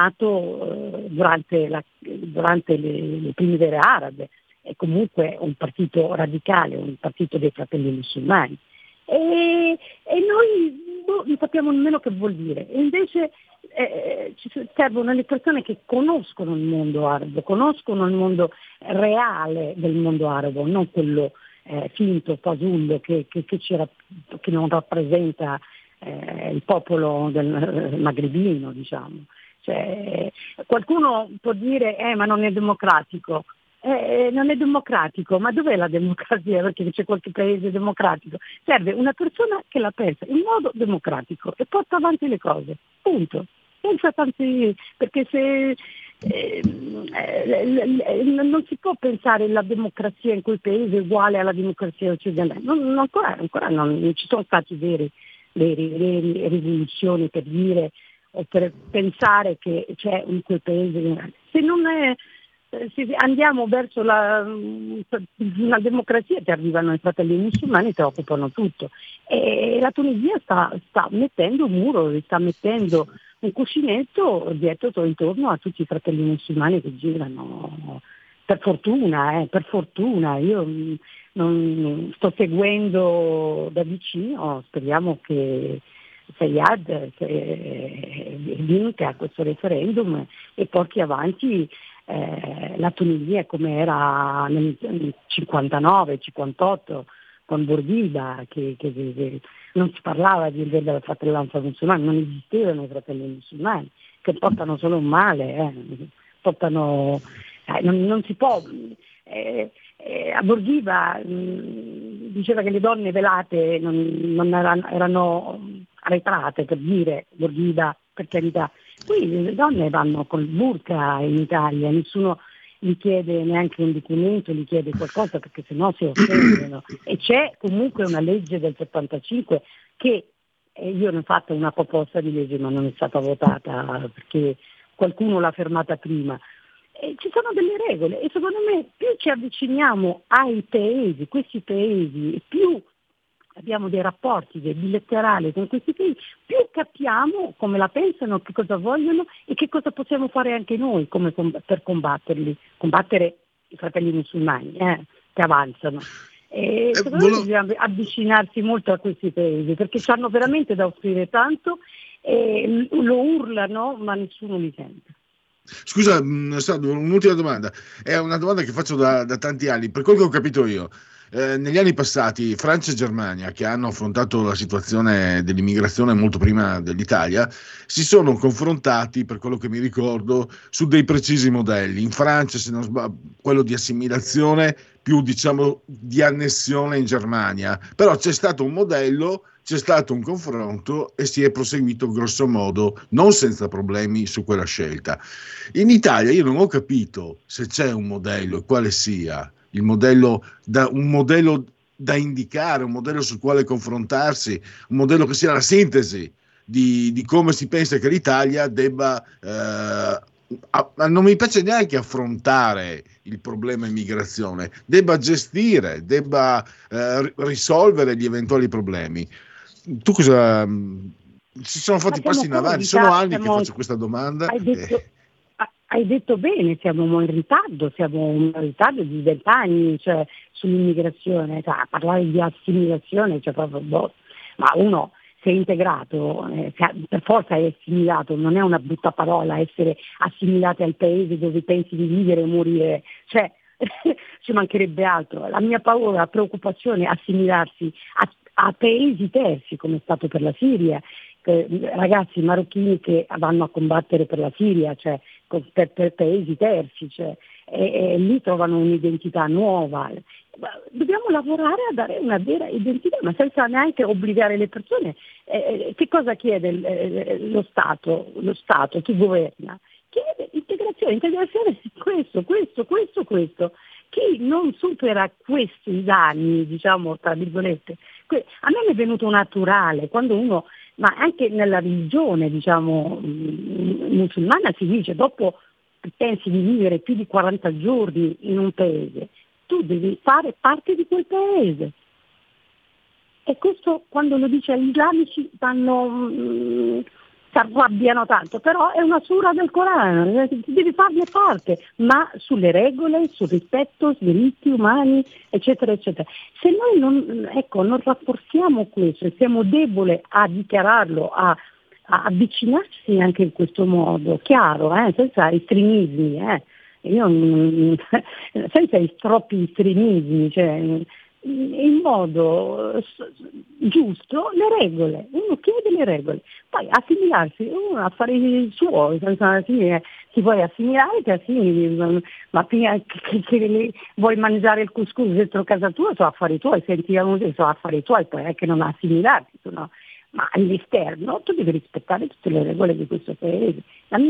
S15: nato eh, durante, la, durante le, le primavere arabe, è comunque un partito radicale, un partito dei fratelli musulmani. E, e noi boh, non sappiamo nemmeno che vuol dire. E invece eh, ci servono le persone che conoscono il mondo arabo, conoscono il mondo reale del mondo arabo, non quello Eh, finto, fasullo, che, che, che, c'era, che non rappresenta eh, il popolo del eh, magrebino, diciamo. Cioè, qualcuno può dire eh, ma non è democratico. Eh, non è democratico, ma dov'è la democrazia? Perché c'è qualche paese democratico. Serve una persona che la pensa in modo democratico e porta avanti le cose, punto. Senza tanti, perché se, eh, eh, non si può pensare la democrazia in quel paese uguale alla democrazia occidentale, non, non ancora, ancora non, non ci sono stati veri, veri, veri rivoluzioni per dire o per pensare che c'è in quel paese. Se non è, se andiamo verso la, la democrazia, ti arrivano i fratelli musulmani e ti occupano tutto, e la Tunisia sta, sta mettendo un muro, sta mettendo un cuscinetto dietro intorno a tutti i fratelli musulmani che girano, per fortuna, eh, per fortuna. Io non sto seguendo da vicino, speriamo che Fayyad che vinca questo referendum e porti avanti eh, la Tunisia come era nel cinquantanove cinquantotto con Bourguiba, che, che, che non si parlava di, della fratellanza musulmana, non esistevano i fratelli musulmani, che portano solo un male, eh, portano, eh, non, non si può. Eh, eh, a Bourguiba mh, diceva che le donne velate non, non erano, erano arretrate, per dire, Bourguiba, per carità. Qui le donne vanno col burka in Italia, nessuno gli chiede neanche un documento, gli chiede qualcosa perché sennò si offendono. E c'è comunque una legge del settantacinque che eh, io ne ho fatto una proposta di legge ma non è stata votata perché qualcuno l'ha fermata prima. E ci sono delle regole e secondo me più ci avviciniamo ai paesi, questi paesi, più abbiamo dei rapporti, dei bilaterali con questi paesi, più capiamo come la pensano, che cosa vogliono e che cosa possiamo fare anche noi come com- per combatterli, combattere i fratelli musulmani eh, che avanzano. E
S5: eh,
S15: secondo
S5: volevo...
S15: me bisogna avvicinarsi molto a questi paesi perché hanno veramente da offrire tanto e lo urlano ma nessuno li sente.
S5: Scusa, un'ultima domanda, è una domanda che faccio da, da tanti anni, per quel che ho capito io. Eh, negli anni passati Francia e Germania, che hanno affrontato la situazione dell'immigrazione molto prima dell'Italia, si sono confrontati, per quello che mi ricordo, su dei precisi modelli. In Francia, se non sbaglio, quello di assimilazione più diciamo di annessione in Germania, però c'è stato un modello, c'è stato un confronto e si è proseguito grosso modo non senza problemi su quella scelta. In Italia io non ho capito se c'è un modello e quale sia il modello da, un modello da indicare, un modello sul quale confrontarsi, un modello che sia la sintesi di, di come si pensa che l'Italia debba, eh, a, non mi piace neanche affrontare il problema immigrazione, debba gestire, debba eh, risolvere gli eventuali problemi. Tu cosa... Si sono fatti passi in avanti, sono anni siamo, che faccio questa domanda.
S15: Hai detto,
S5: eh.
S15: Hai detto bene, siamo in ritardo, siamo in ritardo di vent'anni cioè, sull'immigrazione, cioè, a parlare di assimilazione, cioè, proprio, boh, ma uno si è integrato, eh, per forza è assimilato, non è una brutta parola essere assimilati al paese dove pensi di vivere e morire, cioè ci mancherebbe altro. La mia paura, la preoccupazione è assimilarsi a, a paesi terzi, come è stato per la Siria, eh, ragazzi marocchini che vanno a combattere per la Siria, cioè per, per paesi terzi, cioè, e, e lì trovano un'identità nuova. Dobbiamo lavorare a dare una vera identità, ma senza neanche obbligare le persone. Eh, che cosa chiede eh, lo Stato? Lo Stato, chi governa? Chiede integrazione, integrazione questo, questo, questo, questo. Chi non supera questi danni, diciamo, tra virgolette, que- a me è venuto naturale, quando uno, ma anche nella religione, diciamo, musulmana si dice, dopo che pensi di vivere più di quaranta giorni in un paese, tu devi fare parte di quel paese. E questo quando lo dice agli islamici vanno... Mh, si arrabbiano tanto, però è una sura del Corano, devi farne parte, ma sulle regole, sul rispetto, sui diritti umani, eccetera, eccetera. Se noi non, ecco, non rafforziamo questo e siamo deboli a dichiararlo, a, a avvicinarsi anche in questo modo, chiaro, eh, senza estremismi, eh. Io, senza troppi estremismi, cioè, in modo giusto le regole, uno chiede le regole, poi assimilarsi, uno a fare i suoi, senza assimilare, ti vuoi assimilare, ti assimili, ma prima che, che, che vuoi mangiare il couscous dentro casa tua, sono affari tuoi, senti la musica, sono affari tuoi, poi è che non assimilarti, no? Ma all'esterno tu devi rispettare tutte le regole di questo paese. La mia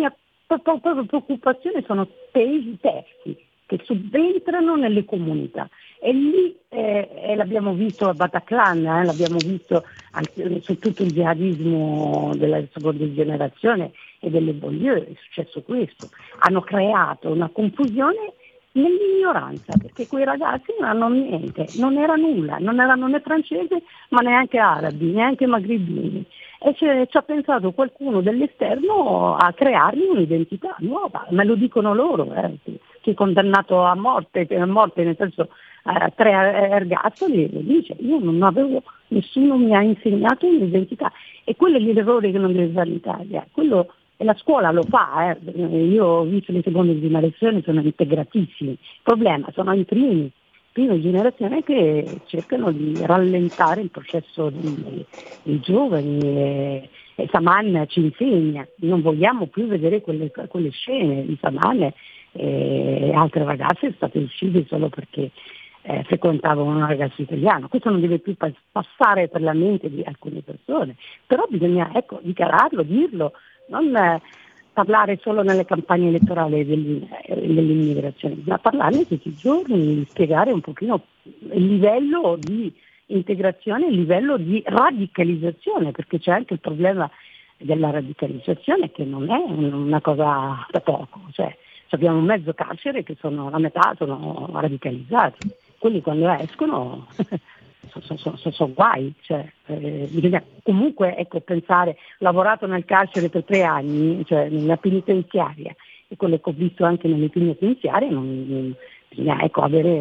S15: proprio preoccupazione, sono tesi terzi che subentrano nelle comunità. E lì eh, eh, l'abbiamo visto a Bataclan, eh, l'abbiamo visto anche su tutto il jihadismo della seconda generazione e delle banlieue, è successo questo. Hanno creato una confusione nell'ignoranza, perché quei ragazzi non hanno niente, non era nulla, non erano né francesi ma neanche arabi, neanche magrebini. E c'è, ci ha pensato qualcuno dell'esterno a creargli un'identità nuova, me lo dicono loro, eh. Chi è condannato a morte, a morte nel senso a tre ergastoli, lo dice, io non avevo, nessuno mi ha insegnato un'identità, e quello è l'errore che non deve fare l'Italia, quello, e la scuola lo fa, eh. Io ho visto le seconde generazioni, sono integratissimi, il problema sono i primi, prime generazioni che cercano di rallentare il processo dei, dei giovani, e, e Saman ci insegna, non vogliamo più vedere quelle, quelle scene di Saman e altre ragazze sono state uccise solo perché eh, frequentavano un ragazzo italiano. Questo non deve più passare per la mente di alcune persone, però bisogna, ecco, dichiararlo, dirlo, non eh, parlare solo nelle campagne elettorali dell'immigrazione, bisogna parlarne tutti i giorni, spiegare un pochino il livello di integrazione, il livello di radicalizzazione, perché c'è anche il problema della radicalizzazione che non è una cosa da poco, cioè abbiamo mezzo carcere che sono, la metà sono radicalizzati, quelli quando escono sono, sono, sono, sono guai, cioè, eh, bisogna comunque, ecco, pensare, lavorato nel carcere per tre anni, cioè nella penitenziaria, e quello che ho visto anche nelle penitenziarie, non, non, bisogna, ecco, avere,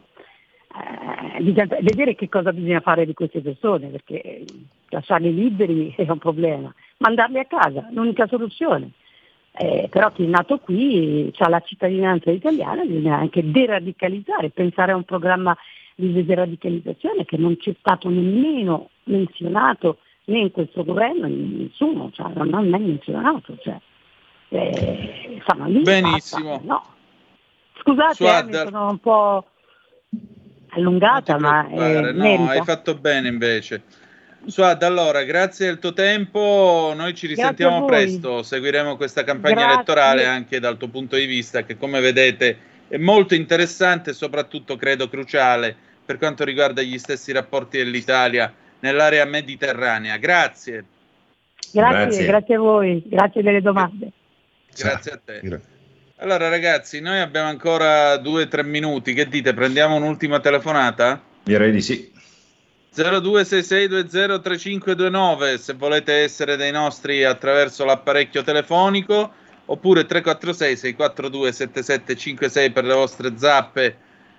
S15: eh, bisogna vedere che cosa bisogna fare di queste persone, perché lasciarli liberi è un problema, mandarli a casa, l'unica soluzione. Eh, però chi è nato qui ha la cittadinanza italiana, bisogna anche deradicalizzare, pensare a un programma di deradicalizzazione che non c'è stato nemmeno menzionato né in questo governo, nessuno, cioè, non è menzionato. Cioè, eh, lì,
S4: benissimo.
S15: Basta, no. Scusate, eh, mi sono un po' allungata, ma eh,
S4: no,
S15: merita.
S4: Hai fatto bene invece. Suad, allora, grazie del tuo tempo, noi ci risentiamo presto, seguiremo questa campagna
S15: grazie.
S4: elettorale anche dal tuo punto di vista, che come vedete è molto interessante e soprattutto credo cruciale per quanto riguarda gli stessi rapporti dell'Italia nell'area mediterranea. Grazie.
S15: Grazie, grazie, grazie a voi, grazie delle domande.
S4: Grazie a te. Allora ragazzi, noi abbiamo ancora due o tre minuti, che dite, prendiamo un'ultima telefonata?
S11: Direi di sì.
S4: zero due sei sei due zero tre cinque due nove se volete essere dei nostri attraverso l'apparecchio telefonico, oppure tre quattro sei sei quattro due sette sette cinque sei per le vostre zappe.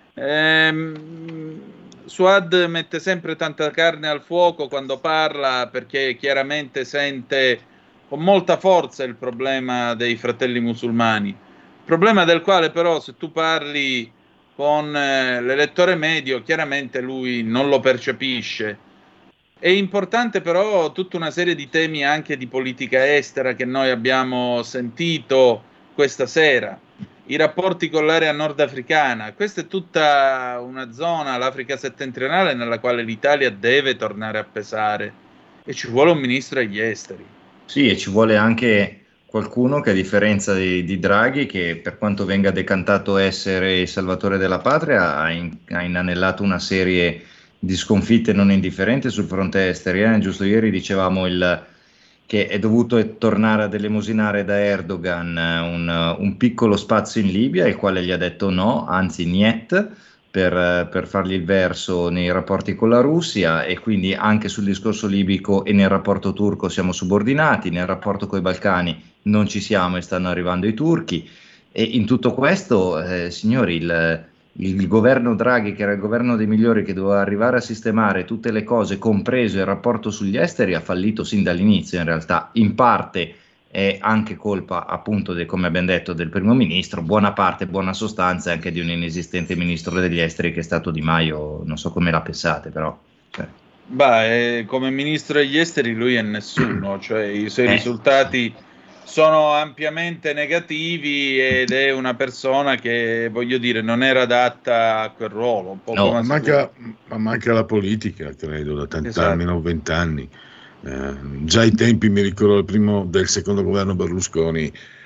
S4: Ehm, Suad mette sempre tanta carne al fuoco quando parla, perché chiaramente sente con molta forza il problema dei fratelli musulmani, problema del quale però se tu parli con eh, l'elettore medio chiaramente lui non lo percepisce. È importante però tutta una serie di temi anche di politica estera che noi abbiamo sentito questa sera, i rapporti con l'area nordafricana. Questa è tutta una zona, l'Africa settentrionale, nella quale l'Italia deve tornare a pesare, e ci vuole un ministro degli esteri.
S11: Sì, e ci vuole anche qualcuno che, a differenza di, di Draghi, che per quanto venga decantato essere il salvatore della patria, ha, in, ha inanellato una serie di sconfitte non indifferenti sul fronte estero. Giusto ieri dicevamo il, che è dovuto tornare ad elemosinare da Erdogan un, un piccolo spazio in Libia, il quale gli ha detto no, anzi niet, per, per fargli il verso nei rapporti con la Russia, e quindi anche sul discorso libico e nel rapporto turco siamo subordinati, nel rapporto con i Balcani non ci siamo e stanno arrivando i turchi. E in tutto questo, eh, signori, il, il governo Draghi, che era il governo dei migliori, che doveva arrivare a sistemare tutte le cose, compreso il rapporto sugli esteri, ha fallito sin dall'inizio. In realtà in parte è anche colpa, appunto, de, come abbiamo detto, del primo ministro, buona parte, buona sostanza anche di un inesistente ministro degli esteri che è stato Di Maio. Non so come la pensate, però cioè.
S4: Beh, come ministro degli esteri lui è nessuno, cioè i suoi eh. risultati sono ampiamente negativi, ed è una persona che, voglio dire, non era adatta a quel ruolo. Un po'
S5: no,
S4: come
S5: manca, ma manca la politica, credo, da tanti
S4: esatto.
S5: almeno vent'anni. Eh, già ai tempi, mi ricordo, del primo del secondo governo Berlusconi,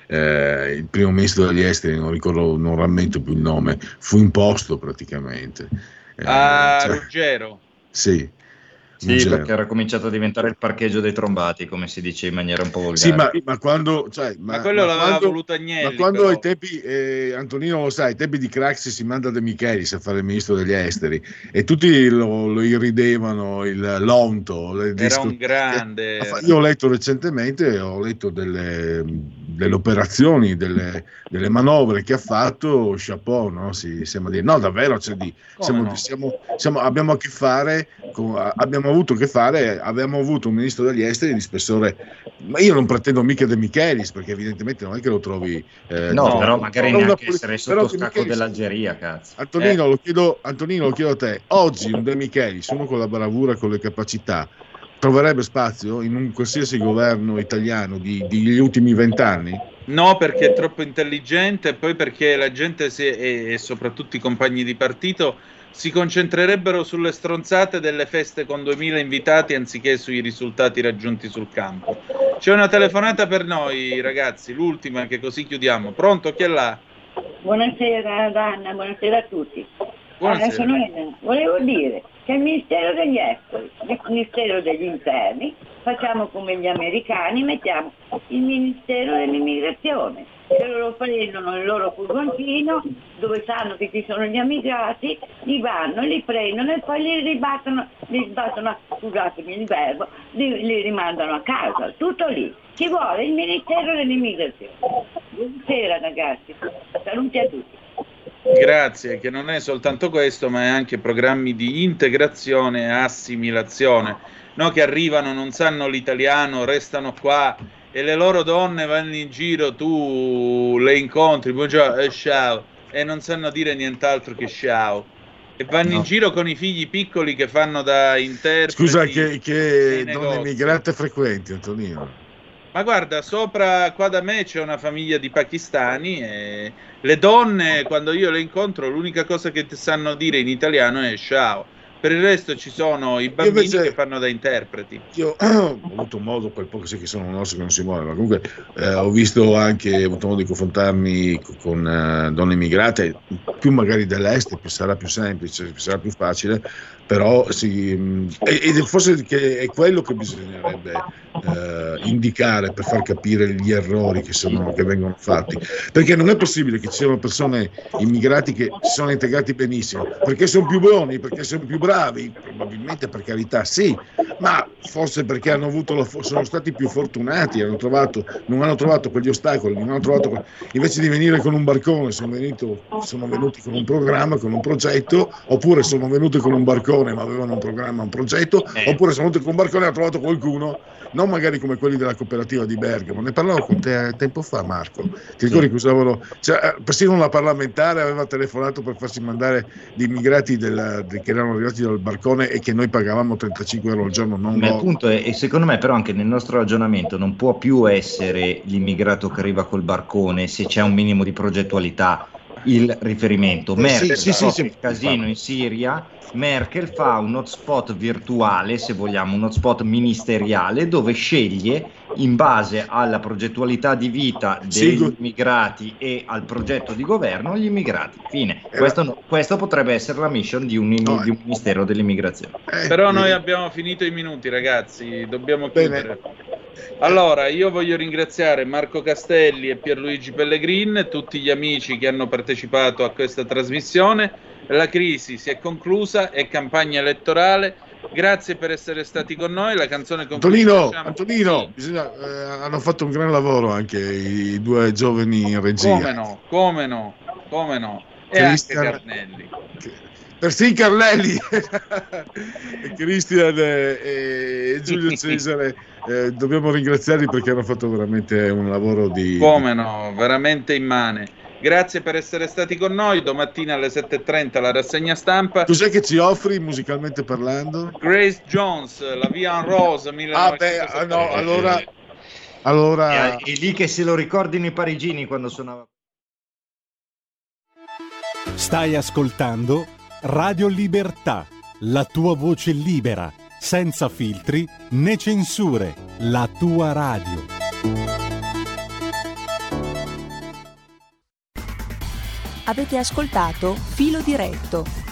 S5: eh, il primo ministro degli esteri, non ricordo, non rammento più il nome, fu imposto praticamente. Eh,
S4: Ah,
S5: cioè,
S4: Ruggero.
S5: sì.
S11: Sì,
S5: Ruggero.
S11: perché era cominciato a diventare il parcheggio dei trombati, come si dice in maniera un po' volgare.
S5: Sì, ma, ma quando, cioè, ma,
S4: Ma quello
S5: ma
S4: l'aveva
S5: quando,
S4: voluto Agnelli.
S5: ma quando
S4: però.
S5: ai tempi, eh, Antonino lo sa, ai tempi di Craxi si manda De Michelis a fare il ministro degli esteri e tutti lo, lo irridevano, il l'onto. Le
S4: Era
S5: disco-
S4: un grande.
S5: Io ho letto recentemente, ho letto delle, delle operazioni, delle, delle manovre che ha fatto, chapeau, no? Si, siamo a dire, no, davvero, cioè, di, siamo,
S4: no?
S5: siamo, siamo, abbiamo a che fare, con, abbiamo avuto a che fare, abbiamo avuto un ministro degli esteri di spessore, ma io non pretendo mica De Michelis, perché evidentemente non è che lo trovi...
S11: Eh, no, no, però magari
S5: no,
S11: neanche
S5: una,
S11: essere sotto scacco Michelis, dell'Algeria, cazzo.
S5: Antonino,
S11: eh.
S5: lo chiedo, Antonino, lo chiedo a te, oggi un De Michelis, uno con la bravura, con le capacità, troverebbe spazio in un qualsiasi governo italiano di, degli ultimi vent'anni?
S4: No, perché è troppo intelligente e poi perché la gente si, e, e soprattutto i compagni di partito si concentrerebbero sulle stronzate delle feste con duemila invitati anziché sui risultati raggiunti sul campo. C'è una telefonata per noi, ragazzi, l'ultima, che così chiudiamo. Pronto? Chi è là?
S17: Buonasera Anna, buonasera a tutti.
S4: Buonasera.
S17: Allora, sono Elena. Volevo dire che il Ministero degli Esteri, il Ministero degli Interni, facciamo come gli americani, mettiamo il Ministero dell'Immigrazione. E loro prendono il loro furgoncino dove sanno che ci sono gli immigrati, li vanno, li prendono e poi li ribattono, li sbattono, scusatemi il verbo, li, li rimandano a casa, tutto lì. Ci vuole il Ministero dell'Immigrazione. Buonasera ragazzi, saluti a tutti.
S4: Grazie, che non è soltanto questo, ma è anche programmi di integrazione e assimilazione, no? Che arrivano, non sanno l'italiano, restano qua e le loro donne vanno in giro, tu le incontri, buongiorno, eh, ciao, e non sanno dire nient'altro che ciao. E vanno no. in giro con i figli piccoli che fanno da interpreti.
S5: Scusa, che, che donne immigrate frequenti, Antonino?
S4: Ma guarda, sopra qua da me c'è una famiglia di pakistani e le donne, quando io le incontro, l'unica cosa che sanno dire in italiano è ciao. Per il resto ci sono i bambini invece, che fanno da interpreti.
S5: Io ho avuto modo, quel poco sì che sono un osso che non si muove, ma comunque eh, ho visto anche, ho avuto modo di confrontarmi con, con uh, donne immigrate, più magari dell'est, più sarà più semplice, sarà più facile, però sì, ed è forse che è quello che bisognerebbe eh, indicare per far capire gli errori che, sono, che vengono fatti, perché non è possibile che ci siano persone immigrati che si sono integrati benissimo, perché sono più buoni, perché sono più bravi, probabilmente, per carità sì, ma forse perché hanno avuto la, sono stati più fortunati, hanno trovato, non hanno trovato quegli ostacoli, non hanno trovato, invece di venire con un barcone sono, venuto, sono venuti con un programma, con un progetto, oppure sono venuti con un barcone ma avevano un programma, un progetto, eh. oppure sono venuti con un barcone e hanno trovato qualcuno, non magari come quelli della cooperativa di Bergamo. Ne parlavo con te tempo fa, Marco, ti ricordi che usavano, cioè, persino una parlamentare aveva telefonato per farsi mandare gli immigrati del, del, che erano arrivati dal barcone e che noi pagavamo trentacinque euro al giorno. Non
S11: ma appunto, e secondo me però anche nel nostro ragionamento non può più essere l'immigrato che arriva col barcone se c'è un minimo di progettualità. Il riferimento Merkel
S5: sì, sì, sì,
S11: il casino in Siria, Merkel fa un hotspot virtuale, se vogliamo, un hotspot ministeriale dove sceglie in base alla progettualità di vita degli sì. immigrati e al progetto di governo gli immigrati. Fine. Eh, questo, questo potrebbe essere la mission di un, no, di un Ministero dell'Immigrazione.
S4: Eh, Però noi eh. abbiamo finito i minuti, ragazzi, dobbiamo chiudere. Bene. Allora, io voglio ringraziare Marco Castelli e Pierluigi Pellegrin, tutti gli amici che hanno partecipato a questa trasmissione. La crisi si è conclusa, è campagna elettorale. Grazie per essere stati con noi. La canzone con
S5: Antonino, cui Antonino bisogna, eh, hanno fatto un gran lavoro anche i due giovani in regia.
S4: Come no, come no, come no. E Christian, anche Carnelli.
S5: Persino Carnelli, Cristian e, e Giulio Cesare, eh, dobbiamo ringraziarli perché hanno fatto veramente un lavoro di...
S4: Come no, veramente immane. Grazie per essere stati con noi. Domattina alle sette e trenta la rassegna stampa.
S5: Cos'è che ci offri musicalmente parlando?
S4: Grace Jones, La Vie en Rose millenovecentosettanta.
S5: Ah beh, no, allora... allora...
S11: È, è lì che se lo ricordino i parigini quando suonava.
S1: Stai ascoltando Radio Libertà, la tua voce libera, senza filtri né censure, la tua radio.
S18: Avete ascoltato Filo Diretto,